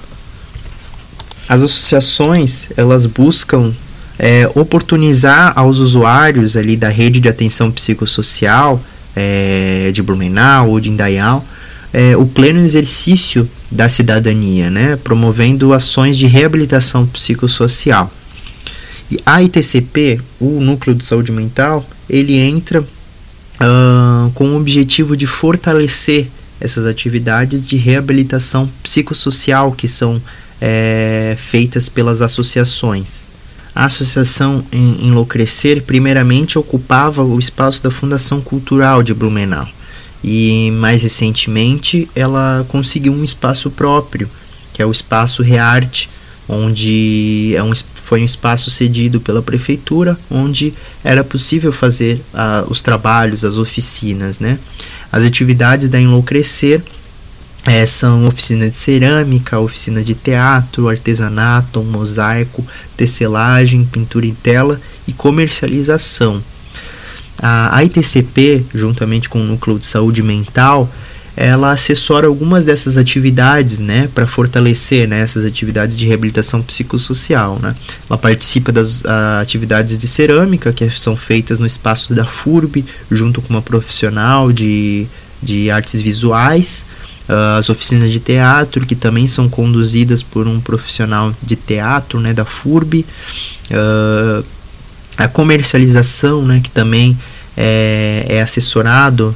Speaker 17: As associações, elas buscam é, oportunizar aos usuários ali da rede de atenção psicossocial é, de Blumenau ou de Indaial é, o pleno exercício da cidadania, né, promovendo ações de reabilitação psicossocial. E a I T C P, o Núcleo de Saúde Mental, ele entra uh, com o objetivo de fortalecer essas atividades de reabilitação psicossocial que são é, feitas pelas associações. A associação em Enlouquecer, primeiramente, ocupava o espaço da Fundação Cultural de Blumenau. E, mais recentemente, ela conseguiu um espaço próprio, que é o Espaço Rearte, onde é um, foi um espaço cedido pela prefeitura, onde era possível fazer uh, os trabalhos, as oficinas, né? As atividades da Enlouquecer É, são oficina de cerâmica, oficina de teatro, artesanato, mosaico, tecelagem, pintura em tela e comercialização. A I T C P, juntamente com o Núcleo de Saúde Mental, ela assessora algumas dessas atividades, né, para fortalecer, né, essas atividades de reabilitação psicossocial, né. Ela participa das a, atividades de cerâmica, que são feitas no espaço da F U R B, junto com uma profissional de, de artes visuais. Uh, as oficinas de teatro, que também são conduzidas por um profissional de teatro, né, da F U R B. Uh, a comercialização, né, que também é, é assessorado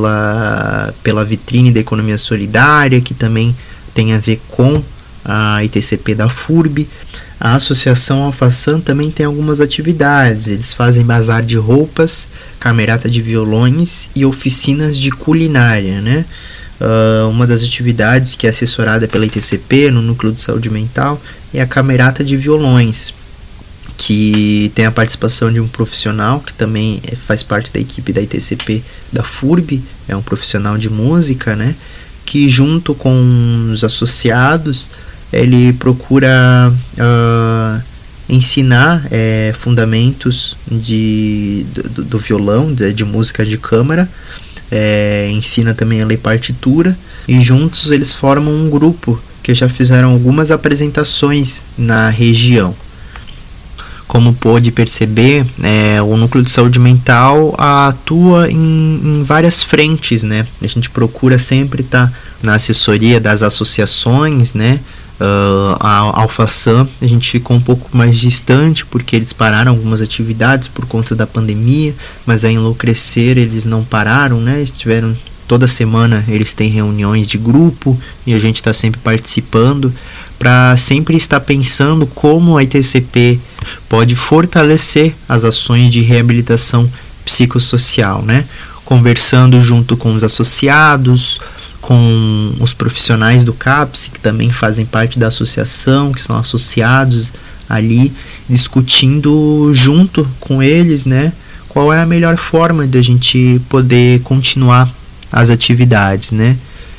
Speaker 17: pela, pela vitrine da economia solidária, que também tem a ver com a I T C P da F U R B. A Associação AlfaSan também tem algumas atividades. Eles fazem bazar de roupas, camerata de violões e oficinas de culinária, né? Uh, uma das atividades que é assessorada pela I T C P no Núcleo de Saúde Mental é a camerata de violões, que tem a participação de um profissional que também faz parte da equipe da I T C P da F U R B, é um profissional de música, né, que junto com os associados ele procura uh, ensinar é, fundamentos de, do, do violão, de, de música de câmara. É, ensina também a ler partitura, e juntos eles formam um grupo que já fizeram algumas apresentações na região. Como pôde perceber, é, o Núcleo de Saúde Mental atua em, em várias frentes, né? A gente procura sempre estar na assessoria das associações, né? Uh, a AlfaSan, a gente ficou um pouco mais distante porque eles pararam algumas atividades por conta da pandemia, mas a Enlouquecer eles não pararam, né? Eles tiveram toda semana, eles têm reuniões de grupo e a gente está sempre participando para sempre estar pensando como a I T C P pode fortalecer as ações de reabilitação psicossocial, né? Conversando junto com os associados, com os profissionais do CAPS, que também fazem parte da associação, que são associados ali, discutindo junto com eles, né, qual é a melhor forma de a gente poder continuar as atividades, né,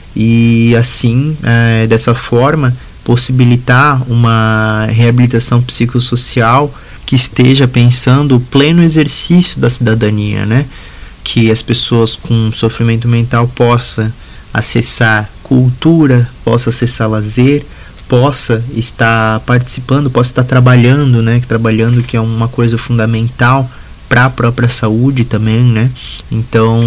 Speaker 17: e assim, é, dessa forma, possibilitar uma reabilitação psicossocial que esteja pensando o pleno exercício da cidadania, né, que as pessoas com sofrimento mental possam acessar cultura, possa acessar lazer, possa estar participando, possa estar trabalhando, né, trabalhando, que é uma coisa fundamental para a própria saúde também, né? Então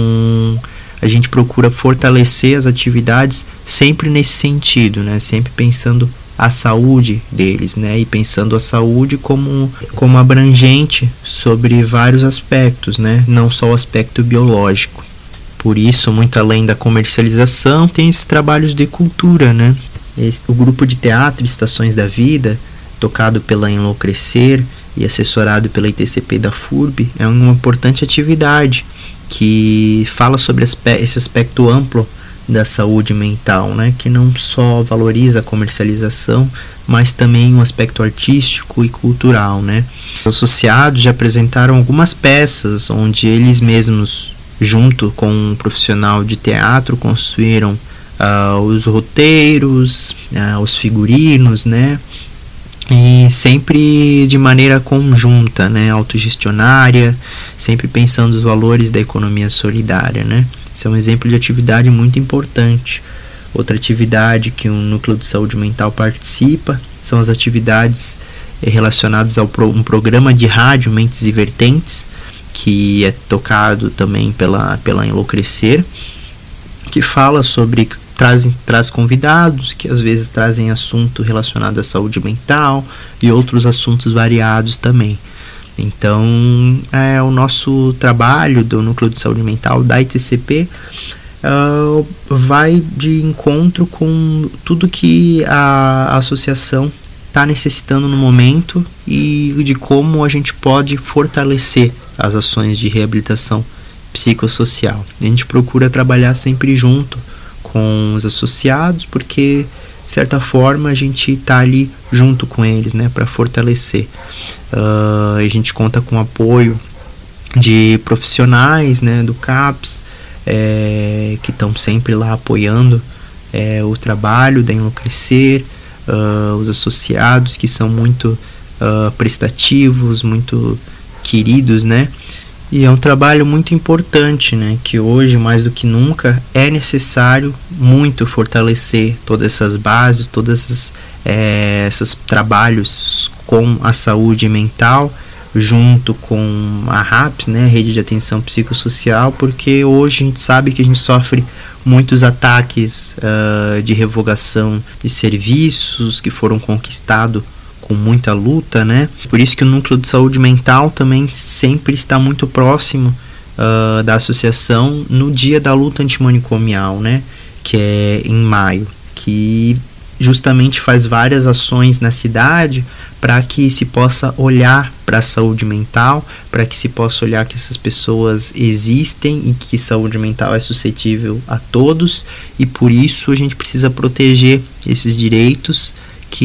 Speaker 17: a gente procura fortalecer as atividades sempre nesse sentido, né? Sempre pensando a saúde deles, né? E pensando a saúde como, como abrangente sobre vários aspectos, né? Não só o aspecto biológico. Por isso, muito além da comercialização, tem esses trabalhos de cultura, né? Esse, o grupo de teatro Estações da Vida, tocado pela Enlouquecer, e assessorado pela I T C P da F U R B, é uma importante atividade que fala sobre esse aspecto amplo da saúde mental, né, que não só valoriza a comercialização, mas também um aspecto artístico e cultural, né. Os associados já apresentaram algumas peças onde eles mesmos, junto com um profissional de teatro, construíram uh, os roteiros, uh, os figurinos, né, e sempre de maneira conjunta, né, autogestionária, sempre pensando os valores da economia solidária, né. Isso é um exemplo de atividade muito importante. Outra atividade que o Núcleo de Saúde Mental participa são as atividades relacionadas a pro, um programa de rádio Mentes e Vertentes, que é tocado também pela, pela Enlouquecer, que fala sobre... Traz, traz convidados que às vezes trazem assunto relacionado à saúde mental e outros assuntos variados também. Então, é, o nosso trabalho do Núcleo de Saúde Mental da I T C P uh, vai de encontro com tudo que a, a associação está necessitando no momento e de como a gente pode fortalecer as ações de reabilitação psicossocial. A gente procura trabalhar sempre junto com os associados, porque de certa forma a gente está ali junto com eles, né, para fortalecer. Uh, a gente conta com o apoio de profissionais, né, do CAPS, é, que estão sempre lá apoiando é, o trabalho da Enlouquecer, uh, os associados que são muito uh, prestativos, muito queridos, né. E é um trabalho muito importante, né, que hoje, mais do que nunca, é necessário muito fortalecer todas essas bases, todos esses, é, esses trabalhos com a saúde mental, junto com a RAPS, né, Rede de Atenção Psicossocial, porque hoje a gente sabe que a gente sofre muitos ataques uh, de revogação de serviços que foram conquistados com muita luta, né? Por isso que o Núcleo de Saúde Mental também sempre está muito próximo uh, da associação no dia da luta antimanicomial, né? Que é em maio, que justamente faz várias ações na cidade para que se possa olhar para a saúde mental, para que se possa olhar que essas pessoas existem e que saúde mental é suscetível a todos, e por isso a gente precisa proteger esses direitos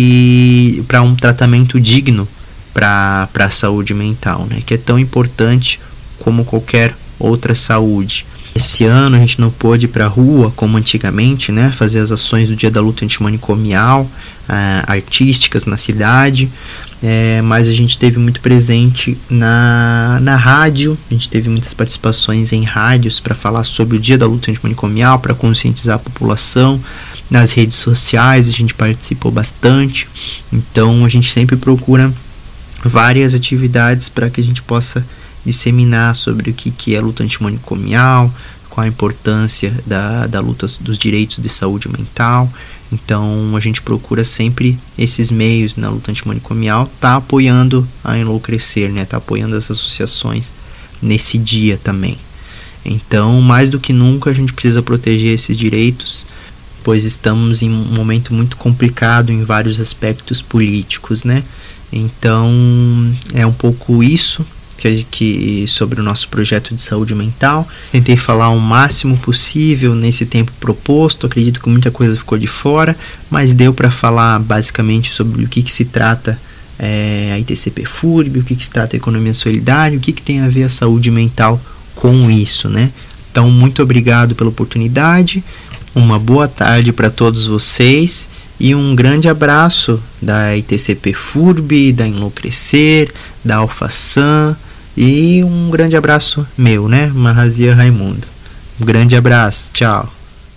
Speaker 17: que para um tratamento digno para a saúde mental, né, que é tão importante como qualquer outra saúde. Esse ano a gente não pôde ir para a rua como antigamente, né, fazer as ações do Dia da Luta Antimanicomial, ah, artísticas na cidade, é, mas a gente teve muito presente na, na rádio, a gente teve muitas participações em rádios para falar sobre o Dia da Luta Antimanicomial, para conscientizar a população. Nas redes sociais a gente participou bastante, então a gente sempre procura várias atividades para que a gente possa disseminar sobre o que, que é luta antimanicomial, qual a importância da, da luta dos direitos de saúde mental. Então a gente procura sempre esses meios na luta antimanicomial, tá apoiando a Enlouquecer, né, tá apoiando as associações nesse dia também. Então, mais do que nunca, a gente precisa proteger esses direitos, pois estamos em um momento muito complicado em vários aspectos políticos, né? Então, é um pouco isso que, que sobre o nosso projeto de saúde mental. Tentei falar o máximo possível nesse tempo proposto, acredito que muita coisa ficou de fora, mas deu para falar basicamente sobre o que, que se trata é, a I T C P F U R B, o que, que se trata a economia solidária, o que, que tem a ver a saúde mental com isso, né? Então, muito obrigado pela oportunidade. Uma boa tarde para todos vocês e um grande abraço da I T C P F U R B, da Enlouquecer, da AlphaSam e um grande abraço meu, né, Marrazia Raimundo. Um grande abraço, tchau.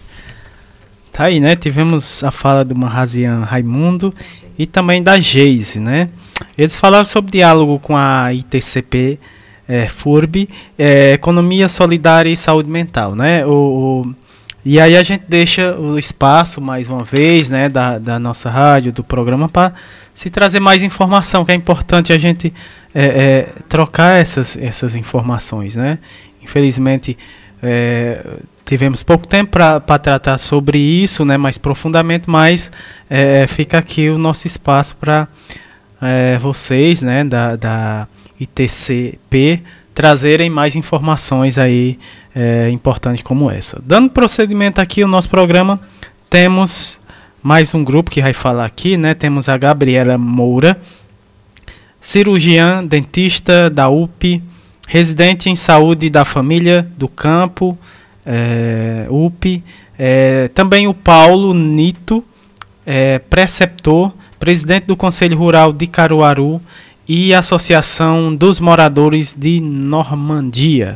Speaker 7: Tá aí, né, tivemos a fala do Marrazia Raimundo e também da Geise, né. Eles falaram sobre diálogo com a I T C P é, F U R B, é, Economia Solidária e Saúde Mental, né, o... o E aí a gente deixa o espaço, mais uma vez, né, da, da nossa rádio, do programa, para se trazer mais informação, que é importante a gente é, é, trocar essas, essas informações, né. Infelizmente, é, tivemos pouco tempo para tratar sobre isso, né, mais profundamente, mas é, fica aqui o nosso espaço para é, vocês, né, da, da I T C P, trazerem mais informações aí é, importantes como essa. Dando procedimento aqui ao nosso programa, temos mais um grupo que vai falar aqui, né? Temos a Gabriela Moura, cirurgiã, dentista da U P, residente em saúde da família do campo, é, U P. É, também o Paulo Nito, é, preceptor, presidente do Conselho Rural de Caruaru e Associação dos Moradores de Normandia.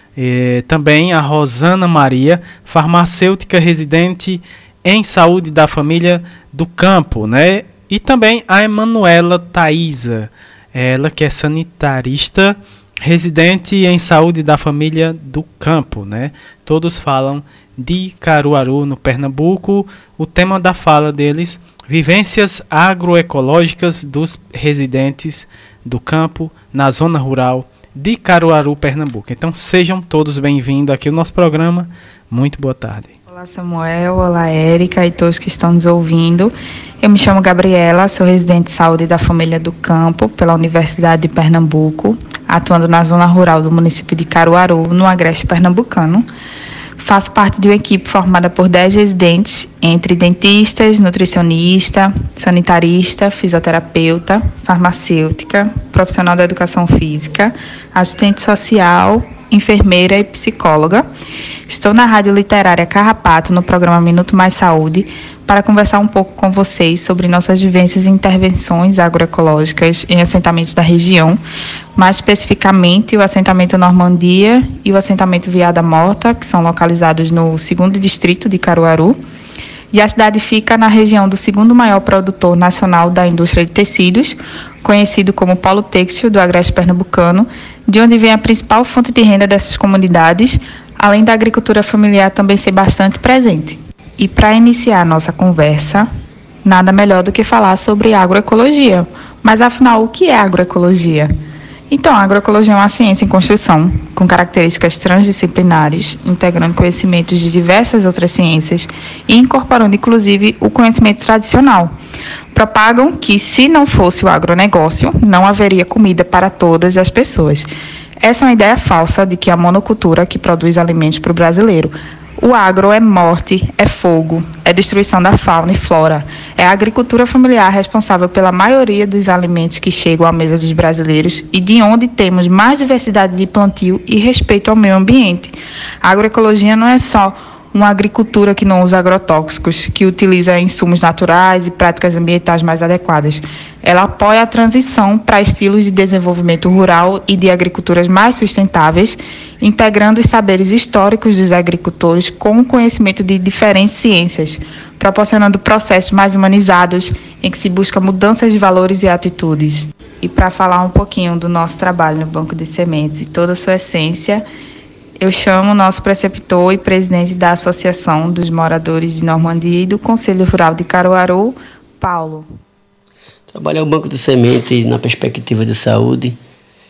Speaker 7: É, também a Rosana Maria, farmacêutica residente em saúde da família do campo, né? E também a Emanuela Thaisa, ela que é sanitarista residente em saúde da família do campo, né? Todos falam de Caruaru, no Pernambuco. O tema da fala deles: vivências agroecológicas dos residentes do campo na zona rural de Caruaru, Pernambuco. Então sejam todos bem-vindos aqui ao nosso programa. Muito boa tarde.
Speaker 18: Olá Samuel, olá Érica e todos que estão nos ouvindo. Eu me chamo Gabriela, sou residente de saúde da família do campo pela Universidade de Pernambuco, atuando na zona rural do município de Caruaru, no agreste pernambucano. Faço parte de uma equipe formada por dez residentes, entre dentistas, nutricionista, sanitarista, fisioterapeuta, farmacêutica, profissional da educação física, assistente social, enfermeira e psicóloga. Estou na Rádio Literária Carrapato, no programa Minuto Mais Saúde, para conversar um pouco com vocês sobre nossas vivências e intervenções agroecológicas em assentamentos da região, mais especificamente o assentamento Normandia e o assentamento Viada Morta, que são localizados no segundo distrito de Caruaru. E a cidade fica na região do segundo maior produtor nacional da indústria de tecidos, conhecido como Polo Têxtil do Agreste Pernambucano, de onde vem a principal fonte de renda dessas comunidades, além da agricultura familiar também ser bastante presente. E para iniciar a nossa conversa, nada melhor do que falar sobre agroecologia. Mas afinal, o que é agroecologia? Então, a agroecologia é uma ciência em construção, com características transdisciplinares, integrando conhecimentos de diversas outras ciências e incorporando, inclusive, o conhecimento tradicional. Propagam que, se não fosse o agronegócio, não haveria comida para todas as pessoas. Essa é uma ideia falsa de que a monocultura que produz alimentos para o brasileiro. O agro é morte, é fogo, é destruição da fauna e flora. É a agricultura familiar responsável pela maioria dos alimentos que chegam à mesa dos brasileiros e de onde temos mais diversidade de plantio e respeito ao meio ambiente. A agroecologia não é só uma agricultura que não usa agrotóxicos, que utiliza insumos naturais e práticas ambientais mais adequadas. Ela apoia a transição para estilos de desenvolvimento rural e de agriculturas mais sustentáveis, integrando os saberes históricos dos agricultores com o conhecimento de diferentes ciências, proporcionando processos mais humanizados em que se busca mudanças de valores e atitudes. E para falar um pouquinho do nosso trabalho no Banco de Sementes e toda a sua essência, eu chamo o nosso preceptor e presidente da Associação dos Moradores de Normandia e do Conselho Rural de Caruaru, Paulo.
Speaker 19: Trabalhar o Banco de Semente na perspectiva de saúde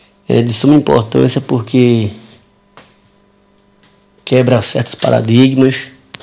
Speaker 19: é de suma importância porque quebra certos paradigmas,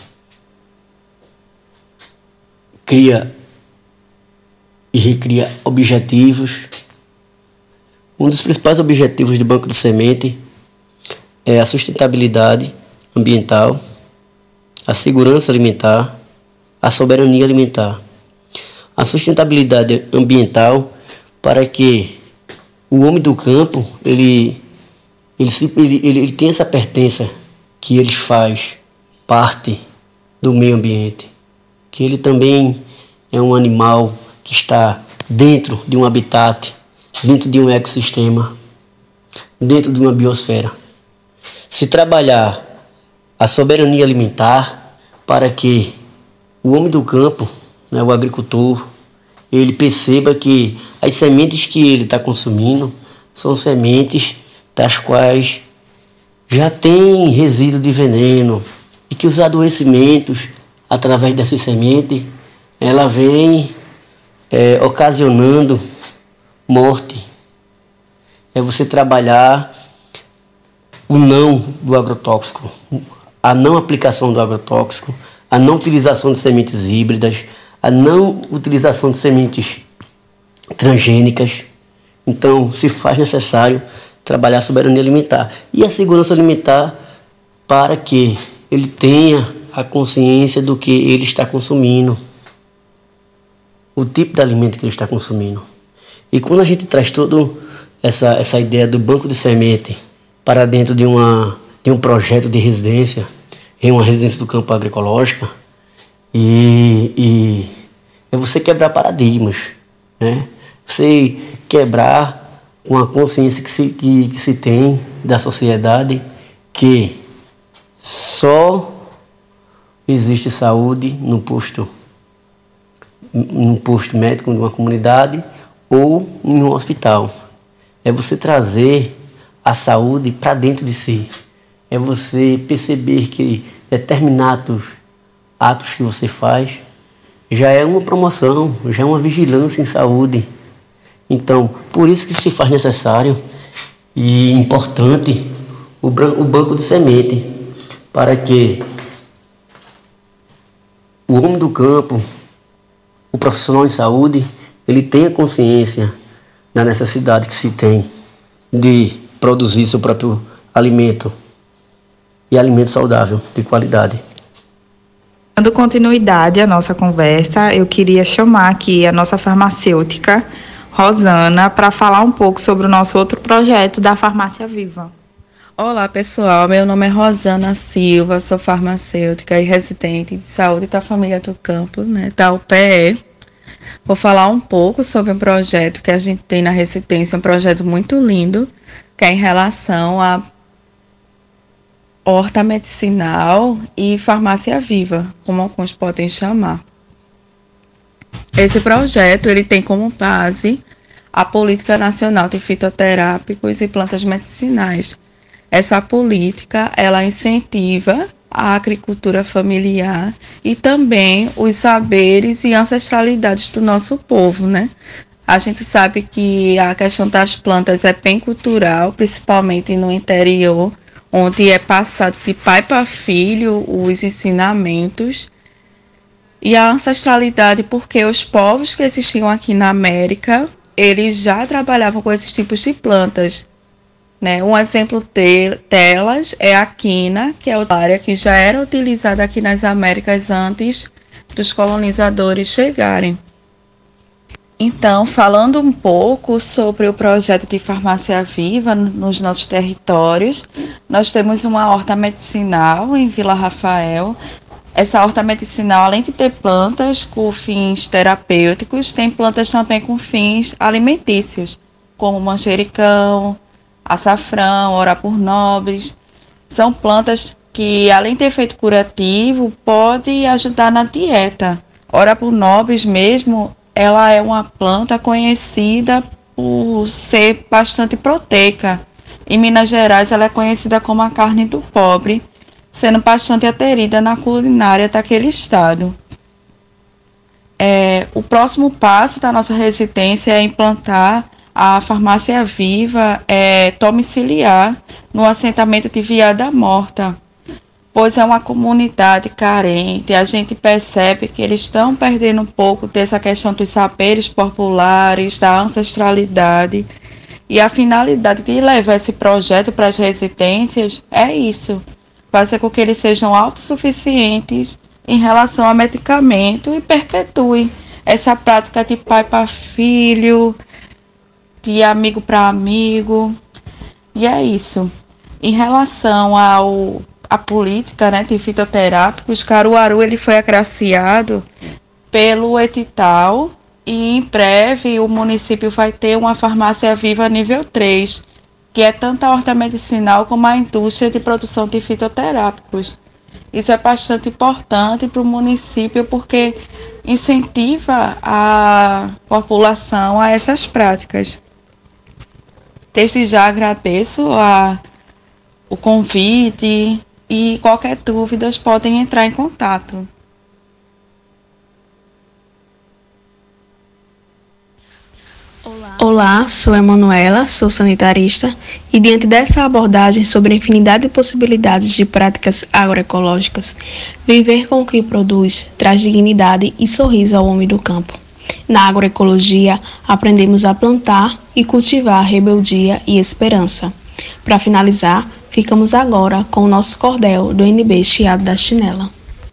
Speaker 19: cria e recria objetivos. Um dos principais objetivos do Banco de Semente é a sustentabilidade ambiental, a segurança alimentar, a soberania alimentar. A sustentabilidade ambiental para que o homem do campo ele, ele, ele, ele, ele tenha essa pertença que ele faz parte do meio ambiente, que ele também é um animal que está dentro de um habitat, dentro de um ecossistema, dentro de uma biosfera. Se trabalhar a soberania alimentar para que o homem do campo, né, o agricultor, ele perceba que as sementes que ele está consumindo são sementes das quais já tem resíduo de veneno e que os adoecimentos, através dessas sementes, ela vem é, ocasionando morte. É você trabalhar o não do agrotóxico, a não aplicação do agrotóxico, a não utilização de sementes híbridas, a não utilização de sementes transgênicas. Então, se faz necessário trabalhar a soberania alimentar e a segurança alimentar para que ele tenha a consciência do que ele está consumindo, o tipo de alimento que ele está consumindo. E quando a gente traz toda essa, essa ideia do banco de semente para dentro de, uma, de um projeto de residência, em uma residência do campo agroecológica, e, e é você quebrar paradigmas, né? Você quebrar com a consciência que se, que, que se tem da sociedade que só existe saúde no posto, num posto médico de uma comunidade ou em um hospital. É você trazer a saúde para dentro de si. É você perceber que determinados atos que você faz já é uma promoção, já é uma vigilância em saúde. Então, por isso que se faz necessário e importante o, o banco de semente, para que o homem do campo, o profissional em saúde, ele tenha consciência da necessidade que se tem de produzir seu próprio alimento e alimento saudável, de qualidade.
Speaker 18: Dando continuidade à nossa conversa, eu queria chamar aqui a nossa farmacêutica, Rosana, para falar um pouco sobre o nosso outro projeto da Farmácia Viva.
Speaker 20: Olá pessoal, meu nome é Rosana Silva, sou farmacêutica e residente de saúde da família do campo, né, da U P E. Vou falar um pouco sobre um projeto que a gente tem na residência, um projeto muito lindo, que é em relação a horta medicinal e farmácia viva, como alguns podem chamar. Esse projeto ele tem como base a Política Nacional de Fitoterápicos e Plantas Medicinais. Essa política ela incentiva a agricultura familiar e também os saberes e ancestralidades do nosso povo, né? A gente sabe que a questão das plantas é bem cultural, principalmente no interior, onde é passado de pai para filho os ensinamentos. E a ancestralidade, porque os povos que existiam aqui na América, eles já trabalhavam com esses tipos de plantas, né? Um exemplo de, delas é a quina, que é outra área que já era utilizada aqui nas Américas antes dos colonizadores chegarem. Então, falando um pouco sobre o projeto de Farmácia Viva nos nossos territórios, nós temos uma horta medicinal em Vila Rafael. Essa horta medicinal, além de ter plantas com fins terapêuticos, tem plantas também com fins alimentícios, como manjericão, açafrão, ora por nobres. São plantas que, além de ter efeito curativo, podem ajudar na dieta. Ora por nobres mesmo, ela é uma planta conhecida por ser bastante proteica. Em Minas Gerais, ela é conhecida como a carne do pobre, sendo bastante aterida na culinária daquele estado. É, o próximo passo da nossa residência é implantar a Farmácia Viva é, domiciliar no assentamento de Viada Morta, pois é uma comunidade carente. A gente percebe que eles estão perdendo um pouco dessa questão dos saberes populares, da ancestralidade, e a finalidade de levar esse projeto para as residências é isso, fazer com que eles sejam autossuficientes em relação a medicamento e perpetuem essa prática de pai para filho, de amigo para amigo. E é isso. Em relação ao a política, né, de fitoterápicos, Caruaru ele foi agraciado pelo edital e em breve o município vai ter uma farmácia viva nível três, que é tanto a horta medicinal como a indústria de produção de fitoterápicos. Isso é bastante importante para o município porque incentiva a população a essas práticas. Desde já agradeço a, o convite e qualquer dúvida podem entrar em contato.
Speaker 21: Olá, sou Emanuela, sou sanitarista e diante dessa abordagem sobre a infinidade de possibilidades de práticas agroecológicas, viver com o que produz traz dignidade e sorriso ao homem do campo. Na agroecologia, aprendemos a plantar e cultivar rebeldia e esperança. Para finalizar, ficamos agora com o nosso cordel do N B Chiado da Chinela.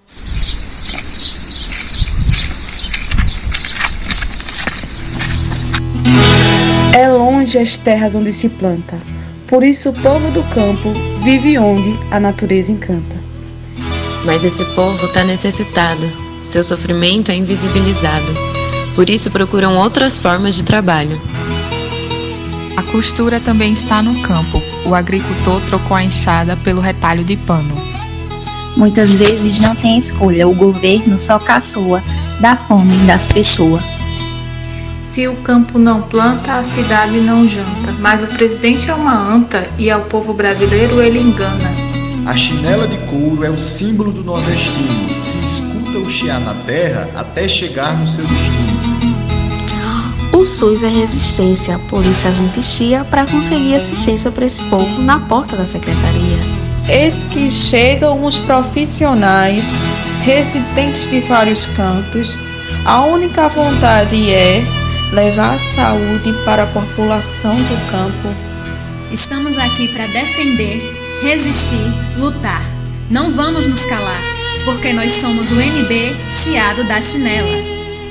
Speaker 1: É longe as terras onde se planta, por isso o povo do campo vive onde a natureza encanta.
Speaker 22: Mas esse povo está necessitado, seu sofrimento é invisibilizado. Por isso procuram outras formas de trabalho.
Speaker 18: A costura também está no campo. O agricultor trocou a enxada pelo retalho de pano.
Speaker 23: Muitas vezes não tem escolha, o governo só caçoa da fome das pessoas.
Speaker 24: Se o campo não planta, a cidade não janta. Mas o presidente é uma anta e ao povo brasileiro ele engana.
Speaker 25: A chinela de couro é o símbolo do nordestino. Se escuta o chiar na terra até chegar no seu destino.
Speaker 21: O SUS é resistência, por isso a gente chia para conseguir assistência para esse povo na porta da secretaria.
Speaker 1: Eis que chegam os profissionais, residentes de vários cantos. A única vontade é levar a saúde para a população do campo.
Speaker 26: Estamos aqui para defender, resistir, lutar. Não vamos nos calar, porque nós somos o N B Chiado da Chinela.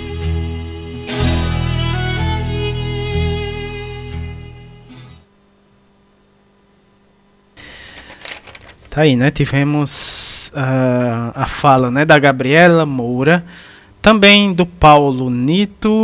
Speaker 7: Tá aí, né? Tivemos uh, a fala, né, da Gabriela Moura, também do Paulo Nito,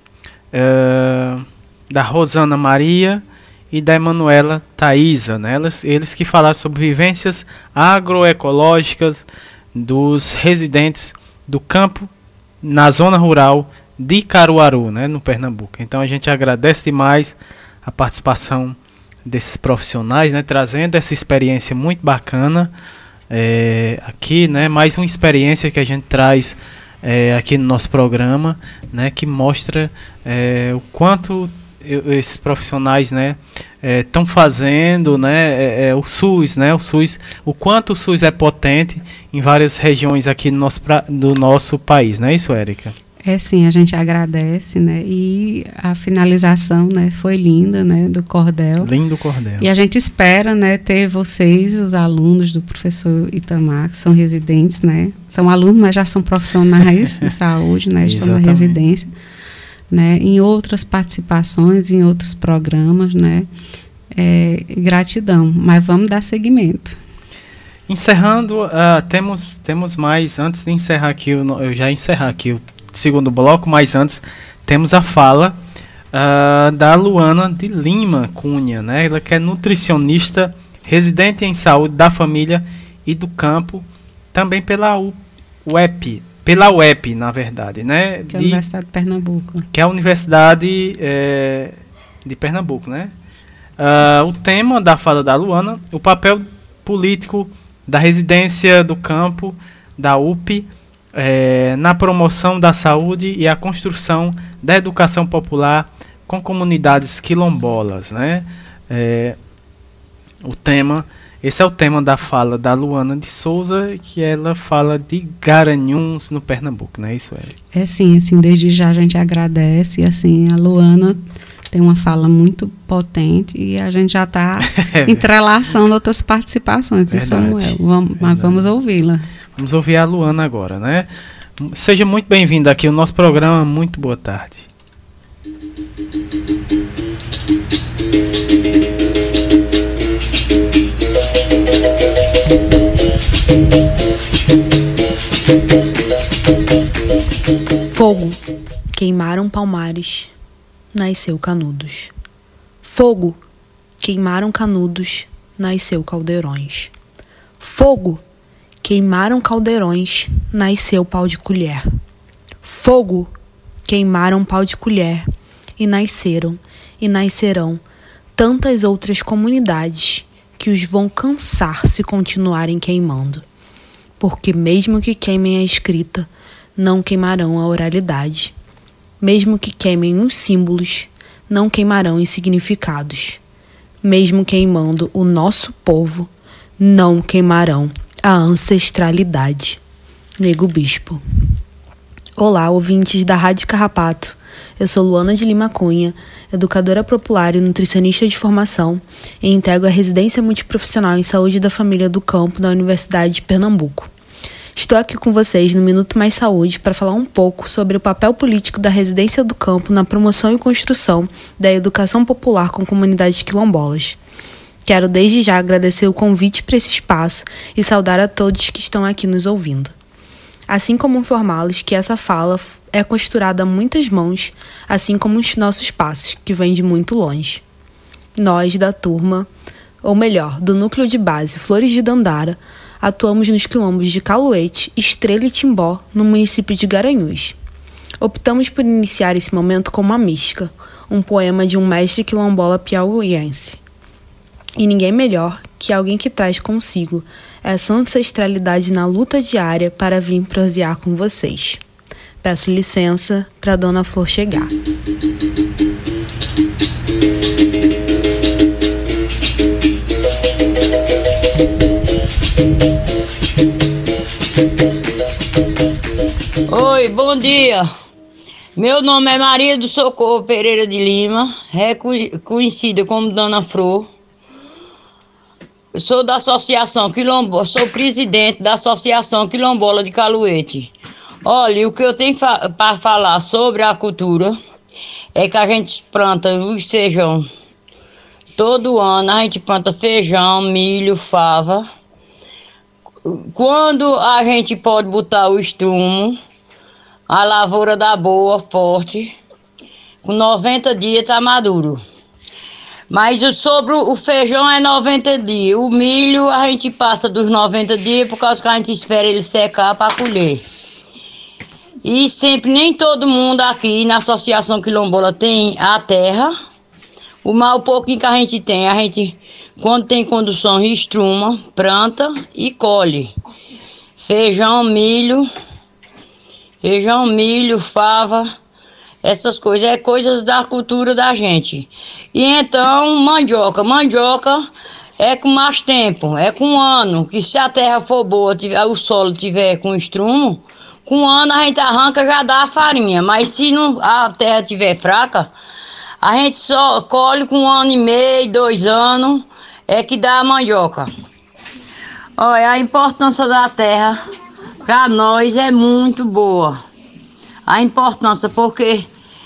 Speaker 7: uh, da Rosana Maria e da Emanuela Thaisa, né? Eles, eles que falaram sobre vivências agroecológicas dos residentes do campo na zona rural de Caruaru, né, no Pernambuco. Então a gente agradece demais a participação desses profissionais, né, trazendo essa experiência muito bacana é, aqui, né, mais uma experiência que a gente traz é, aqui no nosso programa, né, que mostra é, o quanto eu, esses profissionais, né, estão é, fazendo, né, é, é, o SUS, né, o SUS, o quanto o SUS é potente em várias regiões aqui do nosso, pra, do nosso país, não é isso, Érica?
Speaker 8: É sim, a gente agradece, né? E a finalização, né, foi linda, né, do cordel.
Speaker 7: Lindo cordel.
Speaker 8: E a gente espera, né, ter vocês, os alunos do professor Itamar, que são residentes, né? São alunos, mas já são profissionais de saúde, né? Estão na residência, né? Em outras participações, em outros programas, né? É, gratidão, mas vamos dar seguimento.
Speaker 7: Encerrando, uh, temos, temos mais, antes de encerrar aqui, eu, eu já encerrar aqui o segundo bloco, mas antes temos a fala uh, da Luana de Lima Cunha, né? Ela que é nutricionista, residente em saúde da família e do campo, também pela U E P, pela U E P, na verdade, né?
Speaker 8: Que é a de, Universidade de Pernambuco.
Speaker 7: Que é a Universidade é, de Pernambuco, né? Uh, o tema da fala da Luana, o papel político da residência do campo da U P É, na promoção da saúde e a construção da educação popular com comunidades quilombolas, né? É, o tema, esse é o tema da fala da Luana de Souza, que ela fala de Garanhuns no Pernambuco, não é isso, Érica?
Speaker 8: É sim, assim, desde já a gente agradece, assim, a Luana tem uma fala muito potente e a gente já está entrelaçando outras participações de Samuel, vamos, mas vamos ouvi-la.
Speaker 7: Vamos ouvir a Luana agora, né? Seja muito bem-vinda aqui ao nosso programa. Muito boa tarde.
Speaker 27: Fogo. Queimaram Palmares. Nasceu Canudos. Fogo. Queimaram Canudos. Nasceu Caldeirões. Fogo. Queimaram caldeirões, nasceu pau de colher. Fogo, queimaram pau de colher, e nasceram, e nascerão tantas outras comunidades que os vão cansar se continuarem queimando. Porque mesmo que queimem a escrita, não queimarão a oralidade. Mesmo que queimem os símbolos, não queimarão os significados. Mesmo queimando o nosso povo, não queimarão a ancestralidade. Nego Bispo. Olá, ouvintes da Rádio Carrapato. Eu sou Luana de Lima Cunha, educadora popular e nutricionista de formação, e integro a residência multiprofissional em saúde da família do campo da Universidade de Pernambuco. Estou aqui com vocês no Minuto Mais Saúde para falar um pouco sobre o papel político da residência do campo na promoção e construção da educação popular com comunidades quilombolas. Quero desde já agradecer o convite para esse espaço e saudar a todos que estão aqui nos ouvindo. Assim como informá-los que essa fala é costurada a muitas mãos, assim como os nossos passos, que vêm de muito longe. Nós, da turma, ou melhor, do núcleo de base Flores de Dandara, atuamos nos quilombos de Caluete, Estrela e Timbó, no município de Garanhuns. Optamos por iniciar esse momento com uma mística, um poema de um mestre quilombola piauiense. E ninguém melhor que alguém que traz consigo essa ancestralidade na luta diária para vir prosear com vocês. Peço licença para Dona Flor chegar.
Speaker 3: Oi, bom dia. Meu nome é Maria do Socorro Pereira de Lima, é conhecida como Dona Flor. Eu sou da Associação Quilombola, sou presidente da Associação Quilombola de Caluete. Olha, o que eu tenho fa para falar sobre a cultura é que a gente planta os feijão. Todo ano a gente planta feijão, milho, fava. Quando a gente pode botar o estrumo, a lavoura dá boa, forte, com noventa dias está maduro. Mas sobre o feijão é noventa dias. O milho a gente passa dos noventa dias por causa que a gente espera ele secar para colher. E sempre, nem todo mundo aqui na Associação Quilombola tem a terra. O mal pouquinho que a gente tem, a gente, quando tem condução, estruma, planta e colhe. Feijão, milho, feijão, milho, fava. Essas coisas, é coisas da cultura da gente. E então, mandioca. Mandioca é com mais tempo, é com um ano. Que se a terra for boa, tiver, o solo tiver com estrumo, com um ano a gente arranca e já dá a farinha. Mas se não, a terra tiver fraca, a gente só colhe com um ano e meio, dois anos, é que dá a mandioca. Olha, a importância da terra para nós é muito boa. A importância, porque...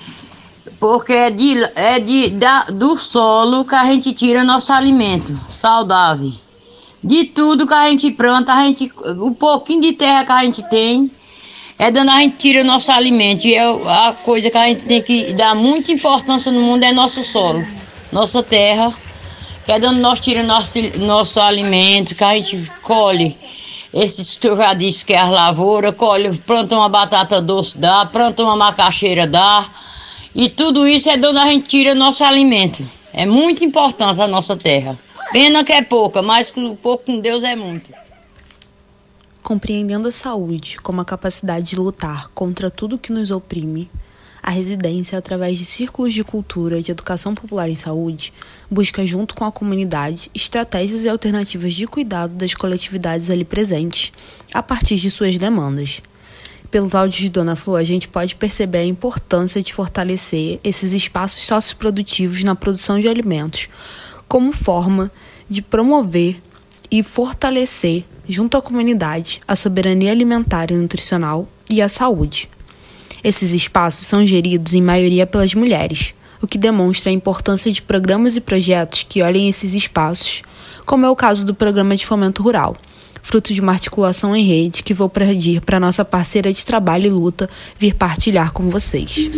Speaker 3: Porque é, de, é de, da, do solo que a gente tira nosso alimento saudável. De tudo que a gente planta, a gente, o pouquinho de terra que a gente tem, é dando a gente tira nosso alimento. E é a coisa que a gente tem que dar muita importância no mundo é nosso solo, nossa terra. Que é dando nós tira nosso, nosso alimento, que a gente colhe. Esses que eu já disse que é as lavouras, colhe, planta uma batata doce, dá, planta uma macaxeira, dá. E tudo isso é de onde a gente tira nosso alimento. É muito importante a nossa terra. Pena que é pouca, mas o pouco com Deus é muito.
Speaker 27: Compreendendo a saúde como a capacidade de lutar contra tudo que nos oprime, a residência, através de círculos de cultura e de educação popular em saúde, busca, junto com a comunidade, estratégias e alternativas de cuidado das coletividades ali presentes, a partir de suas demandas. Pelo áudio de Dona Flor, a gente pode perceber a importância de fortalecer esses espaços socioprodutivos na produção de alimentos, como forma de promover e fortalecer, junto à comunidade, a soberania alimentar e nutricional e a saúde. Esses espaços são geridos em maioria pelas mulheres, o que demonstra a importância de programas e projetos que olhem esses espaços, como é o caso do Programa de Fomento Rural, fruto de uma articulação em rede que vou pedir para nossa parceira de trabalho e luta vir partilhar com vocês.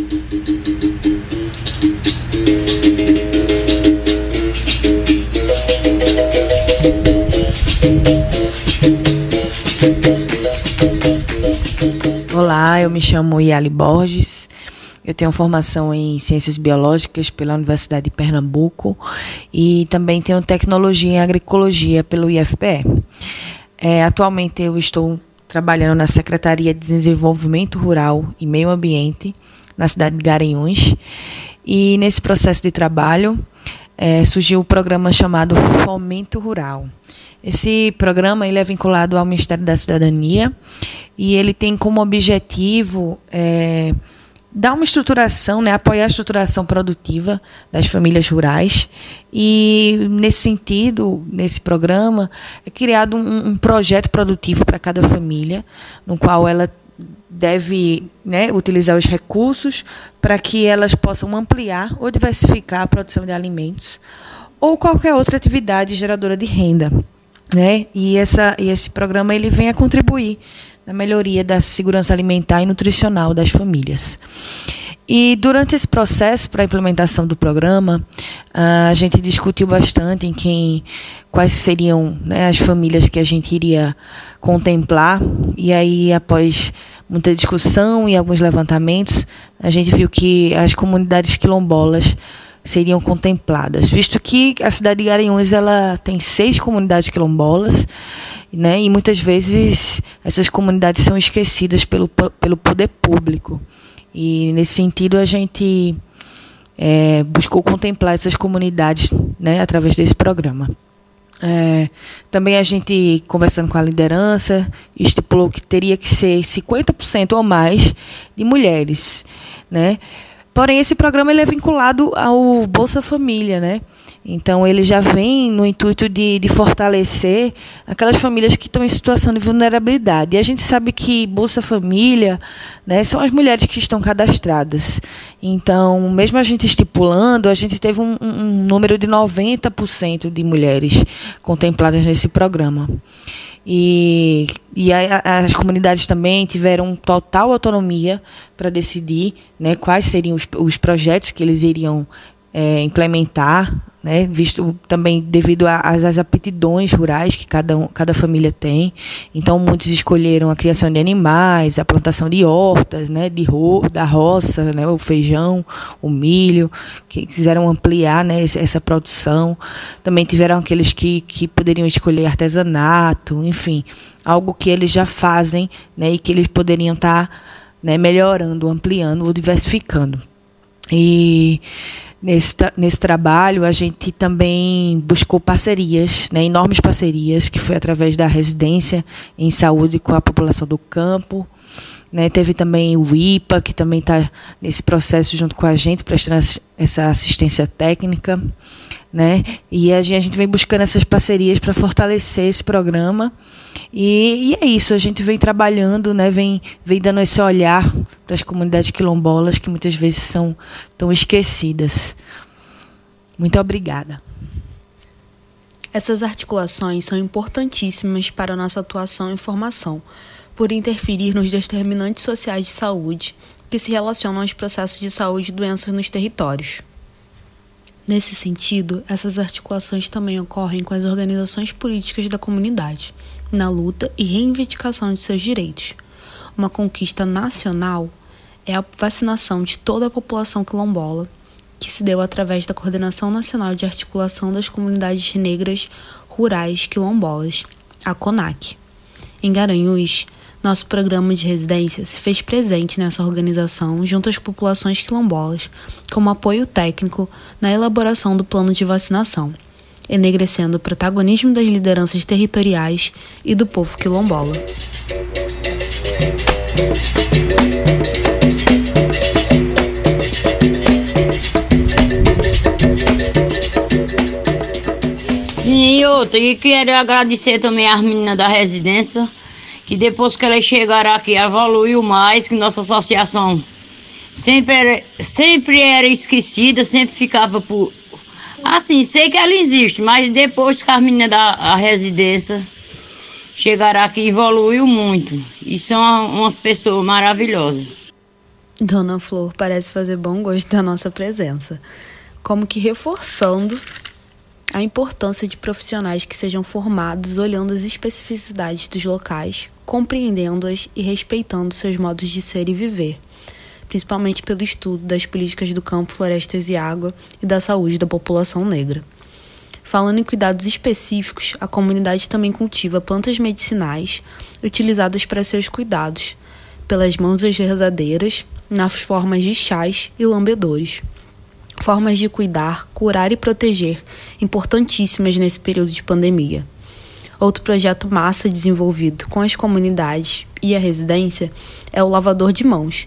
Speaker 4: Olá, eu me chamo Yali Borges, eu tenho formação em Ciências Biológicas pela Universidade de Pernambuco e também tenho Tecnologia em Agroecologia pelo I F P E. É, atualmente eu estou trabalhando na Secretaria de Desenvolvimento Rural e Meio Ambiente, na cidade de Garanhuns, e nesse processo de trabalho é, surgiu o programa chamado Fomento Rural. Esse programa ele é vinculado ao Ministério da Cidadania e ele tem como objetivo é, dar uma estruturação, né, apoiar a estruturação produtiva das famílias rurais. E, nesse sentido, nesse programa, é criado um, um projeto produtivo para cada família, no qual ela deve, né, utilizar os recursos para que elas possam ampliar ou diversificar a produção de alimentos ou qualquer outra atividade geradora de renda, né? E, essa, e esse programa ele vem a contribuir na melhoria da segurança alimentar e nutricional das famílias. E durante esse processo para a implementação do programa, a gente discutiu bastante em quem, quais seriam, né, as famílias que a gente iria contemplar. E aí, após muita discussão e alguns levantamentos, a gente viu que as comunidades quilombolas seriam contempladas, visto que a cidade de Garanhuns ela tem seis comunidades quilombolas, né, e muitas vezes essas comunidades são esquecidas pelo, pelo poder público. E, nesse sentido, a gente é, buscou contemplar essas comunidades, né, através desse programa. É, também a gente, conversando com a liderança, estipulou que teria que ser cinquenta por cento ou mais de mulheres, né? Porém, esse programa ele é vinculado ao Bolsa Família, né? Então, ele já vem no intuito de, de fortalecer aquelas famílias que estão em situação de vulnerabilidade. E a gente sabe que Bolsa Família, né, são as mulheres que estão cadastradas. Então, mesmo a gente estipulando, a gente teve um, um número de noventa por cento de mulheres contempladas nesse programa. E, e a, as comunidades também tiveram total autonomia para decidir, né, quais seriam os, os projetos que eles iriam é, implementar, né, visto também devido às, às aptidões rurais que cada, um, cada família tem. Então, muitos escolheram a criação de animais, a plantação de hortas, né, de ro, da roça, né, o feijão, o milho, que quiseram ampliar, né, essa produção. Também tiveram aqueles que, que poderiam escolher artesanato, enfim, algo que eles já fazem, né, e que eles poderiam estar, né, melhorando, ampliando ou diversificando. E Nesse, nesse trabalho, a gente também buscou parcerias, né, enormes parcerias, que foi através da residência em saúde com a população do campo. Né, teve também o I P A, que também está nesse processo junto com a gente, prestando essa assistência técnica. Né, e a gente, a gente vem buscando essas parcerias para fortalecer esse programa. E, e é isso, a gente vem trabalhando, né, vem, vem dando esse olhar para as comunidades quilombolas que muitas vezes são tão esquecidas. Muito obrigada.
Speaker 27: Essas articulações são importantíssimas para a nossa atuação e formação, por interferir nos determinantes sociais de saúde que se relacionam aos processos de saúde e doenças nos territórios. Nesse sentido, essas articulações também ocorrem com as organizações políticas da comunidade, na luta e reivindicação de seus direitos. Uma conquista nacional é a vacinação de toda a população quilombola, que se deu através da Coordenação Nacional de Articulação das Comunidades Negras Rurais Quilombolas, a CONAC. Em Garanhuns, nosso programa de residência se fez presente nessa organização junto às populações quilombolas, como apoio técnico na elaboração do plano de vacinação, enegrecendo o protagonismo das lideranças territoriais e do povo quilombola.
Speaker 3: Sim, outra, e quero agradecer também às meninas da residência, que depois que elas chegaram aqui, evoluiu mais, que nossa associação sempre era, sempre era esquecida, sempre ficava por... Assim, sei que ela existe, mas depois que as meninas da a residência chegaram aqui, evoluiu muito. E são umas pessoas maravilhosas.
Speaker 27: Dona Flor parece fazer bom gosto da nossa presença, como que reforçando a importância de profissionais que sejam formados olhando as especificidades dos locais, compreendendo-as e respeitando seus modos de ser e viver, principalmente pelo estudo das políticas do campo, florestas e água e da saúde da população negra. Falando em cuidados específicos, a comunidade também cultiva plantas medicinais utilizadas para seus cuidados, pelas mãos das rezadeiras, nas formas de chás e lambedores. Formas de cuidar, curar e proteger, importantíssimas nesse período de pandemia. Outro projeto massa desenvolvido com as comunidades e a residência é o lavador de mãos,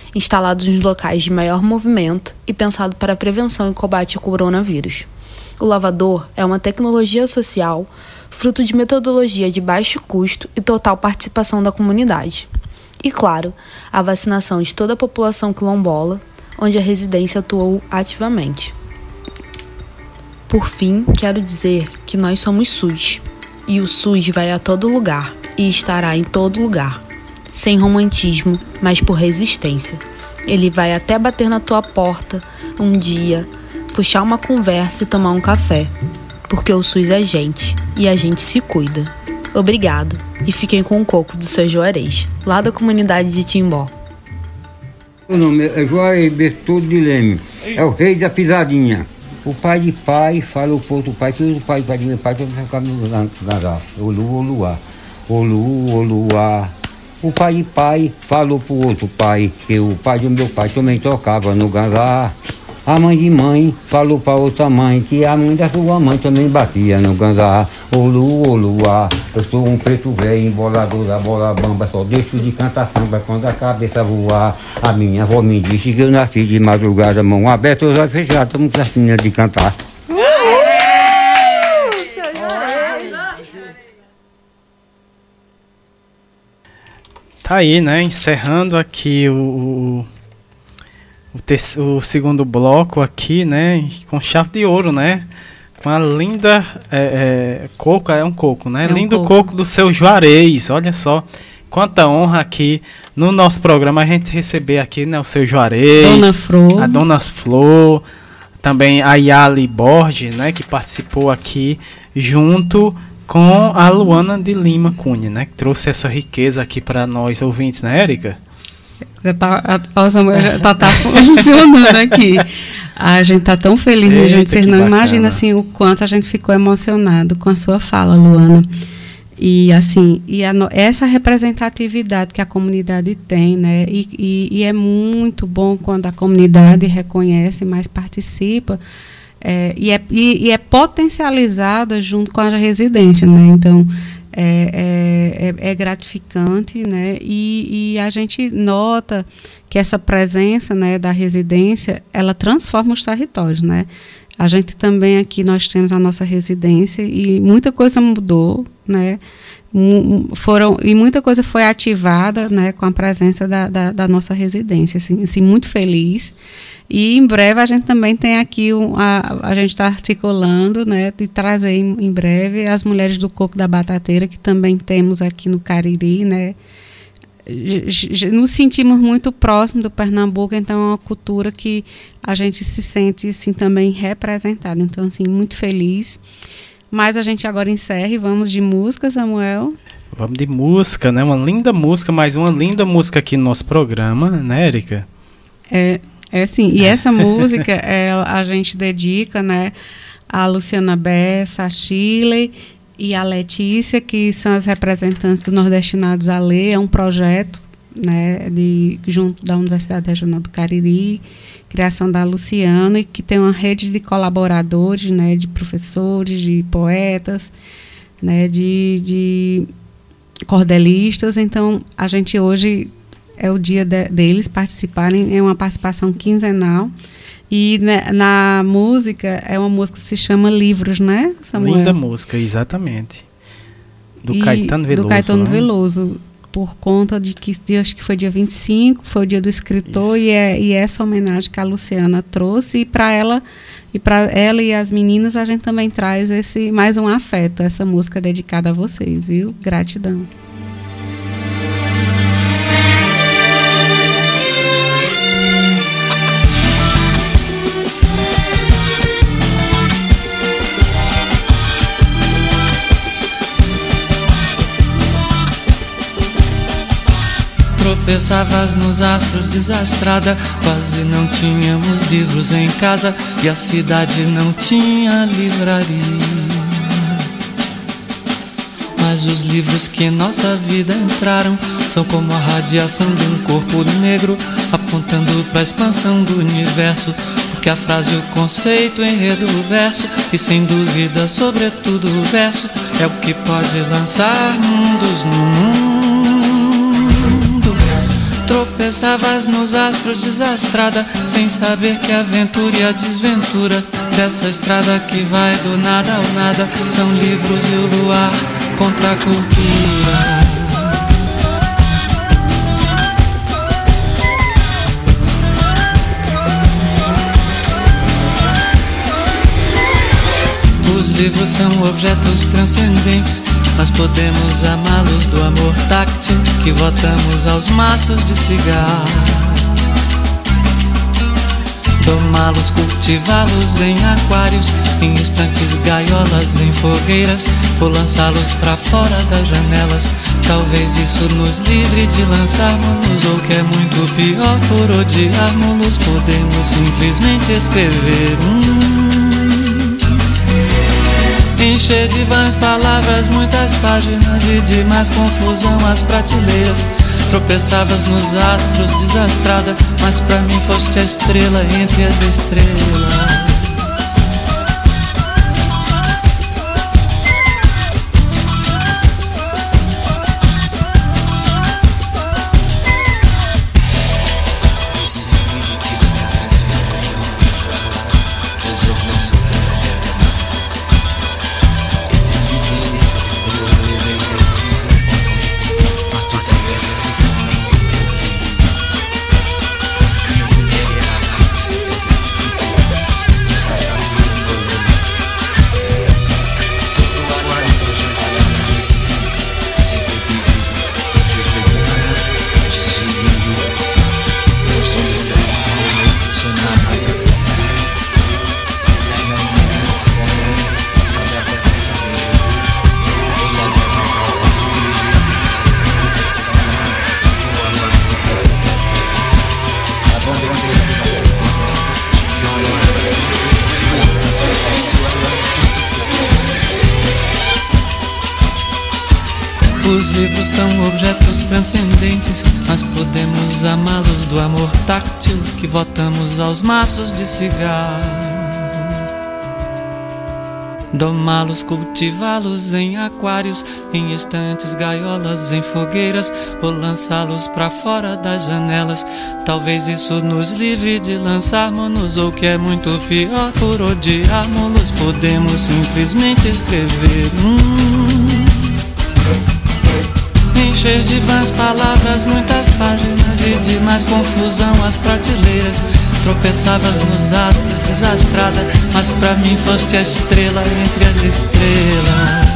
Speaker 27: instalados nos locais de maior movimento e pensado para a prevenção e combate ao coronavírus. O lavador é uma tecnologia social, fruto de metodologia de baixo custo e total participação da comunidade. E, claro, a vacinação de toda a população quilombola, onde a residência atuou ativamente. Por fim, quero dizer que nós somos SUS, e o SUS vai a todo lugar e estará em todo lugar, sem romantismo, mas por resistência. Ele vai até bater na tua porta um dia, puxar uma conversa e tomar um café, porque o SUS é gente e a gente se cuida. Obrigado e fiquem com o coco do seu Juarez, lá da comunidade de Timbó.
Speaker 5: O nome é Juarez Bertoldo de Leme, é o rei da pisadinha. O pai de pai falou para o outro pai, que o pai de meu pai todo ficar no Natal. Olu, Oluá, Olu, Oluá. O pai de pai falou para o outro pai, que o pai do meu pai também tocava no ganzá. A mãe de mãe falou para outra mãe, que a mãe da sua mãe também batia no ganzá. Olu, Oluá, eu sou um preto velho, embolador da bola bamba, só deixo de cantar samba quando a cabeça voar. A minha avó me disse que eu nasci de madrugada, mão aberta, os olhos fechados, estamos caixinha de cantar.
Speaker 7: Tá aí, né? Encerrando aqui o... O, terceiro, o segundo bloco aqui, né, com chave de ouro, né, com a linda é, é, coco, é um coco, né, é um lindo coco. coco do seu Juarez, olha só, quanta honra aqui no nosso programa a gente receber aqui, né, o seu Juarez,
Speaker 8: Dona Flor,
Speaker 7: a Dona Flor, também a Yali Borges, né, que participou aqui junto com a Luana de Lima Cunha, né, que trouxe essa riqueza aqui para nós ouvintes, né, Érica?
Speaker 8: Já tá, a Samuel já tá, tá funcionando aqui. A gente tá tão feliz, Eita, gente, vocês não bacana. Imaginam assim, o quanto a gente ficou emocionado com a sua fala, Luana. E assim, e a, essa representatividade que a comunidade tem, né? E, e, e é muito bom quando a comunidade reconhece, mas participa. É, e, é, e, e é potencializada junto com a residência, né? Então, É, é, é gratificante, né? E, e a gente nota que essa presença, né, da residência, ela transforma os territórios, né? A gente também aqui, nós temos a nossa residência e muita coisa mudou, né? Foram, e muita coisa foi ativada, né, com a presença da, da, da nossa residência, assim, assim, muito feliz. E em breve a gente também tem aqui, um, a, a gente está articulando, né, de trazer em, em breve as mulheres do Coco da Batateira, que também temos aqui no Cariri, né. Nos sentimos muito próximos do Pernambuco, então é uma cultura que a gente se sente assim, também representada. Então, assim, muito feliz. Mas a gente agora encerra e vamos de música, Samuel.
Speaker 7: Vamos de música, né? Uma linda música, mais uma linda música aqui no nosso programa, né, Érica?
Speaker 8: É, é sim. E essa música é, a gente dedica, né, a Luciana Bessa, a Shirley e a Letícia, que são as representantes do Nordestinados a Ler. É um projeto, né, de, junto da Universidade Regional do Cariri, criação da Luciana, e que tem uma rede de colaboradores, né, de professores, de poetas, né, de, de cordelistas. Então, a gente hoje é o dia de, deles participarem, é uma participação quinzenal. E né, na música, é uma música que se chama Livros, né, Samuel?
Speaker 7: Linda música, exatamente. Do
Speaker 8: e
Speaker 7: Caetano Veloso.
Speaker 8: Do Caetano
Speaker 7: né?
Speaker 8: Veloso. Por conta de que, acho que foi dia vinte e cinco, foi o dia do escritor, e, é, e essa homenagem que a Luciana trouxe, e para ela, e para ela e as meninas, a gente também traz esse, mais um afeto, essa música dedicada a vocês, viu? Gratidão.
Speaker 6: Tropeçavas nos astros desastrada, quase não tínhamos livros em casa e a cidade não tinha livraria. Mas os livros que em nossa vida entraram são como a radiação de um corpo negro apontando para a expansão do universo, porque a frase, o conceito, o enredo, o verso e sem dúvida, sobretudo o verso é o que pode lançar mundos no mundo. Tropeçavas nos astros desastrada, sem saber que a aventura e a desventura dessa estrada que vai do nada ao nada são livros e o luar contra a cultura. Os livros são objetos transcendentes, nós podemos amá-los do amor táctil que votamos aos maços de cigarro. Domá-los, cultivá-los em aquários, em estantes, gaiolas, em fogueiras, ou lançá-los pra fora das janelas. Talvez isso nos livre de lançarmos-nos, ou que é muito pior, por odiarmos-los, podemos simplesmente escrever um encher de vãs palavras, muitas páginas e de mais confusão as prateleiras. Tropeçavas nos astros, desastrada, mas pra mim foste a estrela entre as estrelas. Os livros são objetos transcendentes, nós podemos amá-los do amor táctil que votamos aos maços de cigarro. Domá-los, cultivá-los em aquários, em estantes, gaiolas, em fogueiras, ou lançá-los pra fora das janelas. Talvez isso nos livre de lançarmos-nos, ou que é muito pior, por odiarmos-los, podemos simplesmente escrever um encher de vãs palavras, muitas páginas e de mais confusão as prateleiras. Tropeçavas nos astros, desastrada, mas pra mim foste a estrela entre as estrelas.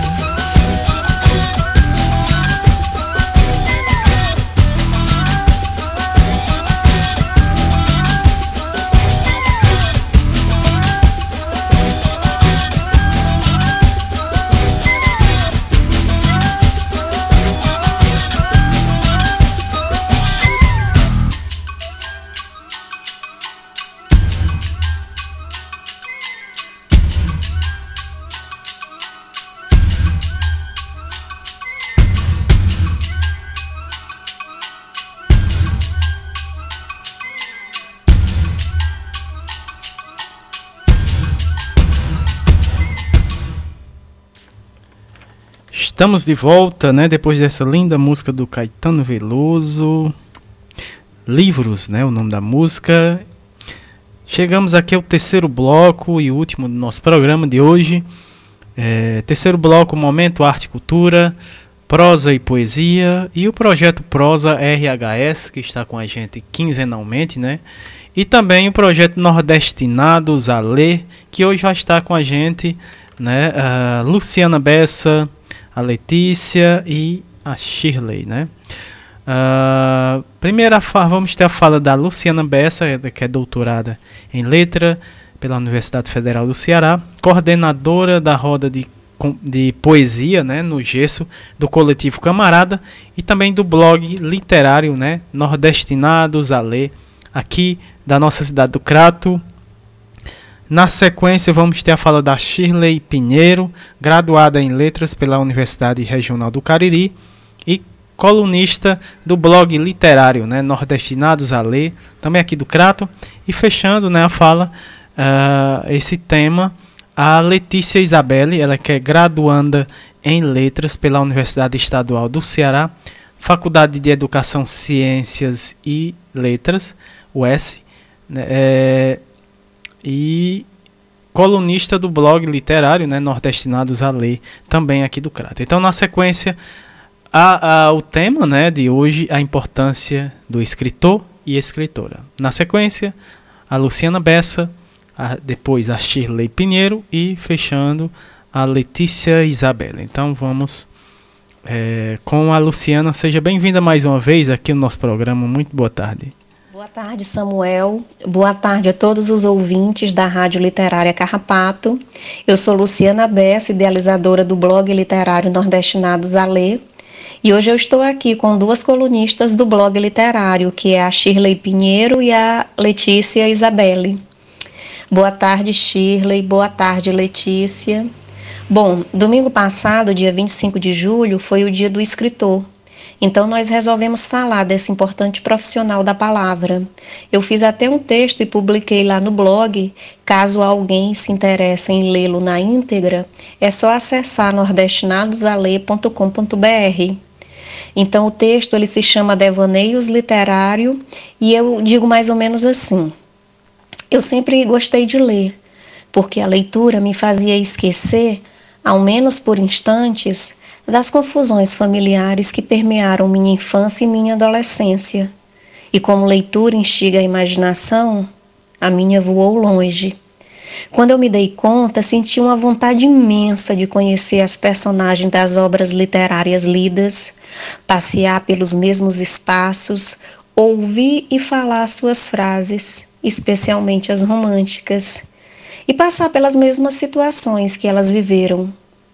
Speaker 7: Estamos de volta, né? Depois dessa linda música do Caetano Veloso, Livros, né? O nome da música. Chegamos aqui ao terceiro bloco e último do nosso programa de hoje. É, terceiro bloco, Momento Arte e Cultura, Prosa e Poesia e o projeto Prosa R H S, que está com a gente quinzenalmente, né? E também o projeto Nordestinados a Ler, que hoje vai estar com a gente, né? A Luciana Bessa, a Letícia e a Shirley, né? Uh, primeira vamos ter a fala da Luciana Bessa, que é doutorada em letra pela Universidade Federal do Ceará, coordenadora da roda de, de poesia, né, no Gesso, do coletivo Camarada, e também do blog literário, né, Nordestinados a Ler, aqui da nossa cidade do Crato. Na sequência, vamos ter a fala da Shirley Pinheiro, graduada em Letras pela Universidade Regional do Cariri e colunista do blog literário, né, Nordestinados a Ler, também aqui do Crato. E fechando, né, a fala, uh, esse tema, a Letícia Isabelle, ela que é graduanda em Letras pela Universidade Estadual do Ceará, Faculdade de Educação, Ciências e Letras, U S, né, é, e colunista do blog literário, né, Nordestinados a Ler, também aqui do Crater. Então, na sequência, a, a, o tema, né, de hoje, a importância do escritor e escritora. Na sequência, a Luciana Bessa, a, depois a Shirley Pinheiro e, fechando, a Letícia Isabela. Então, vamos é, com a Luciana. Seja bem-vinda mais uma vez aqui no nosso programa. Muito boa tarde.
Speaker 2: Boa tarde, Samuel. Boa tarde a todos os ouvintes da Rádio Literária Carrapato. Eu sou Luciana Bessa, idealizadora do blog literário Nordestinados a Ler. E hoje eu estou aqui com duas colunistas do blog literário, que é a Shirley Pinheiro e a Letícia Isabelle. Boa tarde, Shirley. Boa tarde, Letícia. Bom, domingo passado, dia vinte e cinco de julho, foi o dia do escritor. Então, nós resolvemos falar desse importante profissional da palavra. Eu fiz até um texto e publiquei lá no blog. Caso alguém se interesse em lê-lo na íntegra, é só acessar nordestinados a ler ponto com ponto b r. Então, o texto ele se chama Devaneios Literário e eu digo mais ou menos assim. Eu sempre gostei de ler, porque a leitura me fazia esquecer, ao menos por instantes, das confusões familiares que permearam minha infância e minha adolescência. E como leitura instiga a imaginação, a minha voou longe. Quando eu me dei conta, senti uma vontade imensa de conhecer as personagens das obras literárias lidas, passear pelos mesmos espaços, ouvir e falar suas frases, especialmente as românticas, e passar pelas mesmas situações que elas viveram.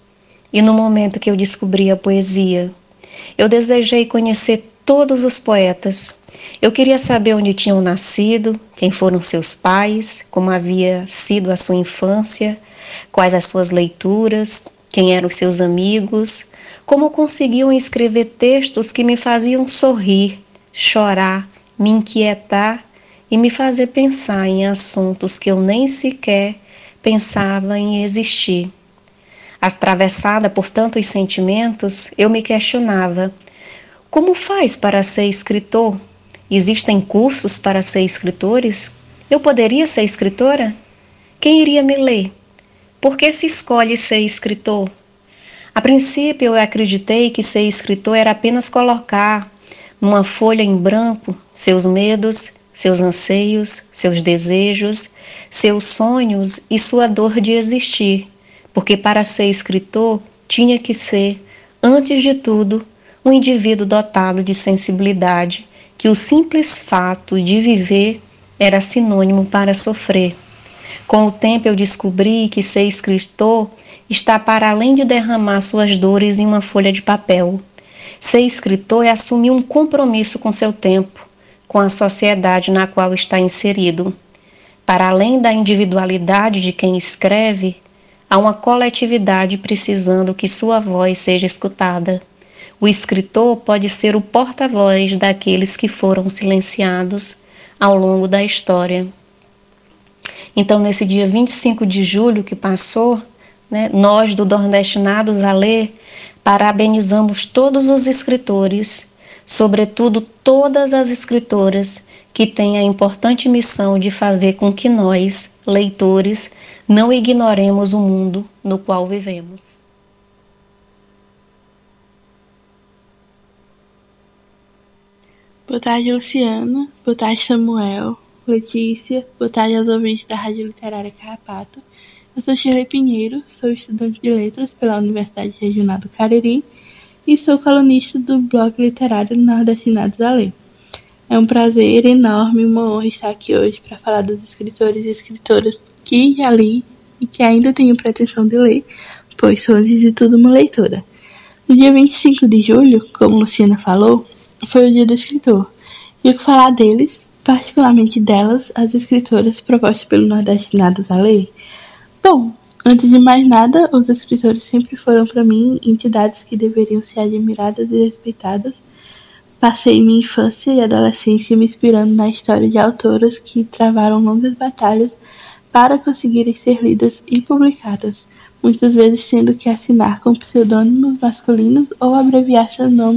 Speaker 2: E no momento que eu descobri a poesia, eu desejei conhecer todos os poetas. Eu queria saber onde tinham nascido, quem foram seus pais, como havia sido a sua infância, quais as suas leituras, quem eram os seus amigos, como conseguiam escrever textos que me faziam sorrir, chorar, me inquietar e me fazer pensar em assuntos que eu nem sequer pensava em existir. Atravessada por tantos sentimentos, eu me questionava: como faz para ser escritor? Existem cursos para ser escritores? Eu poderia ser escritora? Quem iria me ler? Por que se escolhe ser escritor? A princípio, eu acreditei que ser escritor era apenas colocar numa folha em branco seus medos, seus anseios, seus desejos, seus sonhos e sua dor de existir. Porque para ser escritor tinha que ser, antes de tudo, um indivíduo dotado de sensibilidade, que o simples fato de viver era sinônimo para sofrer. Com o tempo eu descobri que ser escritor está para além de derramar suas dores em uma folha de papel. Ser escritor é assumir um compromisso com seu tempo, com a sociedade na qual está inserido. Para além da individualidade de quem escreve, há uma coletividade precisando que sua voz seja escutada. O escritor pode ser o porta-voz daqueles que foram silenciados ao longo da história. Então, nesse dia vinte e cinco de julho que passou, né, nós do Nordestinados a Ler parabenizamos todos os escritores, sobretudo todas as escritoras que têm a importante missão de fazer com que nós, leitores, não ignoremos o mundo no qual vivemos.
Speaker 9: Boa tarde, Luciana. Boa tarde, Samuel, Letícia. Boa tarde aos ouvintes da Rádio Literária Carrapato. Eu sou Shirley Pinheiro, sou estudante de letras pela Universidade Regional do Cariri e sou colunista do blog literário Nordestinados a Ler. É um prazer enorme e uma honra estar aqui hoje para falar dos escritores e escritoras que já li e que ainda tenho pretensão de ler, pois sou, antes de tudo, uma leitora. No dia vinte e cinco de julho, como Luciana falou, foi o dia do escritor. E eu vou falar deles, particularmente delas, as escritoras propostas pelo Nordestinados a Ler. Bom, antes de mais nada, os escritores sempre foram para mim entidades que deveriam ser admiradas e respeitadas. Passei minha infância e adolescência me inspirando na história de autoras que travaram longas batalhas para conseguirem ser lidas e publicadas, muitas vezes tendo que assinar com pseudônimos masculinos ou abreviar seus nomes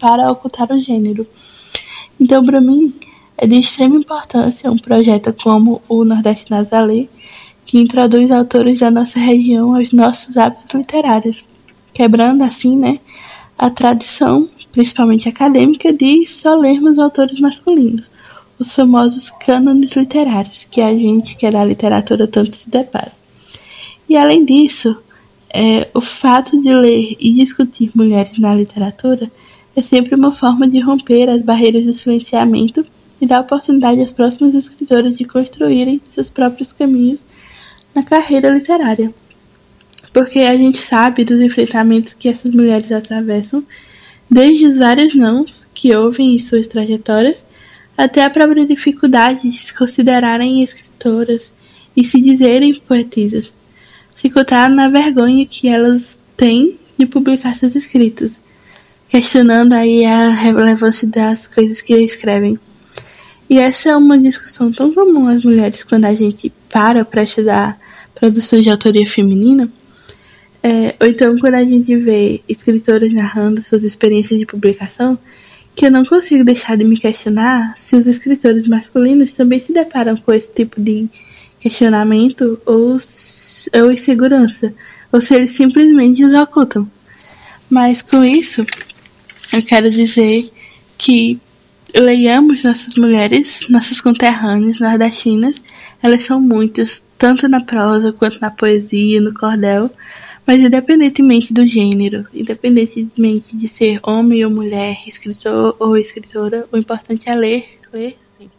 Speaker 9: para ocultar o gênero. Então, para mim, é de extrema importância um projeto como o Nordestinados a Ler, que introduz autores da nossa região aos nossos hábitos literários, quebrando assim, né, a tradição, principalmente acadêmica, de só lermos autores masculinos, os famosos cânones literários, que a gente, que é da literatura, tanto se depara. E além disso, é, o fato de ler e discutir mulheres na literatura é sempre uma forma de romper as barreiras do silenciamento e dar oportunidade às próximas escritoras de construírem seus próprios caminhos na carreira literária. Porque a gente sabe dos enfrentamentos que essas mulheres atravessam, desde os vários nãos que ouvem em suas trajetórias, até a própria dificuldade de se considerarem escritoras e se dizerem poetisas, se contar na vergonha que elas têm de publicar seus escritos, questionando aí a relevância das coisas que escrevem. E essa é uma discussão tão comum às mulheres quando a gente para para estudar produções de autoria feminina, é, ou então quando a gente vê escritoras narrando suas experiências de publicação, que eu não consigo deixar de me questionar se os escritores masculinos também se deparam com esse tipo de questionamento ou, ou insegurança, ou se eles simplesmente os ocultam. Mas com isso, eu quero dizer que leiamos nossas mulheres, nossas conterrâneas nordestinas. Elas são muitas, tanto na prosa quanto na poesia, no cordel, mas independentemente do gênero, independentemente de ser homem ou mulher, escritor ou escritora, o importante é ler, ler sempre.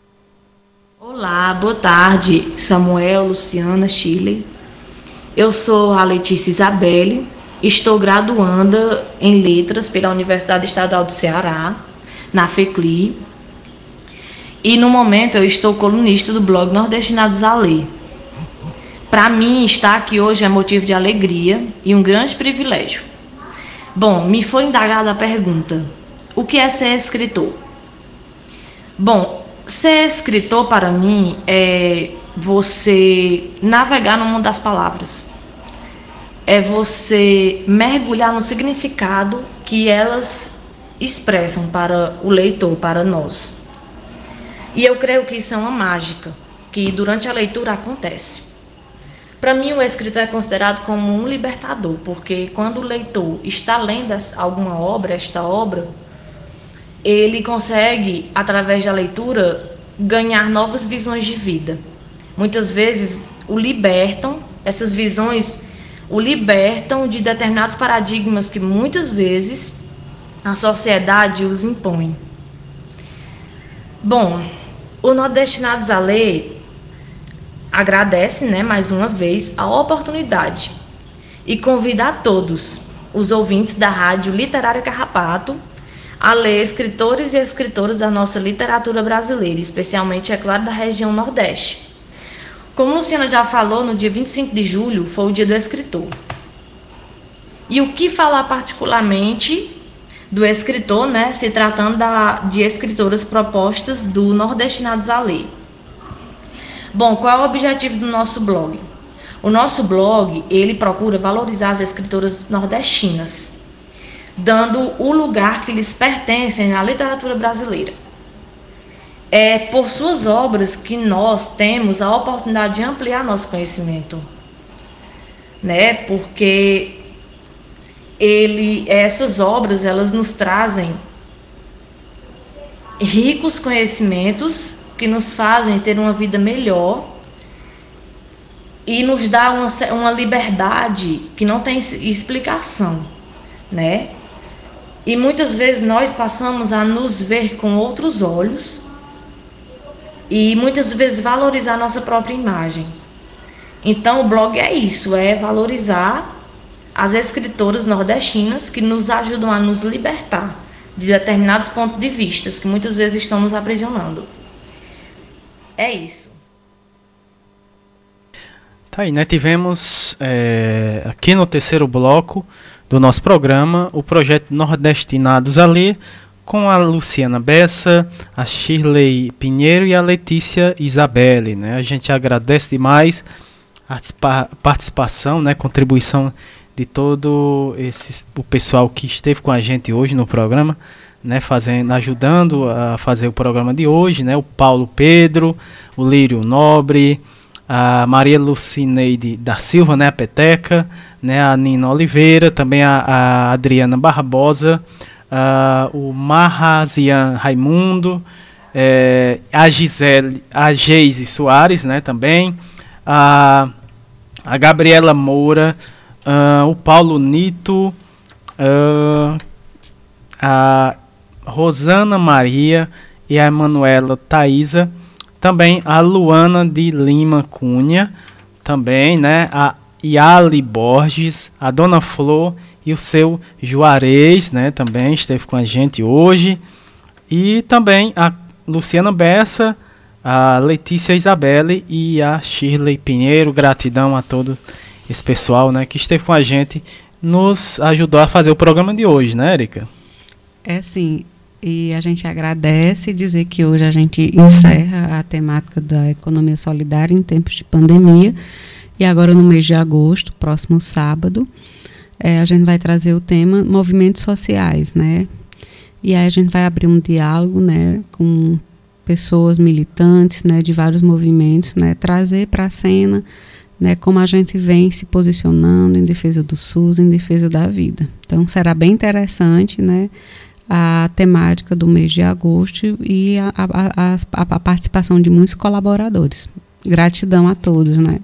Speaker 10: Olá, boa tarde, Samuel, Luciana, Shirley. Eu sou a Letícia Isabelle, estou graduanda em Letras pela Universidade Estadual do Ceará, na FECLI, e no momento eu estou colunista do blog Nordestinados a Ler. Para mim, estar aqui hoje é motivo de alegria e um grande privilégio. Bom, me foi indagada a pergunta: o que é ser escritor? Bom, ser escritor para mim é você navegar no mundo das palavras. É você mergulhar no significado que elas expressam para o leitor, para nós. E eu creio que isso é uma mágica, que durante a leitura acontece. Para mim, o escritor é considerado como um libertador, porque quando o leitor está lendo alguma obra, esta obra, ele consegue, através da leitura, ganhar novas visões de vida. Muitas vezes o libertam, essas visões o libertam de determinados paradigmas que muitas vezes a sociedade os impõe. Bom, o Nordestinados a Ler agradece, né, mais uma vez, a oportunidade e convida a todos os ouvintes da Rádio Literária Carrapato a ler escritores e escritoras da nossa literatura brasileira, especialmente, é claro, da região Nordeste. Como a Luciana já falou, no dia vinte e cinco de julho foi o dia do escritor. E o que falar particularmente do escritor, né, se tratando da, de escritoras propostas do Nordestinados a Ler? Bom, qual é o objetivo do nosso blog? O nosso blog, ele procura valorizar as escritoras nordestinas, dando o lugar que lhes pertencem na literatura brasileira. É por suas obras que nós temos a oportunidade de ampliar nosso conhecimento, né? Porque ele, essas obras, elas nos trazem ricos conhecimentos que nos fazem ter uma vida melhor e nos dá uma, uma liberdade que não tem explicação, né? E muitas vezes nós passamos a nos ver com outros olhos e muitas vezes valorizar nossa própria imagem. Então o blog é isso, é valorizar as escritoras nordestinas que nos ajudam a nos libertar de determinados pontos de vista que muitas vezes estão nos aprisionando. É isso.
Speaker 7: Tá aí, né? Tivemos é, aqui no terceiro bloco do nosso programa o projeto Nordestinados a Ler, com a Luciana Bessa, a Shirley Pinheiro e a Letícia Isabelle, né? A gente agradece demais a participação, né, contribuição de todo esse, o pessoal que esteve com a gente hoje no programa, né, fazendo, ajudando a fazer o programa de hoje, né, o Paulo Pedro, o Lírio Nobre, a Maria Lucineide da Silva, né, a Peteca, né, a Nina Oliveira, também a, a Adriana Barbosa, a, o Marrazian Raimundo, é, a Gisele, a Geise Soares, né, também, a, a Gabriela Moura, a, o Paulo Nito, a, a Rosana Maria e a Emanuela Thaisa, também a Luana de Lima Cunha, também, né, a Yali Borges, a Dona Flor e o seu Juarez, né, também esteve com a gente hoje, e também a Luciana Bessa, a Letícia Isabelle e a Shirley Pinheiro. Gratidão a todo esse pessoal, né, que esteve com a gente, nos ajudou a fazer o programa de hoje, né, Érica?
Speaker 8: É sim. E a gente agradece, dizer que hoje a gente encerra a temática da economia solidária em tempos de pandemia. E agora, no mês de agosto, próximo sábado, é, a gente vai trazer o tema movimentos sociais, né? E aí a gente vai abrir um diálogo, né, com pessoas militantes, né, de vários movimentos, né, trazer para a cena, né, como a gente vem se posicionando em defesa do SUS, em defesa da vida. Então, será bem interessante, né, a temática do mês de agosto e a, a, a, a participação de muitos colaboradores. Gratidão a todos, né?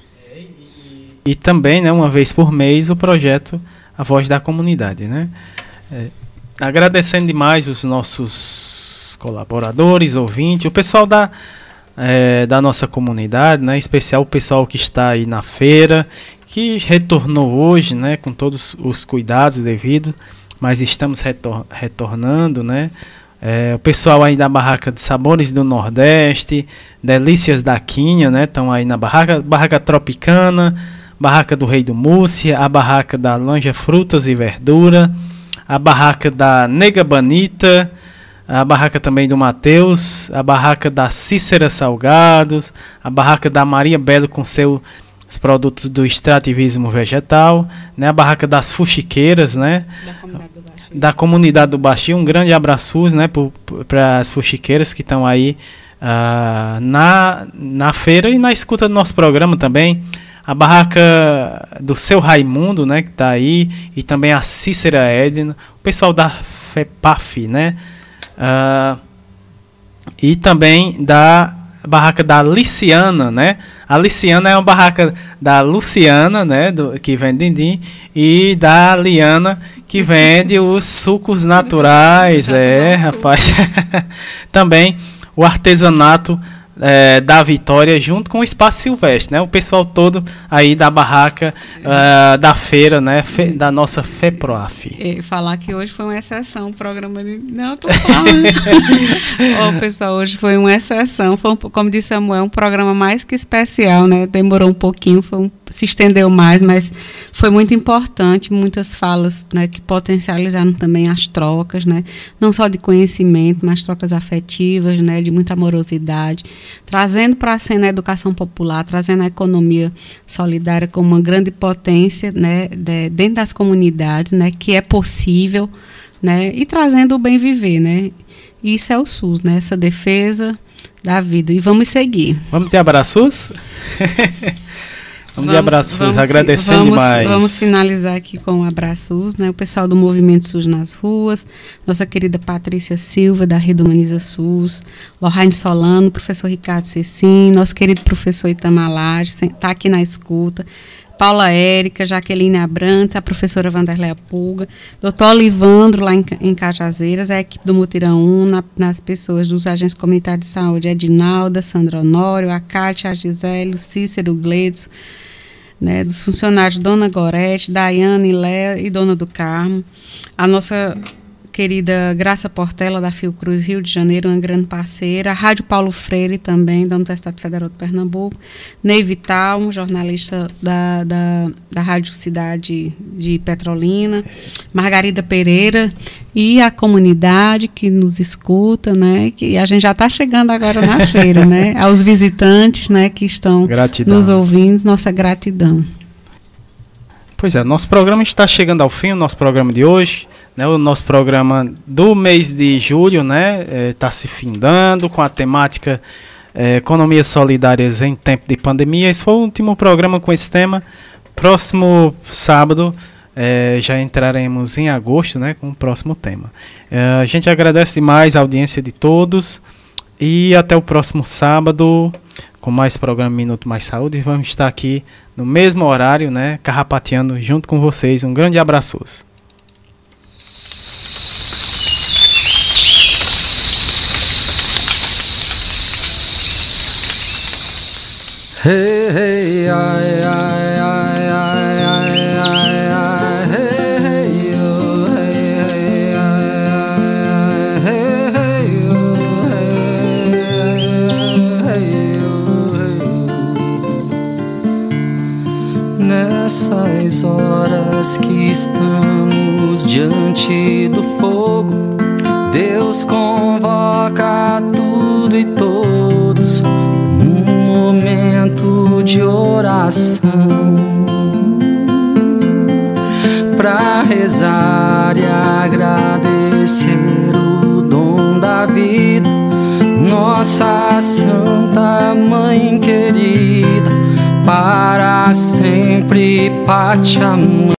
Speaker 7: E também, né, uma vez por mês, o projeto A Voz da Comunidade, né? É, agradecendo demais os nossos colaboradores, ouvintes, o pessoal da, é, da nossa comunidade, né? Em especial o pessoal que está aí na feira, que retornou hoje, né, com todos os cuidados devidos, mas estamos retor retornando, né? É, o pessoal aí da Barraca de Sabores do Nordeste, Delícias da Quinha, né? Estão aí na barraca, Barraca Tropicana, Barraca do Rei do Múrcia, a Barraca da Lonja Frutas e Verdura, a Barraca da Nega Banita, a Barraca também do Mateus, a Barraca da Cícera Salgados, a Barraca da Maria Belo com seu os produtos do extrativismo vegetal, né, a Barraca das Fuxiqueiras, né, da comunidade do Baixio, da comunidade do Baixio. Um grande abraço, né, para as fuxiqueiras que estão aí uh, na, na feira e na escuta do nosso programa também. A Barraca do Seu Raimundo, né, que está aí, e também a Cícera Edna, o pessoal da FEPAF, né, uh, e também da Barraca da Liciana, né? A Liciana é uma barraca da Luciana, né? Do, que vende dindim, e da Liana, que vende os sucos naturais. É, rapaz. Também o artesanato é, da Vitória, junto com o Espaço Silvestre, né? O pessoal todo aí da barraca, uh, da feira, né? Fe, da nossa FEPROAF.
Speaker 8: E falar que hoje foi uma exceção o programa de... Não, eu tô falando. oh, pessoal, hoje foi uma exceção. Foi, um, como disse Samuel, um programa mais que especial, né? Demorou um pouquinho, foi um, se estendeu mais, mas foi muito importante. Muitas falas, né, que potencializaram também as trocas, né? Não só de conhecimento, mas trocas afetivas, né? De muita amorosidade. Trazendo para a cena a educação popular, trazendo a economia solidária como uma grande potência, né, de, dentro das comunidades, né, que é possível, né, e trazendo o bem viver, né. E isso é o SUS, né, essa defesa da vida. E vamos seguir.
Speaker 7: Vamos ter abraços? Vamos, vamos de abraços, vamos, agradecendo
Speaker 8: vamos,
Speaker 7: demais.
Speaker 8: Vamos finalizar aqui com abraços, né? O pessoal do Movimento SUS nas ruas, nossa querida Patrícia Silva, da Rede Humaniza SUS, Lorraine Solano, professor Ricardo Cecim, nosso querido professor Itamar está aqui na escuta, Paula Érica, Jaqueline Abrantes, a professora Vanderleia Pulga, doutor Olivandro, lá em, em Cajazeiras, a equipe do Mutirão um, na, nas pessoas dos agentes comunitários de saúde, Edinalda, Sandra Honório, a Cátia, a Gisele, o Cícero, o Gleidson, né, dos funcionários Dona Gorete, Daiane, Léa e Dona do Carmo, a nossa querida Graça Portela, da Fiocruz Rio de Janeiro, uma grande parceira, a Rádio Paulo Freire também, da Universidade Federal de Pernambuco, Ney Vital, um jornalista da, da, da Rádio Cidade de Petrolina, Margarida Pereira e a comunidade que nos escuta, né, que a gente já está chegando agora na feira, né, aos visitantes, né, que estão gratidão. Nos ouvindo, nossa gratidão.
Speaker 7: Pois é, nosso programa está chegando ao fim, o nosso programa de hoje, né, o nosso programa do mês de julho, né, está se findando com a temática é, Economias Solidárias em Tempo de Pandemia. Esse foi o último programa com esse tema. Próximo sábado é, já entraremos em agosto, né, com o próximo tema. É, a gente agradece demais a audiência de todos e até o próximo sábado com mais programa Minuto Mais Saúde. Vamos estar aqui no mesmo horário, né, carrapateando junto com vocês. Um grande abraço.
Speaker 6: Hey, hey, ai, ai, ai, ai, ai, ai, ai, hey, hey, oh, hey, hey, ai, ai, hey, hey, oh, hey, hey, oh, hey. Nessas horas que estamos diante do fogo, Deus convoca tudo e todos momento de oração pra rezar e agradecer o dom da vida, nossa Santa Mãe querida, para sempre Pachamama.